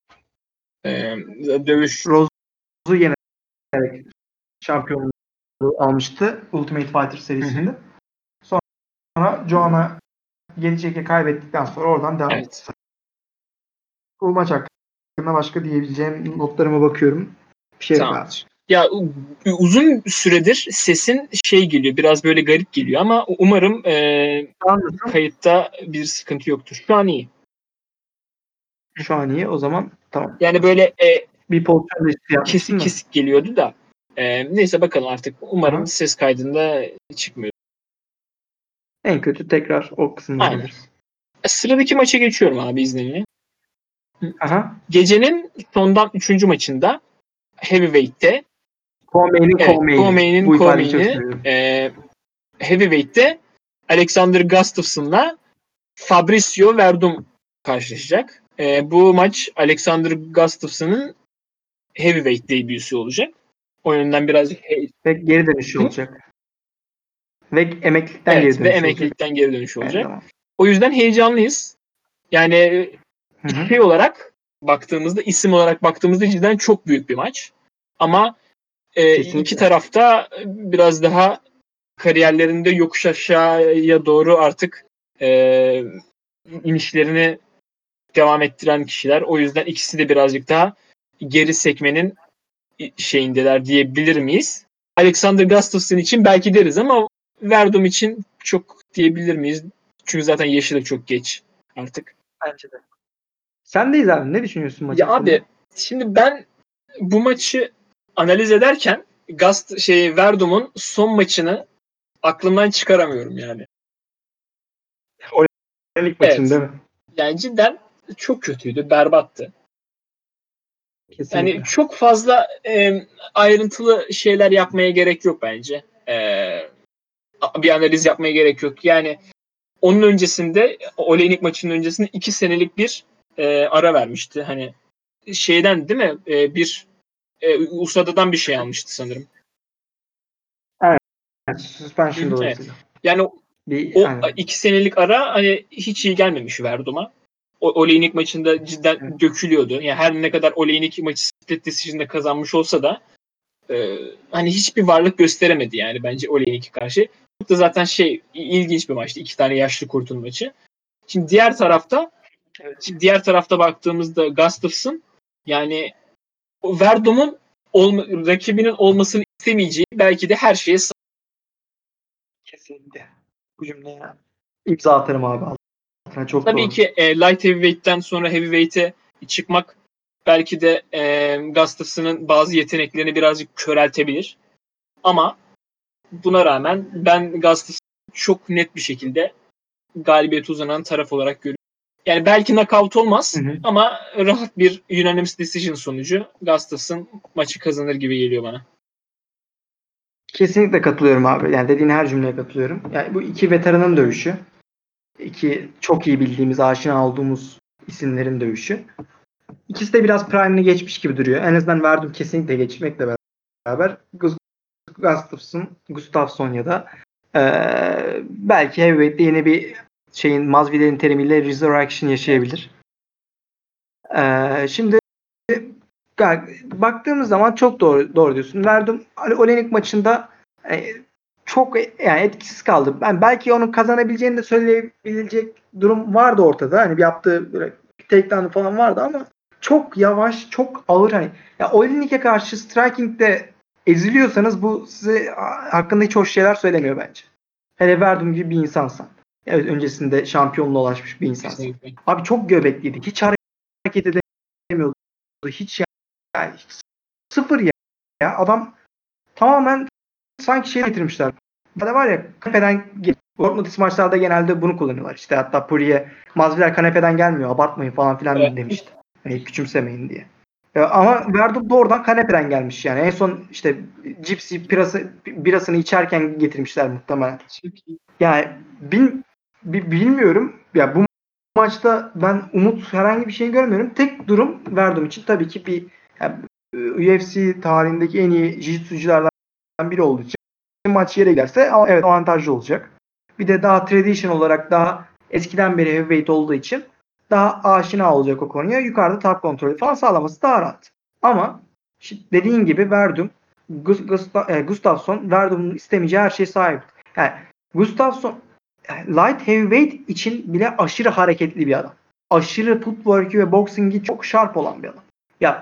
Dövüş. Rose'u yenerek şampiyonluğu almıştı. Ultimate Fighter serisinde. Hı-hı. Sonra Joanna Jędrzejczyk kaybettikten sonra oradan devam etti. Bu maç hakkında başka diyebileceğim notlarıma bakıyorum. Bir şey yok abi. Ya uzun süredir sesin şey geliyor, biraz böyle garip geliyor ama umarım Anladım. kayıtta bir sıkıntı yoktur. Şu an iyi. Şu an iyi. O zaman tamam. Yani böyle Bir pozisyon listi yapmışsın kesik da. kesik geliyordu da. Neyse bakalım artık. Umarım Aha. ses kaydında çıkmıyor. En kötü tekrar o kısımları Aynen. alırız. Sıradaki maça geçiyorum abi izninle. Aha. Gecenin sondan 3. maçında Heavyweight'te Co-main'in. Bu ifadeyi çok co-main'i seviyorum. Heavyweight'te Alexander Gustafsson'la Fabricio Werdum karşılaşacak. Bu maç Alexander Gustafsson'ın Heavyweight debüsü olacak. O yönden birazcık Ve geri dönüşü olacak. Ve emeklilikten geri evet ve dönüşü olacak. emeklilikten geri dönüş Aynı olacak. zamanda. O yüzden heyecanlıyız. Yani Hı hı. şey olarak baktığımızda, isim olarak baktığımızda cidden çok büyük bir maç. Ama iki Kesinlikle. tarafta biraz daha kariyerlerinde yokuş aşağıya doğru artık inişlerini devam ettiren kişiler. O yüzden ikisi de birazcık daha geri sekmenin şeyindeler diyebilir miyiz? Alexander Gustafsson için belki deriz ama Werdum için çok diyebilir miyiz? Çünkü zaten yaşı da çok geç artık. Bence de. Sendeyiz abi. Ne düşünüyorsun maç Ya hakkında? abi şimdi ben bu maçı analiz ederken Werdum'un son maçını aklımdan çıkaramıyorum yani. İlk maçın Evet. değil mi? Yani cidden çok kötüydü, berbattı. Yani Kesinlikle. çok fazla ayrıntılı şeyler yapmaya gerek yok bence. Bir analiz yapmaya gerek yok. Yani onun öncesinde, Oleinik maçının öncesinde 2 senelik bir ara vermişti. Hani şeyden değil mi? Bir USADA'dan bir şey almıştı sanırım. Yani suspension Evet. dolayısıyla. Yani o Aynen. 2 senelik ara hani hiç iyi gelmemiş Verdum'a. Oleinik maçında cidden Evet. dökülüyordu. Yani her ne kadar Oleinik maçı split decision'da kazanmış olsa da hani hiçbir varlık gösteremedi yani bence Oleinik'e karşı. Çok da zaten ilginç bir maçtı. 2 tane yaşlı kurtun maçı. Şimdi Evet. diğer tarafta baktığımızda Gustafsson yani Verdum'un rakibinin olmasını istemeyeceği belki de her şeye Kesinlikle. Bu cümleye imza atarım abi. Altına çok tabii doğru. ki light heavyweight'ten sonra heavyweight'e çıkmak belki de Gustafsson'ın bazı yeteneklerini birazcık köreltebilir. Ama buna rağmen ben Gustafsson'ı çok net bir şekilde galibiyete uzanan taraf olarak görüyorum. Yani belki knockout olmaz Hı hı. ama rahat bir unanimous decision sonucu Gustafsson maçı kazanır gibi geliyor bana. Kesinlikle katılıyorum abi. Yani dediğin her cümleye katılıyorum. Yani bu iki veteranın dövüşü. İki çok iyi bildiğimiz, aşina olduğumuz isimlerin dövüşü. İkisi de biraz prime'ını geçmiş gibi duruyor. En azından Verdum kesinlikle geçmekle beraber Gustafsson ya da belki Heavyweight'te yeni bir Masvidal'in terimiyle Resurrection yaşayabilir. Şimdi baktığımız zaman çok doğru diyorsun. Verdum Oleinik maçında çok yani etkisiz kaldı. Ben belki onun kazanabileceğini de söyleyebilecek durum vardı ortada. Hani bir yaptığı böyle takedown falan vardı ama çok yavaş, çok ağır hani. Ya Oleinik'e karşı striking'de eziliyorsanız bu size hakkında hiç hoş şeyler söylemiyor bence. Hele Verdum gibi bir insansan. Evet, öncesinde şampiyonluğa ulaşmış bir insansan. Kesinlikle. Abi çok göbekliydi. Hiç hareket edemiyordu. Hiç yani sıfır ya. Adam tamamen sanki getirmişler. Bir de var ya kanepeden Korkmatis maçlarda genelde bunu kullanıyorlar. İşte hatta Poirier Masvidal kanepeden gelmiyor abartmayın falan filan Evet. demişti. Hani küçümsemeyin diye. Ama Verdum doğrudan kanepeden gelmiş yani. En son işte cipsi birasını içerken getirmişler muhtemelen. Yani bilmiyorum. Ya bu maçta ben herhangi bir şey görmüyorum. Tek durum Verdum için tabii ki yani UFC tarihindeki en iyi jiu-jitsuculardan biri olduğu için maç yere giderse evet avantajlı olacak. Bir de daha tradition olarak daha eskiden beri heavyweight olduğu için daha aşina olacak o konuya. Yukarıda top kontrolü falan sağlaması daha rahat. Ama dediğin gibi Verdum Gustafsson Verdum'un istemeyeceği her şeye sahip. Yani Gustafsson light heavyweight için bile aşırı hareketli bir adam. Aşırı footwork'ü ve boxing'i çok sharp olan bir adam. Ya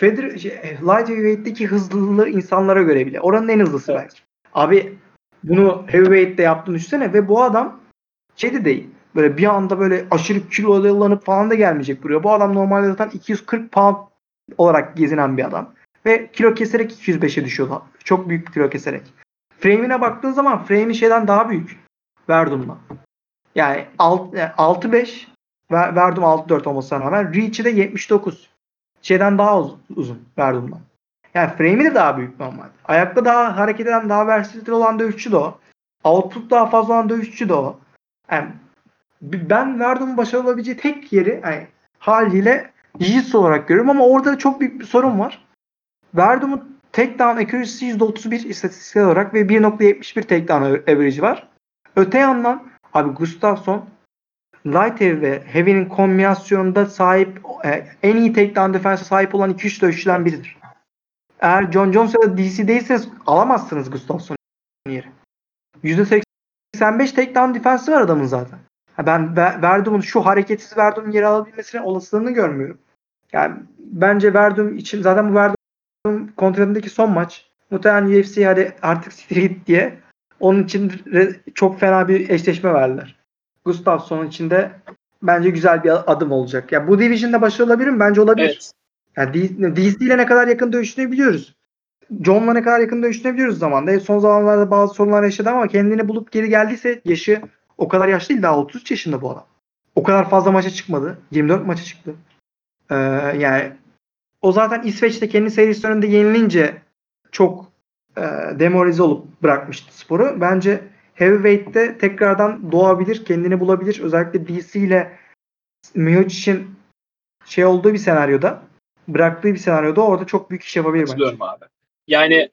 Light Heavyweight'teki hızlılığı insanlara göre bile. Oranın en hızlısı Evet. belki. Abi bunu Heavyweight'te yaptığını düşünsene ve bu adam de değil. Böyle bir anda böyle aşırı kilolanıp falan da gelmeyecek buraya. Bu adam normalde zaten 240 pound olarak gezinen bir adam. Ve kilo keserek 205'e düşüyor. Çok büyük bir kilo keserek. Frame'ine baktığın zaman frame'i şeyden daha büyük. Verdum'dan. Yani 6.5 Verdum 6.4 olmasına rağmen Reach'i de 79. Şeyden daha uzun Verdum'dan. Yani frame'i de daha büyük normal. Ayakta daha hareket eden, daha versatil olan dövüşçü de o. Output daha fazla olan dövüşçü de o. Yani ben Verdum'un başarılı olabileceği tek yeri yani haliyle Jiu-Jitsu olarak görüyorum ama orada da çok büyük bir sorun var. Verdum'un takedown accuracy %31 istatistiksel olarak ve 1.71 takedown average var. Öte yandan abi Gustafsson Light Heavy ve Heavy'nin kombinasyonunda sahip en iyi takedown defense'e sahip olan 2-3 dövüşçüden biridir. Eğer John Jones ya da DC'deyseniz alamazsınız Gustafsson'un yeri. %85 takedown defense'i var adamın zaten. Ben Verdum'un şu hareketsiz Verdum'un yeri alabilmesine olasılığını görmüyorum. Yani bence Verdum için zaten bu Verdum kontratındaki son maç. Muhtemelen UFC hadi artık siktir git diye onun için çok fena bir eşleşme verdiler. Gustafsson'un için de bence güzel bir adım olacak. Ya bu division'da başarılı olabilir mi? Bence olabilir. Evet. Yani DC ile ne kadar yakın dövüştüğünü biliyoruz. John'la ne kadar yakın dövüştüğünü biliyoruz zamanda. Son zamanlarda bazı sorunlar yaşadı ama kendini bulup geri geldiyse yaşı o kadar yaşlı değil. Daha 33 yaşında bu adam. O kadar fazla maça çıkmadı. 24 maça çıktı. Yani o zaten İsveç'te kendi serisi önünde yenilince çok demoralize olup bırakmıştı sporu. Bence Heavyweight'te tekrardan doğabilir, kendini bulabilir. Özellikle DC ile Miocic'in olduğu bir senaryoda, bıraktığı bir senaryoda orada çok büyük iş yapabilir bence. Katılıyorum abi. Yani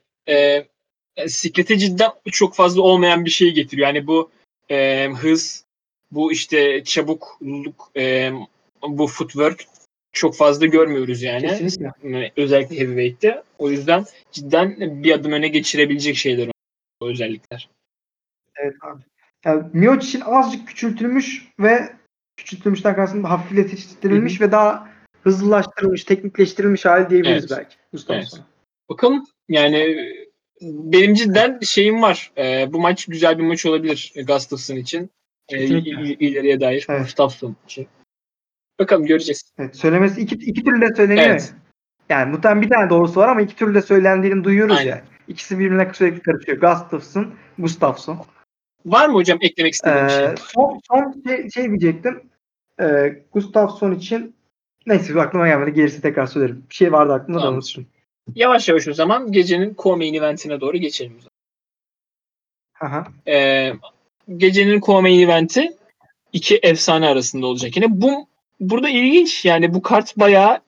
siklete cidden çok fazla olmayan bir şey getiriyor. Yani bu hız, bu işte çabukluk, bu footwork çok fazla görmüyoruz yani. Kesinlikle. Özellikle heavyweight'te. O yüzden cidden bir adım öne geçirebilecek şeyler o özellikler. Evet abi. Yani Miocic'in azıcık küçültülmüş ve küçültülmüşten kastım hafifleştirilmiş ve daha hızlılaştırılmış, teknikleştirilmiş hali diyebiliriz Evet. belki Gustafsson'a. Evet. Bakalım yani benim cidden şeyim var. Bu maç güzel bir maç olabilir Gustafsson için. Kesinlikle. İleriye dair Evet. Gustafsson için. Bakalım göreceğiz. Evet. Söylemesi iki türlü de söyleniyor Evet. ya. Yani muhtemelen bir tane doğrusu var ama iki türlü de söylendiğini duyuyoruz Aynen. ya. İkisi birbirine sürekli karışıyor. Gustafsson. Var mı hocam eklemek istediğin bir şey? Son şey diyecektim. Gustafsson için neyse aklıma gelmedi. Gerisi tekrar söylerim. Bir şey vardı aklımda da Tamamdır. unuttum. Yavaş yavaş o zaman gecenin co-main eventine doğru geçelim. Aha. Gecenin co-main eventi iki efsane arasında olacak. Yine burada ilginç yani bu kart bayağı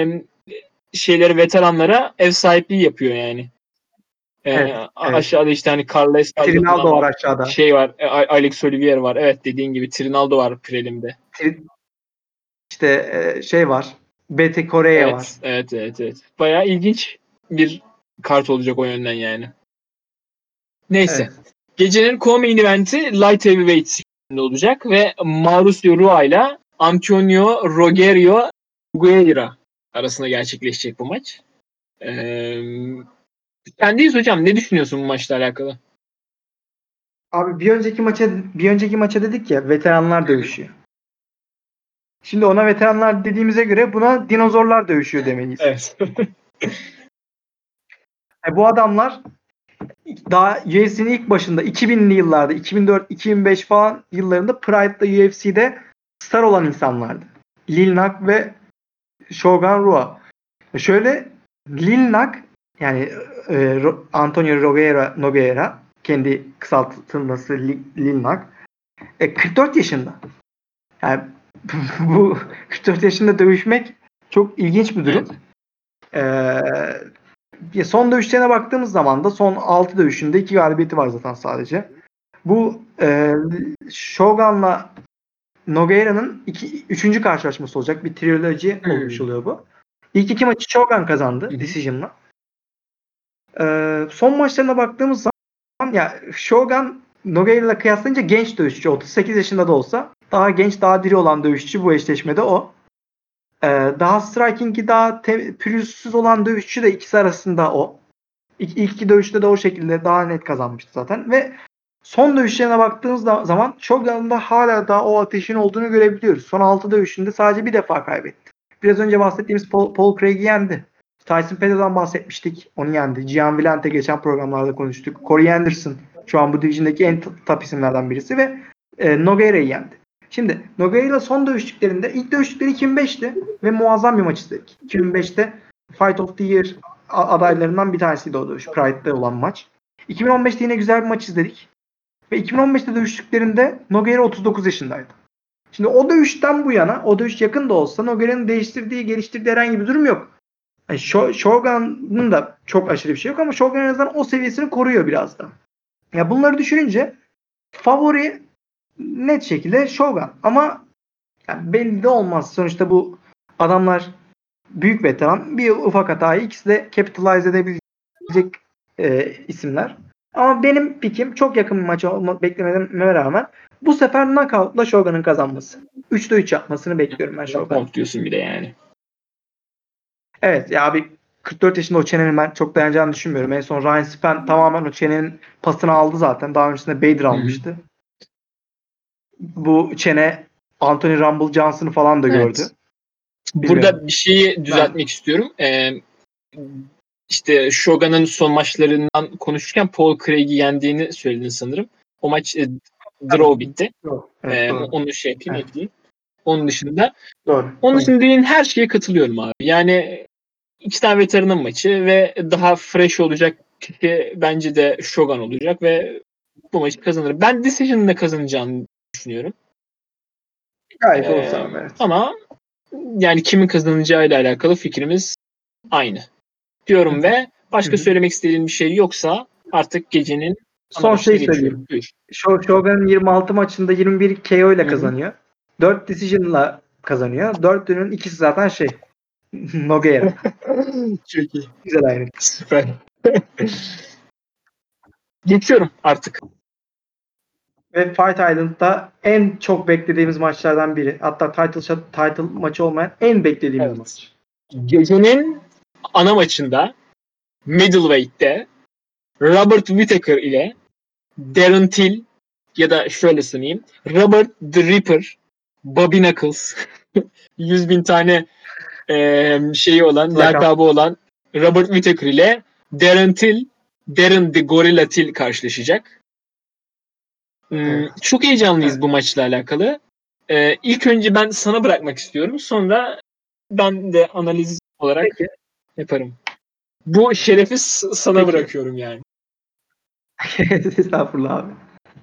veteranlara ev sahipliği yapıyor yani. Evet. Aşağıda işte hani Carles Trinaldo var. var aşağıda. Var. Alex Olivier var. Evet dediğin gibi Trinaldo var prelimde. İşte var. Bete Kore'ye var. Evet. Bayağı ilginç bir kart olacak o yönden yani. Neyse. Evet. Gecenin co-main eventi Light Heavyweight olacak ve Mauricio Rua ile Antonio Rogerio Guerra arasında gerçekleşecek bu maç. Sendeyiz hocam. Ne düşünüyorsun bu maçla alakalı? Abi bir önceki maça dedik ya veteranlar dövüşüyor. Şimdi ona veteranlar dediğimize göre buna dinozorlar dövüşüyor demeliyiz. Evet. Bu adamlar daha UFC'nin ilk başında 2000'li yıllarda 2004-2005 falan yıllarında Pride'da UFC'de star olan insanlardı. Lil Nak ve Shogun Rua. Şöyle Lil Nak yani Antonio Nogueira kendi kısaltılması Lil Nak 44 yaşında. Yani bu 44 yaşında dövüşmek çok ilginç bir durum. Son dövüşlerine baktığımız zaman da son 6 dövüşünde 2 galibiyeti var zaten sadece. Bu Shogun'la Nogueira'nın 3. karşılaşması olacak. Bir triloji olmuş oluyor bu. İlk 2 maçı Shogun kazandı decision'la. Son maçlarına baktığımız zaman ya Shogun Nogueira'yla kıyaslayınca genç dövüşçü. 38 yaşında da olsa daha genç, daha diri olan dövüşçü bu eşleşmede o. Daha striking'i daha pürüzsüz olan dövüşçü de ikisi arasında o. İlk iki dövüşte de o şekilde daha net kazanmıştı zaten. Ve son dövüşlerine baktığımız zaman Shogun'da hala daha o ateşin olduğunu görebiliyoruz. Son 6 dövüşünde sadece bir defa kaybetti. Biraz önce bahsettiğimiz Paul Craig'i yendi. Tyson Pedro'dan bahsetmiştik. Onu yendi. Gian Villante geçen programlarda konuştuk. Corey Anderson şu an bu division'daki en top isimlerden birisi ve Nogueira'yı yendi. Şimdi Nogueira ile son dövüştüklerinde ilk dövüştükleri 2005'ti ve muazzam bir maç izledik. 2005'te Fight of the Year adaylarından bir tanesiydi o dövüş. Pride'de olan maç. 2015'te yine güzel bir maç izledik. Ve 2015'te dövüştüklerinde Nogueira 39 yaşındaydı. Şimdi o dövüşten bu yana, o dövüş yakın da olsa Nogueira'nın değiştirdiği, geliştirdiği herhangi bir durum yok. Yani Shogun'un da çok aşırı bir şey yok ama Shogun en azından o seviyesini koruyor biraz da. Ya bunları düşününce favori net şekilde Shogun. Ama yani belli de olmaz. Sonuçta bu adamlar büyük veteran. Bir ufak hatayı ikisi de capitalize edebilecek isimler. Ama benim pikim çok yakın bir maç beklememe rağmen bu sefer knockout'la Shogun'un kazanması. 3'te 3 yapmasını bekliyorum ben Shogun'un. Knockout diyorsun bir de yani. Evet ya abi 44 yaşında o çenenin ben çok dayanacağını düşünmüyorum. En son Ryan Spann tamamen o çenenin pasını aldı zaten. Daha öncesinde Bader almıştı. Bu çene Anthony Rumble Johnson'ı falan da gördü. Evet. Bilmiyorum. Burada bir şeyi düzeltmek istiyorum. İşte Shogun'un son maçlarından konuşurken Paul Craig'i yendiğini söyledin sanırım. O maç draw bitti. Evet, doğru. Onu şey yapayım, Evet. ekleyeyim. Onun dışında Doğru. dediğin her şeye katılıyorum abi. Yani iki tane veteranın maçı ve daha fresh olacak kişi bence de Shogun olacak ve bu maçı kazanır. Ben decision'la kazanacağını düşünüyorum. Gayet olsa abi, evet. Ama yani kimin kazanacağıyla alakalı fikrimiz aynı diyorum ve başka söylemek istediğin bir şey yoksa artık gecenin son şey söyleyeyim. Shogun'un 26 maçında 21 KO ile kazanıyor. 4 decision'la kazanıyor. 4'ünün ikisi zaten Nogueira. Çok iyi. Güzel ayrı. Süper. Geçiyorum artık. Ve Fight Island'da en çok beklediğimiz maçlardan biri. Hatta title maçı olmayan en beklediğimiz maç. Gecenin ana maçında Middleweight'te Robert Whittaker ile Darren Till ya da şöyle sanayım Robert the Ripper Bobby Knuckles 100.000 tane şeyi olan, lakabı olan Robert Whittaker ile Darren the Gorilla Till karşılaşacak. Çok heyecanlıyız bu maçla alakalı. İlk önce ben sana bırakmak istiyorum. Sonra ben de analiz olarak yaparım. Bu şerefi sana bırakıyorum yani. Estağfurullah abi.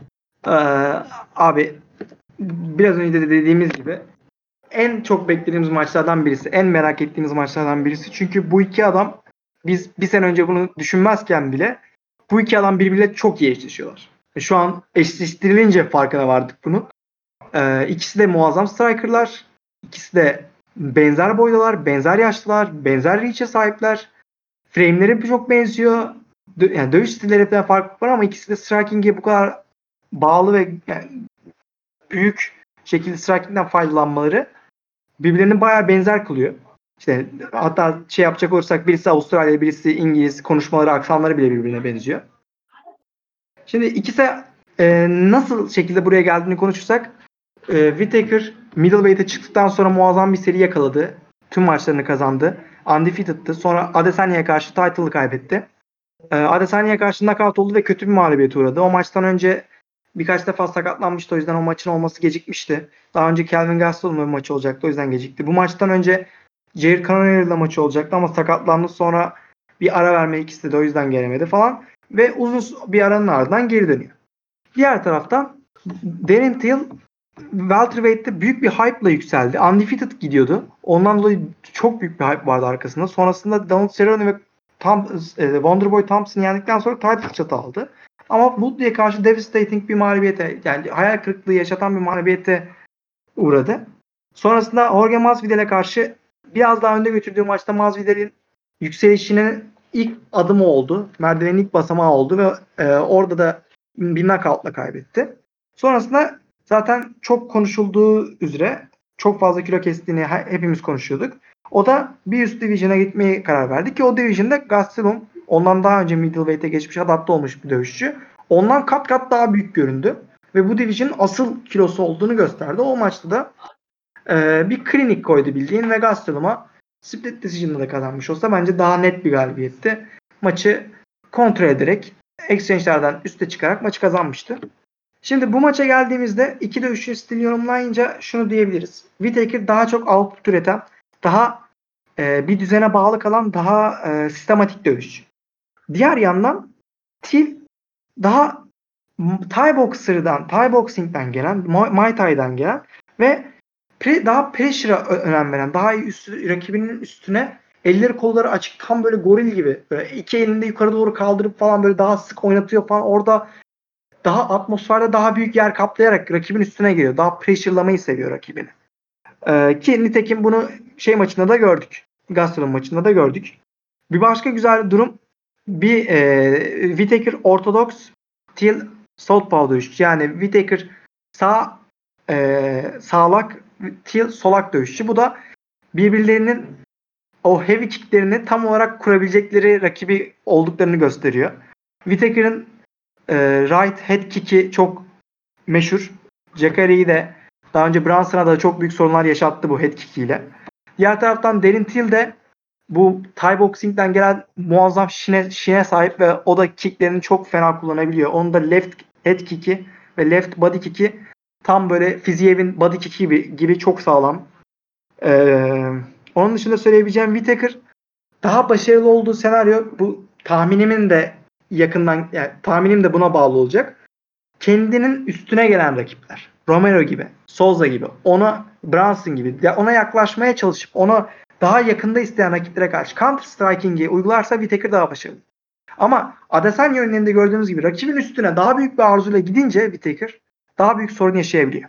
Abi biraz önce de dediğimiz gibi en çok beklediğimiz maçlardan birisi. En merak ettiğimiz maçlardan birisi. Çünkü bu iki adam biz bir sene önce bunu düşünmezken bile bu iki adam birbiriyle çok iyi eşleşiyorlar. Şu an eşleştirilince farkına vardık bunun. İkisi de muazzam strikerlar. İkisi de benzer boydalar, benzer yaşlılar, benzer reach'e sahipler. Frame'leri çok benziyor. Yani dövüş stilleri de fark var ama ikisi de striking'e bu kadar bağlı ve yani büyük şekilde striking'den faydalanmaları birbirlerini bayağı benzer kılıyor. İşte hatta yapacak olursak birisi Avustralya, birisi İngiliz, konuşmaları, aksanları bile birbirine benziyor. Şimdi ikisi nasıl şekilde buraya geldiğini konuşursak Whittaker middleweight'e çıktıktan sonra muazzam bir seri yakaladı. Tüm maçlarını kazandı. Undefeated'tı. Sonra Adesanya'ya karşı title'ı kaybetti. Adesanya'ya karşı knockout oldu ve kötü bir mağlubiyete uğradı. O maçtan önce birkaç defa sakatlanmıştı. O yüzden o maçın olması gecikmişti. Daha önce Kelvin Gastelum'la bir maçı olacaktı. O yüzden gecikti. Bu maçtan önce Jair Cannonier'la maçı olacaktı ama sakatlandı. Sonra bir ara vermek istedi. O yüzden gelemedi falan. Ve uzun bir aranın ardından geri dönüyor. Diğer taraftan Darren Till welterweight'te büyük bir hype'la yükseldi. Undefeated gidiyordu. Ondan dolayı çok büyük bir hype vardı arkasında. Sonrasında Donald Cerrone ve Wonderboy Thompson'ı yendikten sonra title fırsatı aldı. Ama Woodley'e karşı devastating bir mağlubiyete, yani hayal kırıklığı yaşatan bir mağlubiyete uğradı. Sonrasında Jorge Masvidal'e karşı biraz daha önde götürdüğü maçta Masvidal'in yükselişinin ilk adımı oldu. Merdivenin ilk basamağı oldu ve orada da bir knockout'la kaybetti. Sonrasında zaten çok konuşulduğu üzere çok fazla kilo kestiğini hepimiz konuşuyorduk. O da bir üst division'a gitmeye karar verdi ki o division'da Gastelum ondan daha önce middleweight'e geçmiş, adapte olmuş bir dövüşçü. Ondan kat kat daha büyük göründü. Ve bu division'ın asıl kilosu olduğunu gösterdi. O maçta da bir klinik koydu bildiğin ve Gastelum'a split decision'da da kazanmış olsa bence daha net bir galibiyetti. Maçı kontrol ederek exchange'lerden üste çıkarak maçı kazanmıştı. Şimdi bu maça geldiğimizde iki dövüşçü stilini yorumlayınca şunu diyebiliriz. Whittaker daha çok output üreten, daha bir düzene bağlı kalan, daha sistematik dövüşçü. Diğer yandan Till daha Thai boxing'den gelen, Muay Thai'den gelen ve daha pressure'a önem veren, daha iyi rakibinin üstüne elleri kolları açık tam böyle goril gibi böyle iki elini de yukarı doğru kaldırıp falan böyle daha sık oynatıyor falan. Orada daha atmosferde daha büyük yer kaplayarak rakibin üstüne geliyor. Daha pressure'lamayı seviyor rakibini. Ki nitekim bunu maçında da gördük. Gastelum maçında da gördük. Bir başka güzel durum bir Whittaker ortodoks, Till southpaw dövüşçü. Yani Whittaker sağlak, Till solak dövüşçü. Bu da birbirlerinin o heavy kicklerini tam olarak kurabilecekleri rakibi olduklarını gösteriyor. Whittaker'ın right head kick'i çok meşhur. Jackary'i de daha önce Brunson'a da çok büyük sorunlar yaşattı bu head kick'iyle. Diğer taraftan Darren Till de bu Thai boxing'den gelen muazzam şine sahip ve o da kicklerini çok fena kullanabiliyor. Onun da left head kick'i ve left body kick'i tam böyle Fiziyev'in body kick'i gibi çok sağlam. Onun dışında söyleyebileceğim Whittaker daha başarılı olduğu senaryo bu tahminimin de yakından yani tahminim de buna bağlı olacak. Kendinin üstüne gelen rakipler. Romero gibi, Souza gibi, Brunson gibi ona yaklaşmaya çalışıp ona daha yakında isteyen rakiplere karşı counter striking'i uygularsa Whittaker daha başarılı. Ama Adesanya önlerinde gördüğümüz gibi rakibin üstüne daha büyük bir arzuyla gidince Whittaker daha büyük sorun yaşayabiliyor.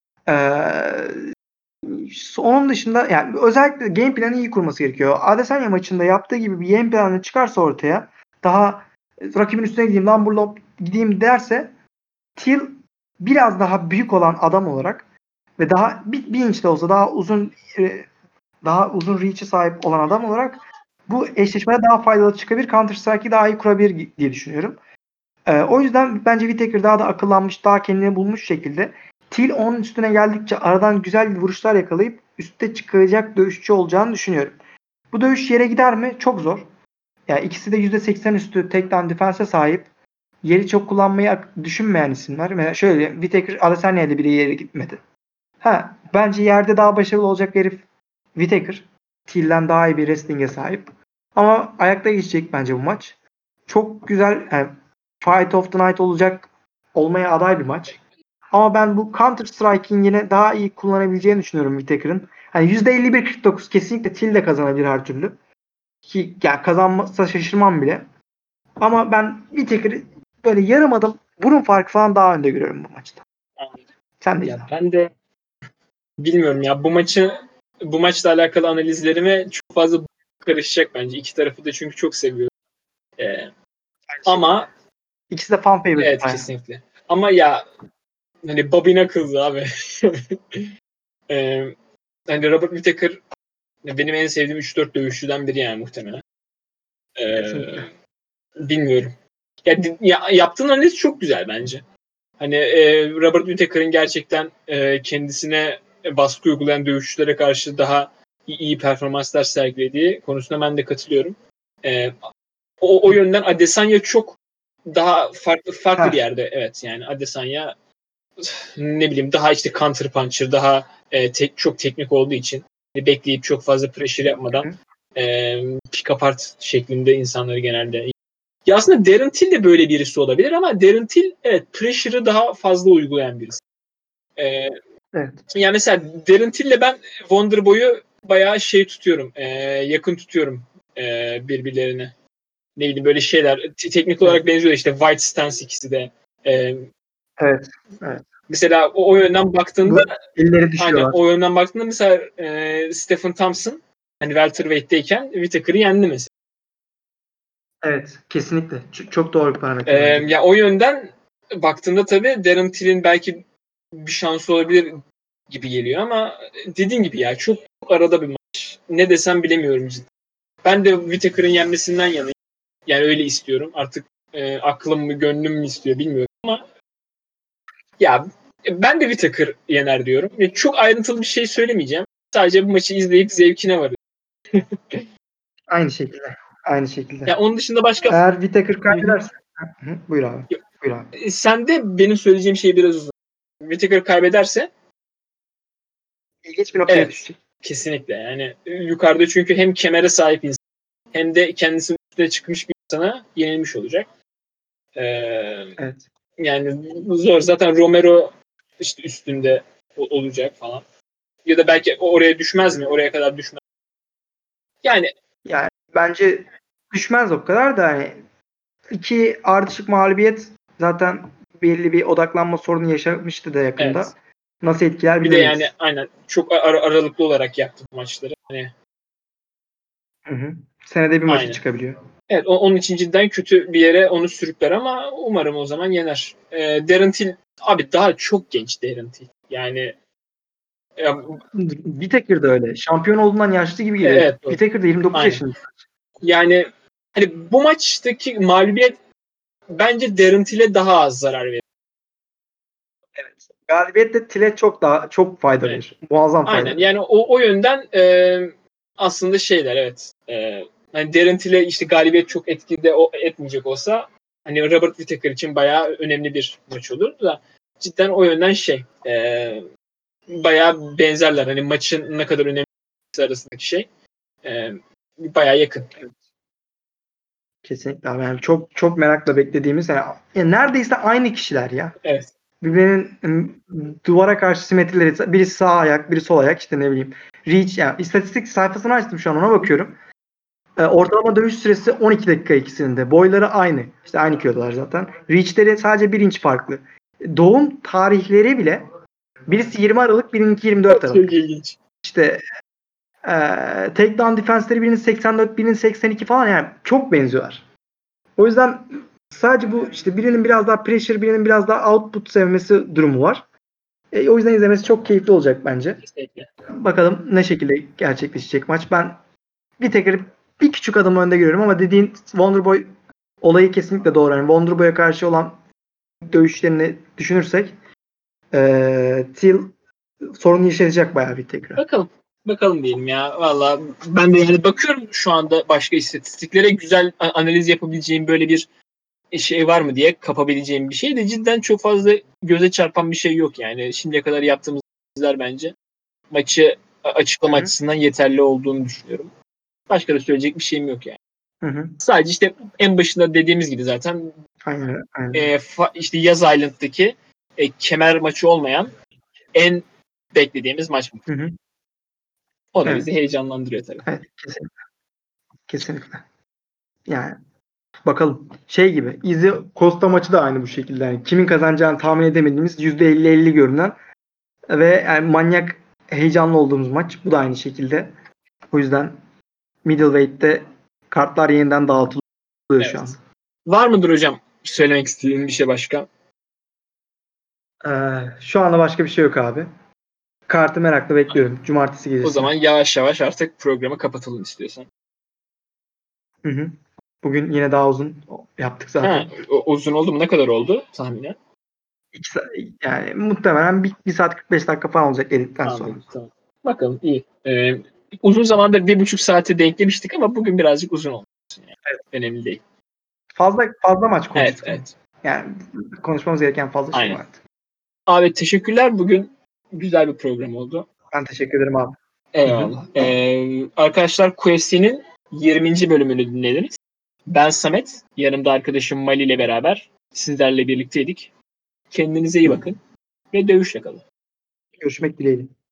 Onun dışında yani özellikle game planı iyi kurması gerekiyor. Adesanya maçında yaptığı gibi bir game planı çıkarsa ortaya daha rakibin üstüne gideyim, lumberlock gideyim derse Till biraz daha büyük olan adam olarak ve daha bir inç de olsa daha uzun reach'e sahip olan adam olarak bu eşleşmede daha faydalı çıkabilir. Counter Strike'i daha iyi kurabilir diye düşünüyorum. O yüzden bence Whittaker daha da akıllanmış, daha kendini bulmuş şekilde Till onun üstüne geldikçe aradan güzel vuruşlar yakalayıp üste çıkacak dövüşçü olacağını düşünüyorum. Bu dövüş yere gider mi? Çok zor. Yani ikisi de %80 üstü takedown defense'e sahip. Yeri çok kullanmayı düşünmeyen isimler. Mesela şöyle Whittaker Adesanya'yla bile yere gitmedi. Bence yerde daha başarılı olacak herif Whittaker. Till'den daha iyi bir wrestling'e sahip. Ama ayakta geçecek bence bu maç. Çok güzel yani Fight of the Night olmaya aday bir maç. Ama ben bu Counter Striking'ini yine daha iyi kullanabileceğini düşünüyorum Whittaker'ın. Hani %51-49 kesinlikle Till de kazanabilir her türlü. Ki yani kazanmazsa şaşırmam bile. Ama ben Whittaker'ı böyle yarım adım burun farkı falan daha önde görüyorum bu maçta. Sen de ya ben de bilmiyorum ya bu maçla alakalı analizlerime çok fazla karışacak bence. İki tarafı da çünkü çok seviyorum. Ama ikisi de fan favorite. evet kesinlikle. Ama ya hani Bobby Knuckles abi. Hani Robert Whittaker benim en sevdiğim 3-4 dövüşçüden biri yani muhtemelen. Bilmiyorum. Yaptığın analiz çok güzel bence. Hani Robert Whittaker'ın gerçekten kendisine baskı uygulayan dövüşçülere karşı daha iyi performanslar sergilediği konusunda ben de katılıyorum. O yönden Adesanya çok daha farklı bir yerde. Evet yani Adesanya ne bileyim daha işte counter puncher, daha çok teknik olduğu için bekleyip çok fazla pressure yapmadan pick apart şeklinde insanları genelde. Ya aslında Darren Till de böyle birisi olabilir ama Darren Till evet pressure'ı daha fazla uygulayan birisi. Evet. Yani mesela Darren Till'le ben Wonderboy'u bayağı tutuyorum. Yakın tutuyorum birbirlerine. Ne bileyim böyle şeyler. Teknik olarak benziyor işte White Stance ikisi de. Evet. Mesela o yönden baktığında elleri düşüyorlar. aynen o yönden baktığında mesela Stephen Thompson hani welterweight'teyken Whittaker'ı yendi mesela. Evet. Kesinlikle. Çok doğru bir parametre. Ya o yönden baktığında tabii Darren Till'in belki bir şansı olabilir gibi geliyor ama dediğin gibi ya çok arada bir maç. Ne desem bilemiyorum cidden. Ben de Whittaker'ın yenmesinden yanayım. Yani öyle istiyorum. Artık aklım mı gönlüm mü istiyor bilmiyorum ama ya ben de Whittaker yener diyorum. Ve çok ayrıntılı bir şey söylemeyeceğim. Sadece bu maçı izleyip zevkine varıyorum. Aynı şekilde. Aynı şekilde. Ya onun dışında başka Eğer Whittaker kaybederse buyur abi. Buyur abi. sen de benim söyleyeceğim şey biraz uzun. Whittaker kaybederse İlginç bir noktaya evet düşecek. kesinlikle yani yukarıda çünkü hem kemere sahip insan hem de kendisinin üstüne çıkmış bir insana yenilmiş olacak. Evet. Yani zor. Zaten Romero işte üstünde olacak falan. Ya da belki oraya düşmez mi? Oraya kadar düşmez. Yani Yani bence düşmez o kadar da hani iki ardışık mağlubiyet zaten belli bir odaklanma sorunu yaşamıştı da yakında. evet. Nasıl etkiler Bir de yani bilemeyiz. aynen çok aralıklı olarak yaptı bu maçları. Hani Hı hı. Senede bir maçı aynen. çıkabiliyor. Evet onun için cidden kötü bir yere onu sürükler ama umarım o zaman yener. Darren Till abi daha çok genç Darren Till. Yani ya, Whittaker de öyle. Şampiyon olduğundan yaşlı gibi geliyor. evet doğru. Whittaker de 29 Aynen. yaşında. Yani hani bu maçtaki mağlubiyet bence Darren Till'e daha az zarar verir. Evet. Galibiyet de Till'e çok fayda Evet. verir. Muazzam fayda Aynen. verir. Yani o yönden aslında şeyler evet. Hani Darren Till'e işte galibiyet çok etkide etmeyecek olsa hani Robert Whittaker için bayağı önemli bir maç olur da cidden o yönden bayağı benzerler. Hani maçın ne kadar önemli arasındaki şey bayağı yakın. Kesinlikle abi. Yani çok çok merakla beklediğimiz yani neredeyse aynı kişiler ya. Evet. Birbirinin duvara karşı simetrileri birisi sağ ayak, biri sol ayak işte ne bileyim. Reach yani istatistik sayfasını açtım şu an ona bakıyorum. Ortalama dövüş süresi 12 dakika ikisinin de. Boyları aynı. İşte aynı kilodalar zaten. Reach'leri sadece 1 inç farklı. Doğum tarihleri bile birisi 20 Aralık, birininki 24 Çok Aralık. ilginç. İşte takedown defense'leri birinin 84, birinin 82 falan yani çok benziyorlar. O yüzden sadece bu işte birinin biraz daha pressure, birinin biraz daha output sevmesi durumu var. O yüzden izlemesi çok keyifli olacak bence. Kesinlikle. Bakalım ne şekilde gerçekleşecek maç. Ben bir tekrar bir küçük adım önde görüyorum ama dediğin Wonderboy olayı kesinlikle doğru. Yani Wonderboy'a karşı olan dövüşlerini düşünürsek Till sorun yaşayacak bayağı bir tekrar. Bakalım. Bakalım diyelim ya. Valla ben de yani bakıyorum şu anda başka istatistiklere güzel analiz yapabileceğim böyle bir şey var mı diye kapabileceğim bir şey de cidden çok fazla göze çarpan bir şey yok yani. Şimdiye kadar yaptığımız analizler bence maçı açıklama Hı-hı. açısından yeterli olduğunu düşünüyorum. Başka da söyleyecek bir şeyim yok yani. Hı-hı. Sadece işte en başında dediğimiz gibi zaten Aynen. işte Yaz Island'daki kemer maçı olmayan en beklediğimiz maç bu. Hı-hı. O da bizi Evet. heyecanlandırıyor tabii. Evet. Kesinlikle. Kesinlikle. Yani bakalım. Şey gibi. Izzy Costa maçı da aynı bu şekilde. Yani kimin kazanacağını tahmin edemediğimiz %50-50 görünen ve yani manyak heyecanlı olduğumuz maç. Bu da aynı şekilde. O yüzden middleweight'te kartlar yeniden dağıtılıyor şu an. Evet. Var mıdır hocam söylemek istediğin bir şey başka? Şu anda başka bir şey yok abi. Kartı merakla bekliyorum. Cumartesi O gecesine. zaman yavaş yavaş artık programı kapatalım istiyorsan. Hı hı. Bugün yine daha uzun yaptık Ha, zaten. uzun oldu mu? Ne kadar oldu tahminen? Yani muhtemelen bir saat 45 dakika falan olacak editten sonra. Anladım. Tamam. Bakalım iyi. Uzun zamandır 1,5 saate denk demiştik ama bugün birazcık uzun oldu. Yani. Evet. Önemli değil. Fazla maç Evet, konuştuk ama. evet. Yani konuşmamız gereken fazla şey Aynen. vardı. Abi teşekkürler. Bugün güzel bir program oldu. Ben teşekkür ederim abi. Hı hı. Eyvallah. Arkadaşlar QFC'nin 20. bölümünü dinlediniz. Ben Samet. Yanımda arkadaşım Mali ile beraber sizlerle birlikteydik. Kendinize iyi bakın ve dövüşle kalın. Görüşmek dileğiyle.